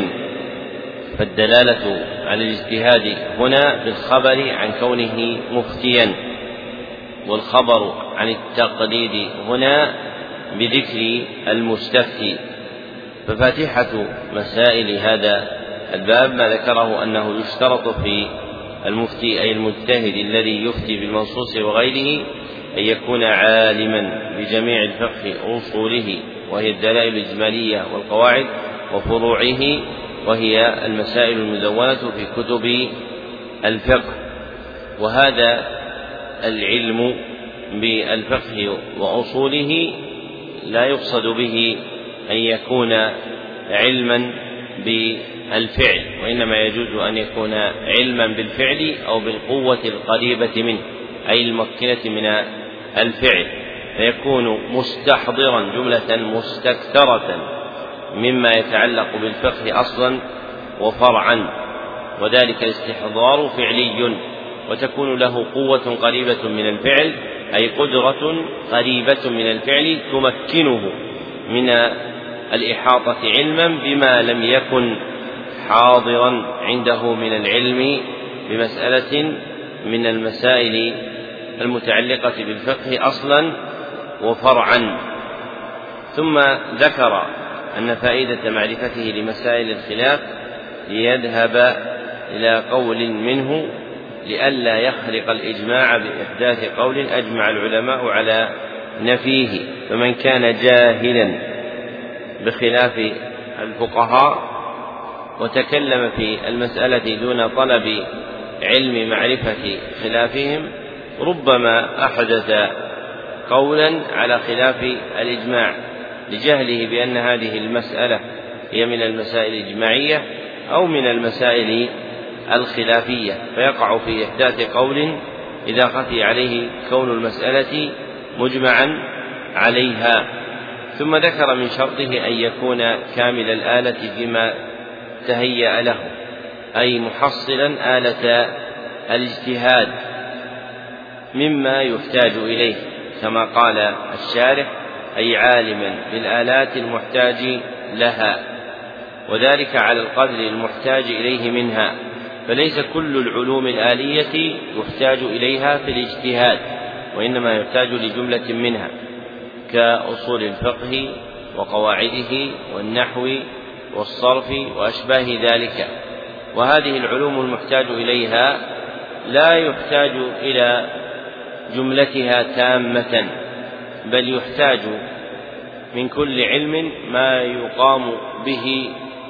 فالدلالة على الاجتهاد هنا بالخبر عن كونه مفتيا، والخبر عن التقليد هنا بذكر المستفتي. ففاتحة مسائل هذا الباب ما ذكره أنه يشترط في المفتي أي المجتهد الذي يفتي بالمنصوص وغيره أن يكون عالما بجميع الفقه أصوله، وهي الدلائل الإجمالية والقواعد، وفروعه وهي المسائل المدونة في كتب الفقه. وهذا العلم بالفقه وأصوله لا يقصد به أن يكون علما بالفعل، وإنما يجوز أن يكون علما بالفعل أو بالقوة القريبة منه أي الممكنة من الفعل، فيكون مستحضرا جملة مستكثرة مما يتعلق بالفقه أصلا وفرعا، وذلك الاستحضار فعلي، وتكون له قوة قريبة من الفعل أي قدرة قريبة من الفعل تمكنه من الإحاطة علما بما لم يكن حاضرا عنده من العلم بمسألة من المسائل المتعلقة بالفقه أصلا وفرعا. ثم ذكر أن فائدة معرفته لمسائل الخلاف ليذهب إلى قول منه لئلا يخرق الإجماع بإحداث قول أجمع العلماء على نفيه. فمن كان جاهلا بخلاف الفقهاء وتكلم في المسألة دون طلب علم معرفة خلافهم ربما أحدث قولا على خلاف الإجماع، لجهله بأن هذه المسألة هي من المسائل الإجماعية أو من المسائل الخلافية، فيقع في إحداث قول إذا خفي عليه كون المسألة مجمعا عليها. ثم ذكر من شرطه أن يكون كامل الآلة فيما تهيأ له، أي محصلا آلة الاجتهاد مما يحتاج إليه، كما قال الشارح أي عالما بالآلات المحتاج لها، وذلك على القدر المحتاج إليه منها، فليس كل العلوم الآلية يحتاج إليها في الاجتهاد، وإنما يحتاج لجملة منها كأصول الفقه وقواعده والنحو والصرف وأشباه ذلك. وهذه العلوم المحتاج إليها لا يحتاج إلى جملتها تامة، بل يحتاج من كل علم ما يقام به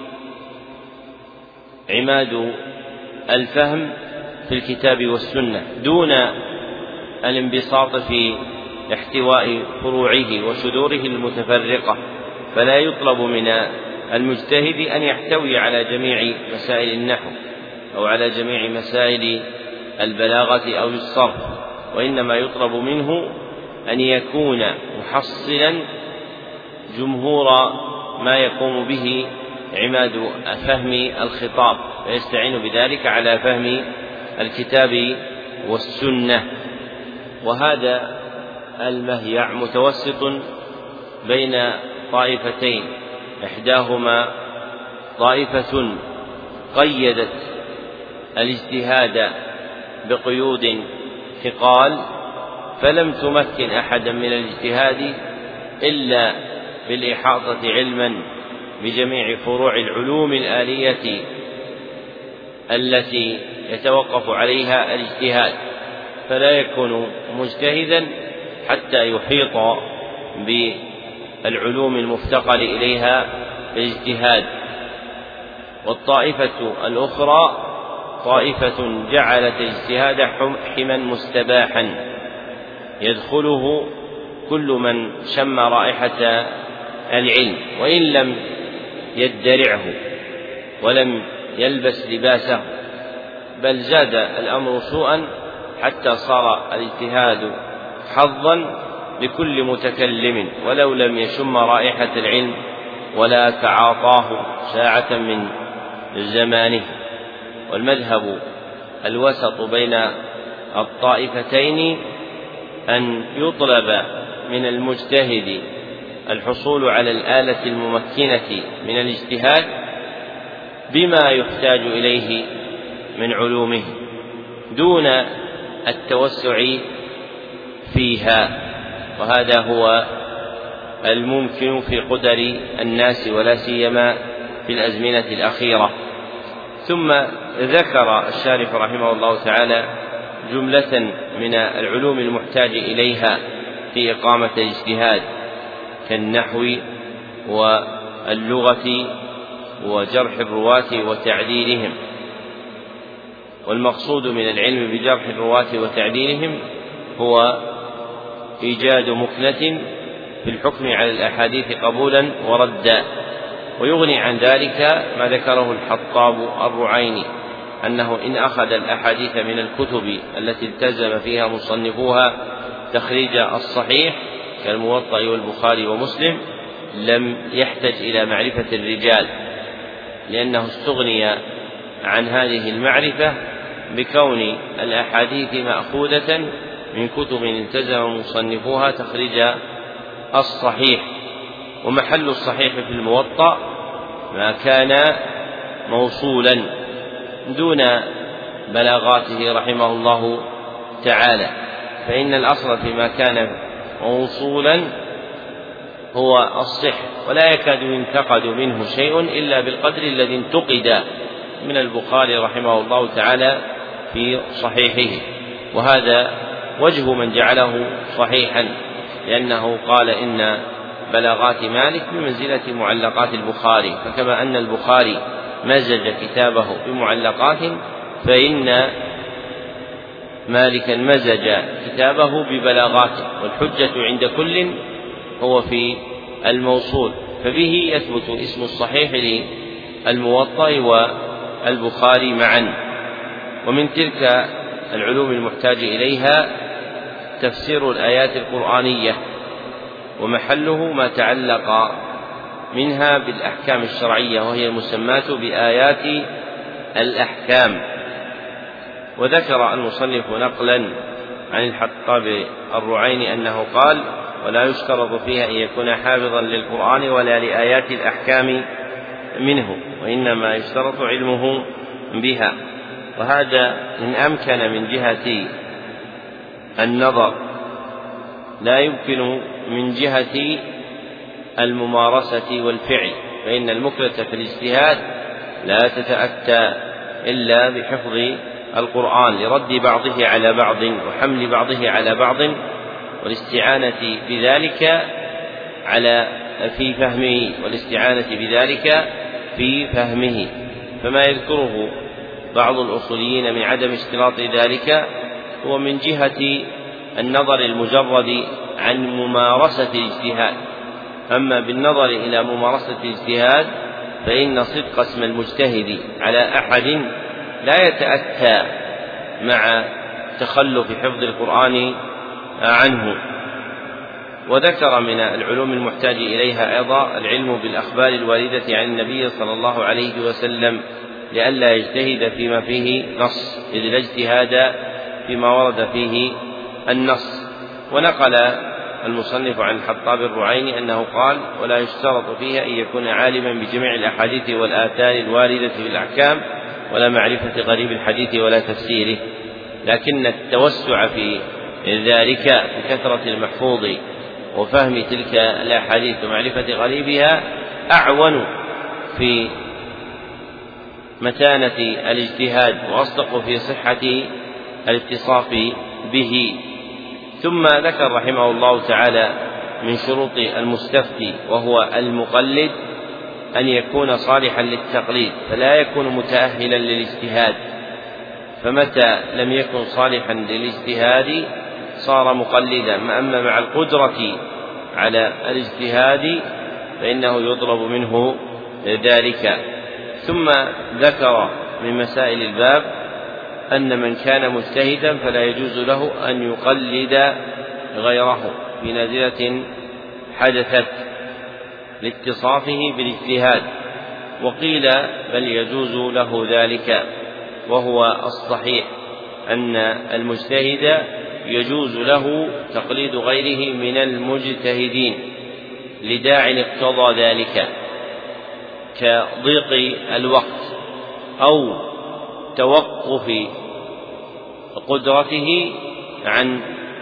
عماد الفهم في الكتاب والسنة، دون الانبساط في احتواء فروعه وشذوره المتفرقة. فلا يطلب من المجتهد أن يحتوي على جميع مسائل النحو أو على جميع مسائل البلاغة أو الصرف، وإنما يطلب منه أن يكون محصلا جمهور ما يقوم به عماد فهم الخطاب، ويستعين بذلك على فهم الكتاب والسنة. وهذا المهيع متوسط بين طائفتين، إحداهما طائفة قيدت الاجتهاد بقيود ثقال فلم تمكن أحدا من الاجتهاد إلا بالإحاطة علما بجميع فروع العلوم الآلية التي يتوقف عليها الاجتهاد، فلا يكون مجتهدا حتى يحيط بالعلوم المفتقر إليها بالاجتهاد. والطائفة الأخرى طائفة جعلت الاجتهاد حما مستباحا يدخله كل من شم رائحة العلم وإن لم يدرعه ولم يلبس لباسه، بل زاد الأمر سوءا حتى صار الاجتهاد حظا لكل متكلم ولو لم يشم رائحة العلم ولا تعاطاه ساعة من زمانه. والمذهب الوسط بين الطائفتين أن يطلب من المجتهد الحصول على الآلة الممكنة من الاجتهاد بما يحتاج إليه من علومه دون التوسع فيها، وهذا هو الممكن في قدر الناس ولا سيما في الأزمنة الأخيرة. ثم ذكر الشارح رحمه الله تعالى جملة من العلوم المحتاج إليها في إقامة الاجتهاد كالنحو واللغة وجرح الرواة وتعديلهم. والمقصود من العلم بجرح الرواة وتعديلهم هو إيجاد مكنة في الحكم على الأحاديث قبولا وردا. ويغني عن ذلك ما ذكره الحطاب الرعيني أنه إن أخذ الأحاديث من الكتب التي التزم فيها مصنفوها تخريج الصحيح كالموطأ والبخاري ومسلم لم يحتج إلى معرفة الرجال، لأنه استغني عن هذه المعرفة بكون الأحاديث مأخوذة من كتب التزم مصنفوها تخريج الصحيح. ومحل الصحيح في الموطأ ما كان موصولا دون بلاغاته رحمه الله تعالى، فإن الأصل فيما كان موصولا هو الصح، ولا يكاد ينتقد منه شيء إلا بالقدر الذي انتقد من البخاري رحمه الله تعالى في صحيحه. وهذا وجه من جعله صحيحا، لأنه قال إن بلاغات مالك بمنزلة معلقات البخاري، فكما أن البخاري مزج كتابه بمعلقات فإن مالكا مزج كتابه ببلاغات، والحجة عند كل هو في الموصول، فبه يثبت اسم الصحيح للموطأ والبخاري معا. ومن تلك العلوم المحتاج إليها تفسير الآيات القرآنية، ومحله ما تعلق منها بالأحكام الشرعية، وهي المسمات بآيات الأحكام. وذكر المصنف نقلا عن الحطاب الرعيني أنه قال: ولا يشترط فيها أن يكون حافظا للقرآن ولا لآيات الأحكام منه، وإنما يشترط علمه بها. وهذا إن أمكن من جهة النظر، لا يمكن من جهة الممارسة والفعل، فإن المكلة في الاجتهاد لا تتأتى إلا بحفظ القرآن لرد بعضه على بعض وحمل بعضه على بعض والاستعانة بذلك في فهمه فما يذكره بعض الأصوليين من عدم اشتراط ذلك هو من جهة النظر المجرد عن ممارسة الاجتهاد. أما بالنظر إلى ممارسة الاجتهاد فإن صدق اسم المجتهد على أحد لا يتأتى مع تخلف حفظ القرآن عنه. وذكر من العلوم المحتاج إليها أيضا العلم بالأخبار الواردة عن النبي صلى الله عليه وسلم، لئلا يجتهد فيما فيه نص، إذ لا اجتهاد فيما ورد فيه النص. ونقل المصنف عن الحطاب الرعيني أنه قال: ولا يشترط فيها أن يكون عالما بجميع الأحاديث والآثار الواردة في الأحكام ولا معرفة غريب الحديث ولا تفسيره، لكن التوسع في ذلك بكثرة المحفوظ وفهم تلك الأحاديث ومعرفة غريبها أعون في متانة الاجتهاد وأصدق في صحة الاتصاف به. ثم ذكر رحمه الله تعالى من شروط المستفتي وهو المقلد أن يكون صالحا للتقليد، فلا يكون متأهلا للاجتهاد، فمتى لم يكن صالحا للاجتهاد صار مقلدا. أما مع القدرة على الاجتهاد فإنه يطلب منه ذلك. ثم ذكر من مسائل الباب أن من كان مجتهدا فلا يجوز له أن يقلد غيره في نازلة حدثت لاتصافه بالاجتهاد، وقيل بل يجوز له ذلك، وهو الصحيح أن المجتهد يجوز له تقليد غيره من المجتهدين لداع اقتضى ذلك كضيق الوقت أو توقف قدرته عن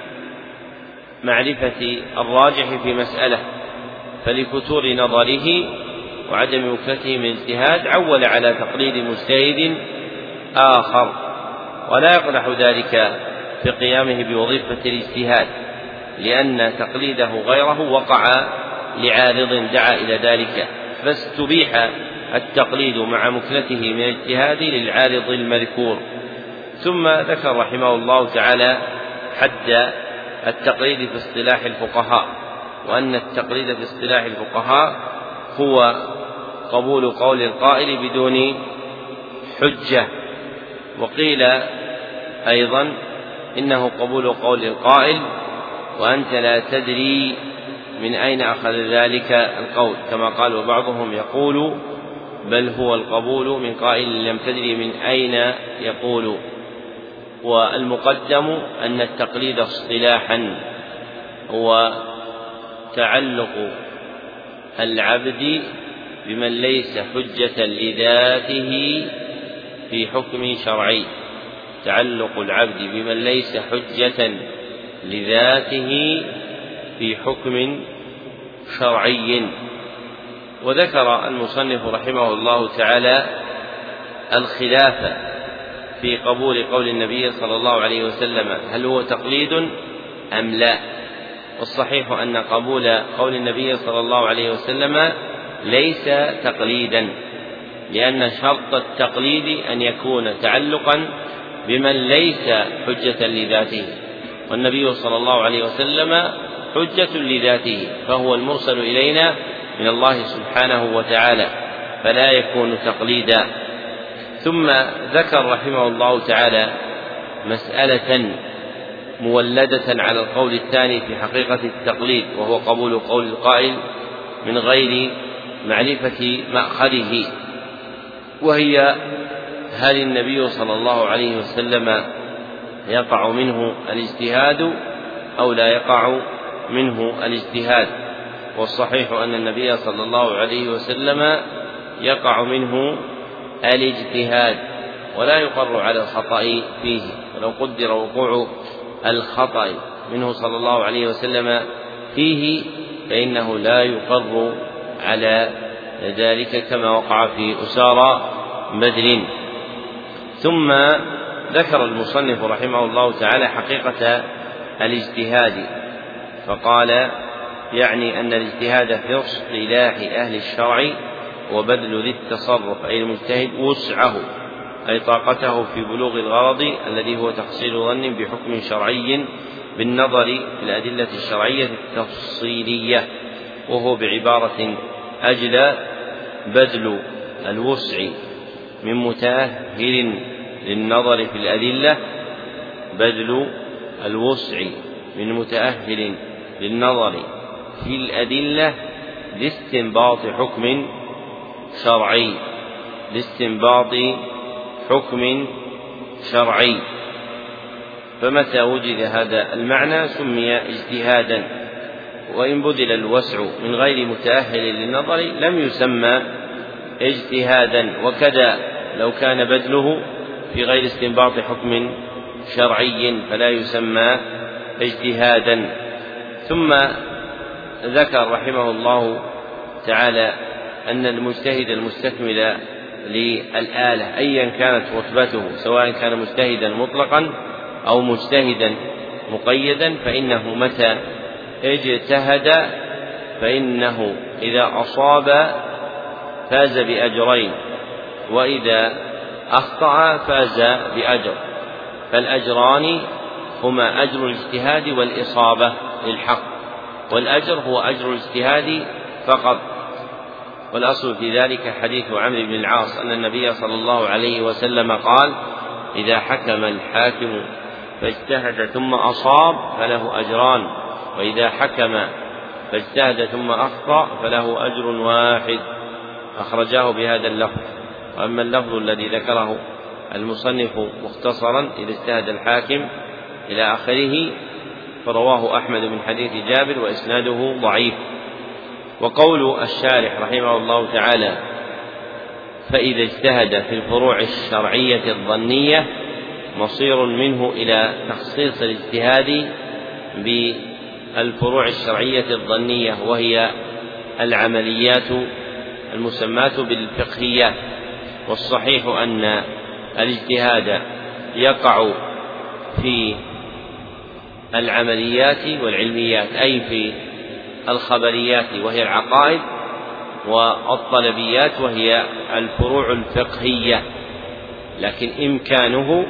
معرفة الراجح في مسألة، فلفتور نظره وعدم وكلته من الاجتهاد عول على تقليد مجتهد آخر، ولا يقدح ذلك في قيامه بوظيفة الاجتهاد، لأن تقليده غيره وقع لعارض دعا إلى ذلك، فاستبيح التقليد مع مكلته من الاجتهاد للعارض المذكور. ثم ذكر رحمه الله تعالى حد التقليد في اصطلاح الفقهاء، وأن التقليد في اصطلاح الفقهاء هو قبول قول القائل بدون حجة، وقيل أيضا إنه قبول قول القائل وأنت لا تدري من أين أخذ ذلك القول، كما قال وبعضهم يقول بل هو القبول من قائل لم تدري من أين يقول. والمقدم أن التقليد اصطلاحا هو تعلق العبد بمن ليس حجة لذاته في حكم شرعي، تعلق العبد بمن ليس حجة لذاته في حكم شرعي. وذكر المصنف رحمه الله تعالى الخلاف في قبول قول النبي صلى الله عليه وسلم هل هو تقليد أم لا، والصحيح أن قبول قول النبي صلى الله عليه وسلم ليس تقليدا، لأن شرط التقليد أن يكون تعلقا بمن ليس حجة لذاته، والنبي صلى الله عليه وسلم حجة لذاته، فهو المرسل إلينا من الله سبحانه وتعالى، فلا يكون تقليدا. ثم ذكر رحمه الله تعالى مسألة مولدة على القول الثاني في حقيقة التقليد، وهو قبول قول القائل من غير معرفة مأخذه، وهي: هل النبي صلى الله عليه وسلم يقع منه الاجتهاد أو لا يقع منه الاجتهاد؟ والصحيح أن النبي صلى الله عليه وسلم يقع منه الاجتهاد، ولا يقر على الخطأ فيه، ولو قدر وقوع الخطأ منه صلى الله عليه وسلم فيه فإنه لا يقر على ذلك كما وقع في أسارى بدر. ثم ذكر المصنف رحمه الله تعالى حقيقة الاجتهاد، فقال: يعني أن الاجتهاد في اصطلاح أهل الشرع وبذل ذي التصرف أي المجتهد وسعه، أي طاقته في بلوغ الغرض الذي هو تحصيل ظن بحكم شرعي بالنظر في الأدلة الشرعية التفصيلية، وهو بعبارة أجلى بذل الوسع من متأهل للنظر في الأدلة، بذل الوسع من متأهل للنظر في الأدلة لاستنباط حكم شرعي، لاستنباط حكم شرعي. فمتى وجد هذا المعنى سمي اجتهادا، وإن بذل الوسع من غير متأهل للنظر لم يسمى اجتهادا، وكذا لو كان بذله في غير استنباط حكم شرعي فلا يسمى اجتهادا. ثم ذكر رحمه الله تعالى أن المجتهد المستكمل للآلة أيا كانت رتبته، سواء كان مجتهدا مطلقا أو مجتهدا مقيدا، فإنه متى اجتهد فإنه إذا أصاب فاز بأجرين، وإذا أخطأ فاز بأجر، فالأجران هما أجر الاجتهاد والإصابة للحق، والأجر هو أجر الاجتهاد فقط. والأصل في ذلك حديث عمرو بن العاص أن النبي صلى الله عليه وسلم قال: إذا حكم الحاكم فاجتهد ثم أصاب فله أجران، وإذا حكم فاجتهد ثم أخطأ فله أجر واحد. أخرجاه بهذا اللفظ. وأما اللفظ الذي ذكره المصنف مختصرا: إذا اجتهد الحاكم إلى آخره، فرواه أحمد من حديث جابر وإسناده ضعيف. وقول الشارح رحمه الله تعالى: فإذا اجتهد في الفروع الشرعية الظنية، مصير منه إلى تخصيص الاجتهاد بالفروع الشرعية الظنية، وهي العمليات المسماة بالفقهيات. والصحيح أن الاجتهاد يقع في العمليات والعلميات، أي في الخبريات وهي العقائد، والطلبيات وهي الفروع الفقهية، لكن إمكانه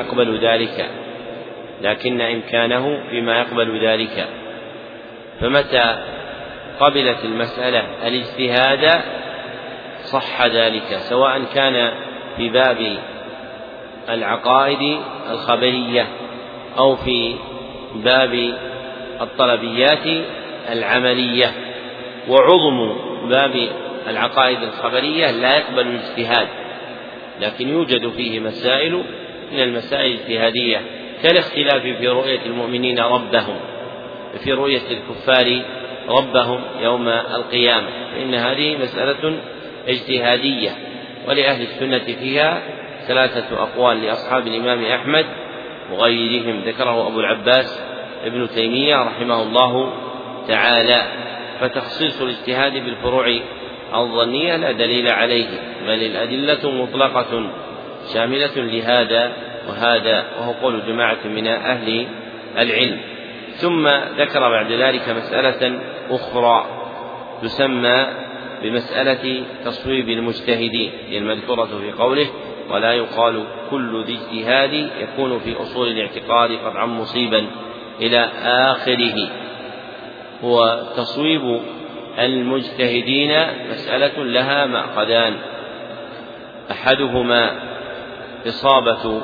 فيما يقبل ذلك. فمتى قبلت المسألة الاجتهاد صح ذلك، سواء كان في باب العقائد الخبرية أو في باب الطلبيات العملية. وعظم باب العقائد الخبرية لا يقبل الاجتهاد، لكن يوجد فيه مسائل من المسائل الاجتهادية، كالاختلاف في رؤية المؤمنين ربهم، في رؤية الكفار ربهم يوم القيامة، فإن هذه مسألة اجتهادية. ولأهل السنة فيها 3 أقوال لأصحاب الإمام أحمد وغيرهم، ذكره أبو العباس ابن تيمية رحمه الله تعالى. فتخصيص الاجتهاد بالفروع الظنية لا دليل عليه، بل الأدلة مطلقة شاملة لهذا وهذا، وهو قول جماعة من أهل العلم. ثم ذكر بعد ذلك مسألة أخرى تسمى بمسألة تصويب المجتهدين، هي المذكورة في قوله: ولا يقال كل ذي اجتهاد يكون في أصول الاعتقاد قطعا مصيبا إلى آخره. هو تصويب المجتهدين مسألة لها مأخذان، أحدهما إصابة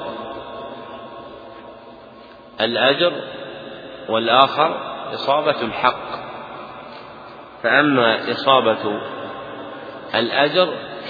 الأجر والآخر إصابة الحق. فأما إصابة الأجر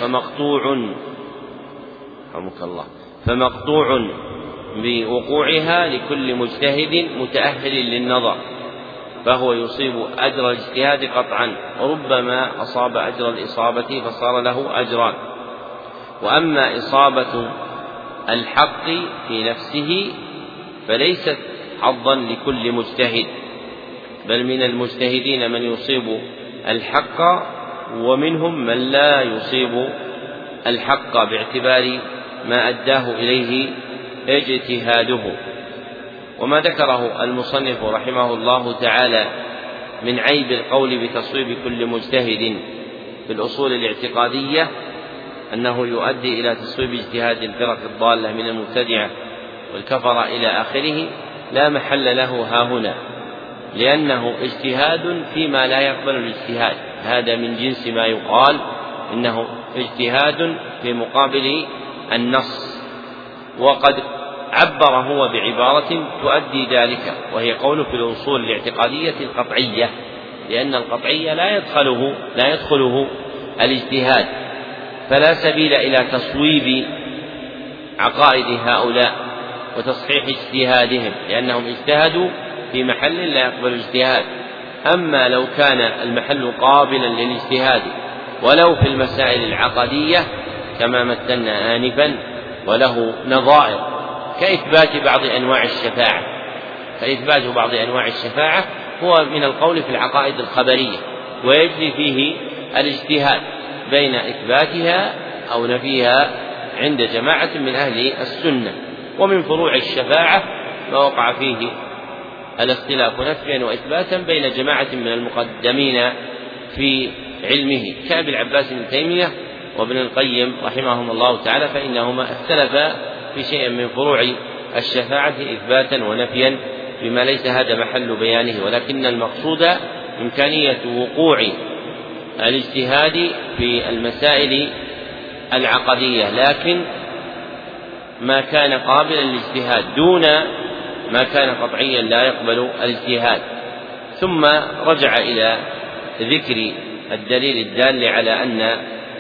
فمقطوع بوقوعها لكل مجتهد متأهل للنظر، فهو يصيب أجر الاجتهاد قطعا، وربما أصاب أجر الإصابة فصار له أجران. وأما إصابة الحق في نفسه فليست حظا لكل مجتهد، بل من المجتهدين من يصيب الحق ومنهم من لا يصيب الحق باعتبار ما أداه إليه اجتهاده. وما ذكره المصنف رحمه الله تعالى من عيب القول بتصويب كل مجتهد في الأصول الاعتقادية أنه يؤدي إلى تصويب اجتهاد الفرق الضالة من المبتدعة والكفر إلى آخره لا محل له هاهنا، لأنه اجتهاد فيما لا يقبل الاجتهاد، هذا من جنس ما يقال إنه اجتهاد في مقابل النص، وقد عبر هو بعبارة تؤدي ذلك، وهي قول في الأصول الاعتقادية القطعية، لأن القطعية لا يدخله الاجتهاد، فلا سبيل إلى تصويب عقائد هؤلاء وتصحيح اجتهادهم، لأنهم اجتهدوا في محل لا يقبل الاجتهاد. أما لو كان المحل قابلا للاجتهاد ولو في المسائل العقدية كما مثلنا آنفا، وله نظائر كإثبات بعض أنواع الشفاعة هو من القول في العقائد الخبرية، ويجري فيه الاجتهاد بين إثباتها أو نفيها عند جماعة من أهل السنة. ومن فروع الشفاعة ما وقع فيه الاختلاف نفيا وإثباتا بين جماعة من المقدمين في علمه كأبي العباس بن تيمية وابن القيم رحمهم الله تعالى، فإنهما اختلفا في شيء من فروع الشفاعة إثباتا ونفيا بما ليس هذا محل بيانه، ولكن المقصود إمكانية وقوع الاجتهاد في المسائل العقدية، لكن ما كان قابلا للاجتهاد دون ما كان قطعيا لا يقبل الاجتهاد. ثم رجع إلى ذكر الدليل الدال على أن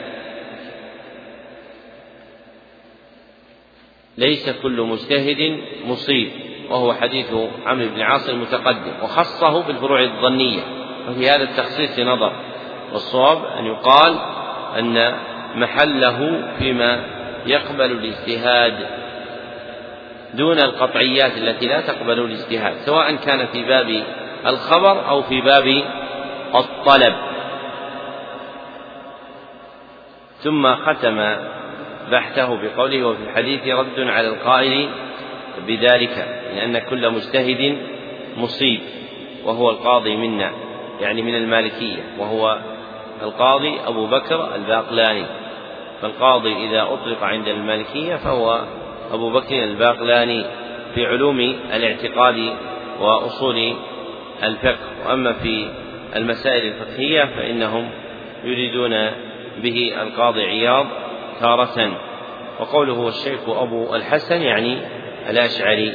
ليس كل مجتهد مصيب، وهو حديث عمرو بن العاص المتقدم، وخصه بالفروع الظنية، وفي هذا التخصيص نظر، والصواب أن يقال أن محله فيما يقبل الاجتهاد دون القطعيات التي لا تقبل الاجتهاد، سواء كان في باب الخبر أو في باب الطلب. ثم ختم بحثه بقوله: وفي الحديث رد على القائل بذلك، لأن كل مجتهد مصيب، وهو القاضي منا، يعني من المالكية، وهو القاضي أبو بكر الباقلاني، فالقاضي إذا أطلق عند المالكية فهو أبو بكر الباقلاني في علوم الاعتقاد وأصول الفقه. وأما في المسائل الفقهية فإنهم يريدون به القاضي عياض تارة. وقوله الشيخ أبو الحسن يعني الأشعري.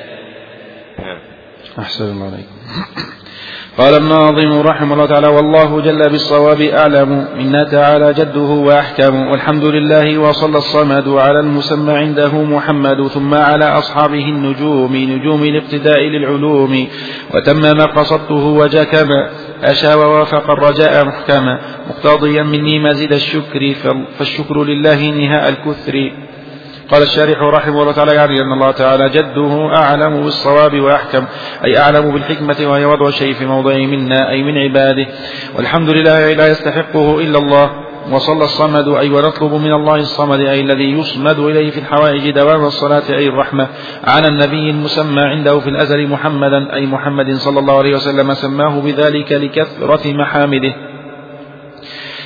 أحسن الله عليكم. قال الناظم رحمه الله تعالى: والله جل بالصواب أعلم، منا تعالى جده وأحكم، والحمد لله وصلى الصمد على المسمى عنده محمد، ثم على أصحابه النجوم نجوم الاقتداء للعلوم، وتم ما قصدته وجكما أشى ووافق الرجاء محكما، مقتضيا مني مزيد الشكر، فالشكر لله نهاء الكثر. قال الشارح رحمه الله تعالى: يعني أن الله تعالى جده أعلم بالصواب وأحكم، أي أعلم بالحكمة، وهي وضع الشيء في موضعه منا أي من عباده، والحمد لله لا يستحقه إلا الله. وصلى الصمد أي ونطلب من الله الصمد أي الذي يصمد إليه في الحوائج دوام الصلاة أي الرحمة على النبي المسمى عنده في الأزل محمدا أي محمد صلى الله عليه وسلم، سماه بذلك لكثرة محامده.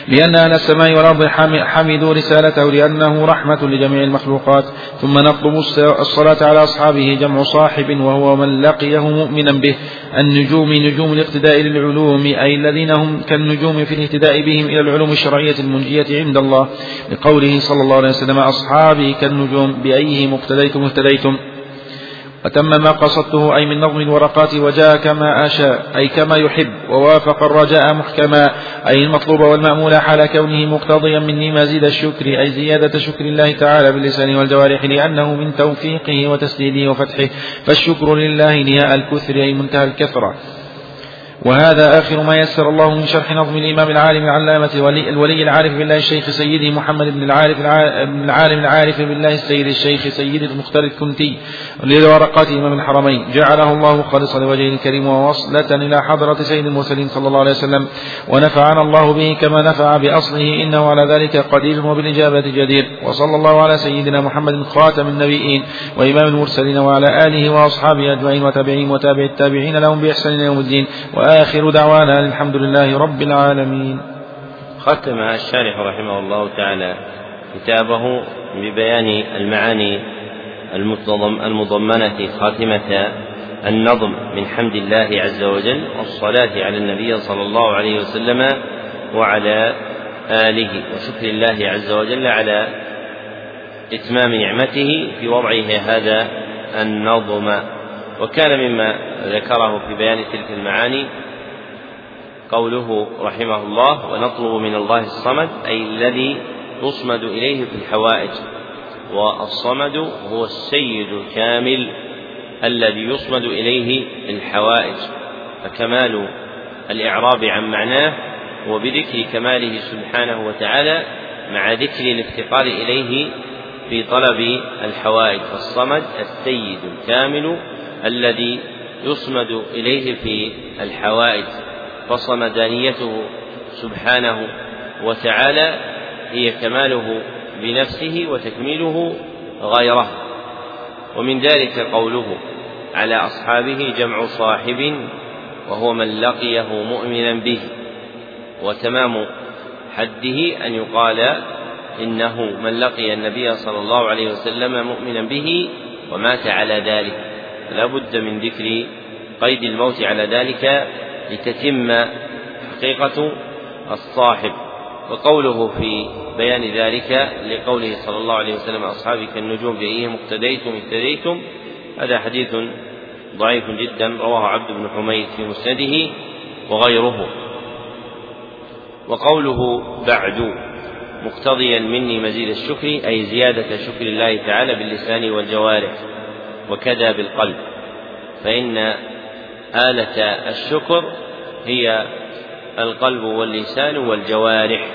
لأن أهل السماء والأرض حمدوا رسالته لأنه رحمة لجميع المخلوقات. ثم نطلب الصلاة على أصحابه جمع صاحب وهو من لقيه مؤمنا به. النجوم نجوم الاقتداء للعلوم أي الذين هم كالنجوم في الاهتداء بهم إلى العلوم الشرعية المنجية عند الله، لقوله صلى الله عليه وسلم أصحابي كالنجوم بأيهم اقتديتم اهتديتم. وتم ما قصدته أي من نظم الورقات وجاء كما أشاء أي كما يحب، ووافق الرجاء محكما أي المطلوب والمأمول حال كونه مقتضيا مني مزيد الشكر أي زيادة شكر الله تعالى باللسان والجوارح لأنه من توفيقه وتسديده وفتحه، فالشكر لله نهاء الكثر أي منتهى الكثرة. وهذا آخر ما يسر الله من شرح نظم الإمام العالم العلامة الولي العارف بالله الشيخ سيدي محمد بن العالم العارف بالله السيد الشيخ سيد المختار الكنتي لورقات إمام الحرمين، جعله الله خالصا لوجهه الكريم ووصلة إلى حضرة سيد المرسلين صلى الله عليه وسلم، ونفعنا الله به كما نفع بأصله إنه على ذلك قدير وبالإجابة جدير. وصلى الله على سيدنا محمد خاتم النبيين وإمام المرسلين وعلى آله وأصحابه أجمعين وتابعين وتابع التابعين لهم بإحسان يوم الدين. وآخر دعوانا الحمد لله رب العالمين. ختم الشارح رحمه الله تعالى كتابه ببيان المعاني المضمنة خاتمة النظم من حمد الله عز وجل والصلاة على النبي صلى الله عليه وسلم وعلى آله، وشكر الله عز وجل على إتمام نعمته في وضعه هذا النظم. وكان مما ذكره في بيان تلك المعاني قوله رحمه الله ونطلب من الله الصمد أي الذي تصمد إليه في الحوائج، والصمد هو السيد الكامل الذي يصمد إليه الحوائج، فكمال الإعراب عن معناه وبذكر كماله سبحانه وتعالى مع ذكر الافتقار إليه في طلب الحوائج. فالصمد السيد الكامل الذي يصمد إليه في الحوائج، فصمدانيته سبحانه وتعالى هي كماله بنفسه وتكميله غيره. ومن ذلك قوله على أصحابه جمع صاحب وهو من لقيه مؤمنا به، وتمام حده أن يقال إنه من لقي النبي صلى الله عليه وسلم مؤمنا به ومات على ذلك، لا بد من ذكر قيد الموت على ذلك لتتم حقيقة الصاحب. وقوله في بيان ذلك لقوله صلى الله عليه وسلم أصحابي كالنجوم بأيهم اهتديتم، هذا حديث ضعيف جدا رواه عبد بن حميد في مسنده وغيره. وقوله بعد مقتضيا مني مزيد الشكر أي زيادة شكر الله تعالى باللسان والجوارح وكذا بالقلب، فإن آلة الشكر هي القلب واللسان والجوارح،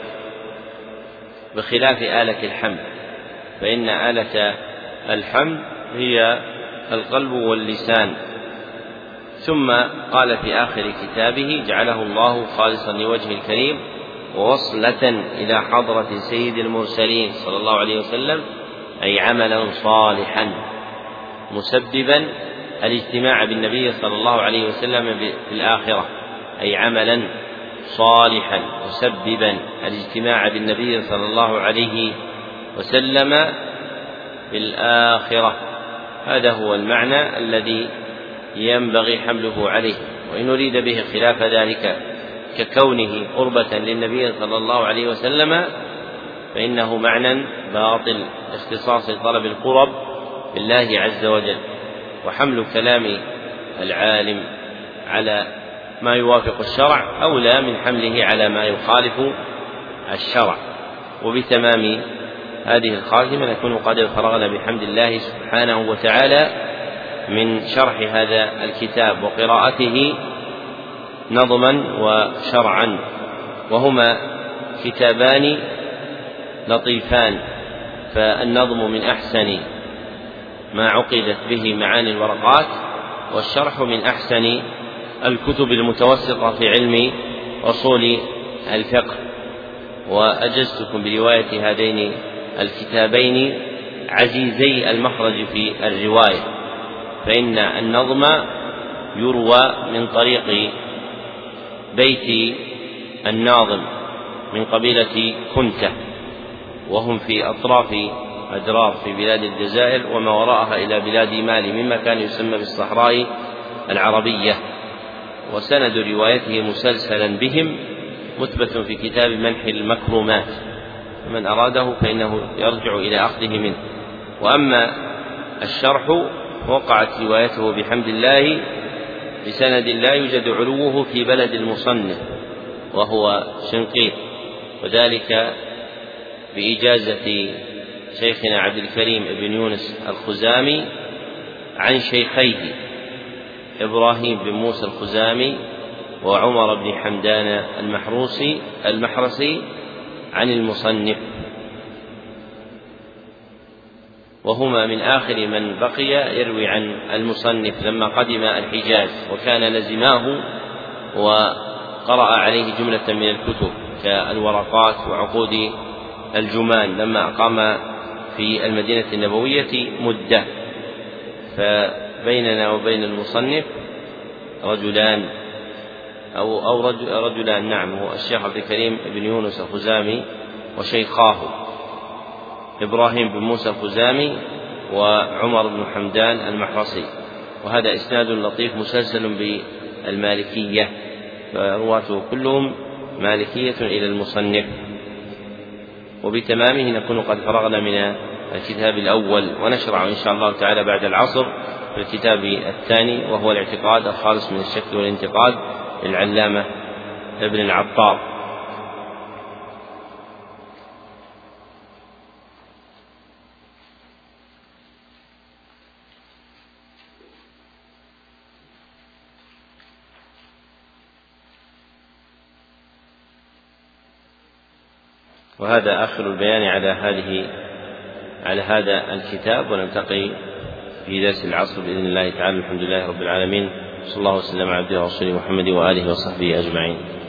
بخلاف آلة الحمد، فإن آلة الحمد هي القلب واللسان. ثم قال في آخر كتابه جعله الله خالصا لوجه الكريم ووصلة إلى حضرة سيد المرسلين صلى الله عليه وسلم أي عملا صالحا مسببا الاجتماع بالنبي صلى الله عليه وسلم في الآخرة، أي عملا صالحا مسببا الاجتماع بالنبي صلى الله عليه وسلم في الآخرة. هذا هو المعنى الذي ينبغي حمله عليه. وإن أريد به خلاف ذلك ككونه قربة للنبي صلى الله عليه وسلم فإنه معنى باطل، اختصاص طلب القرب بالله عز وجل، وحمل كلام العالم على ما يوافق الشرع أولى من حمله على ما يخالف الشرع. وبتمام هذه الخاتمة نكون قد فرغنا بحمد الله سبحانه وتعالى من شرح هذا الكتاب وقراءته نظما وشرعا، وهما كتابان لطيفان، فالنظم من أحسن ما عقدت به معاني الورقات، والشرح من أحسن الكتب المتوسطة في علم أصول الفقه. وأجزتكم برواية هذين الكتابين عزيزي المخرج في الرواية، فإن النظم يروى من طريق بيت الناظم من قبيلة كنتة، وهم في أطراف أدرار في بلاد الجزائر وما وراءها إلى بلاد مالي مما كان يسمى بالصحراء العربية. وسند روايته مسلسلا بهم مثبت في كتاب منح المكرمات، فمن أراده فإنه يرجع إلى أخذه منه. وأما الشرح وقعت روايته بحمد الله بسند لا يوجد علوه في بلد المصنف وهو شنقيط، وذلك بإجازة شيخنا عبد الكريم بن يونس الخزامي عن شيخيه إبراهيم بن موسى الخزامي وعمر بن حمدان المحرسي عن المصنف، وهما من آخر من بقي يروي عن المصنف لما قدم الحجاز، وكان لزماه وقرأ عليه جملة من الكتب كالورقات وعقود الجمان لما أقام في المدينة النبوية مدة. فبيننا وبين المصنف رجلان أو رجلان، نعم، هو الشيخ عبد الكريم بن يونس الخزامي وشيخاه إبراهيم بن موسى الخزامي وعمر بن حمدان المحرسي، وهذا إسناد لطيف مسلسل بالمالكية، فرواته كلهم مالكية إلى المصنف. وبتمامه نكون قد فرغنا من الكتاب الأول، ونشرع إن شاء الله تعالى بعد العصر في الكتاب الثاني وهو الاعتقاد الخالص من الشك والانتقاد للعلامة ابن العطار. وهذا آخر البيان على هذا الكتاب، ونلتقي في درس العصر بإذن الله تعالى. الحمد لله رب العالمين، صلى الله وسلم على عبده ورسوله محمد وآله وصحبه أجمعين.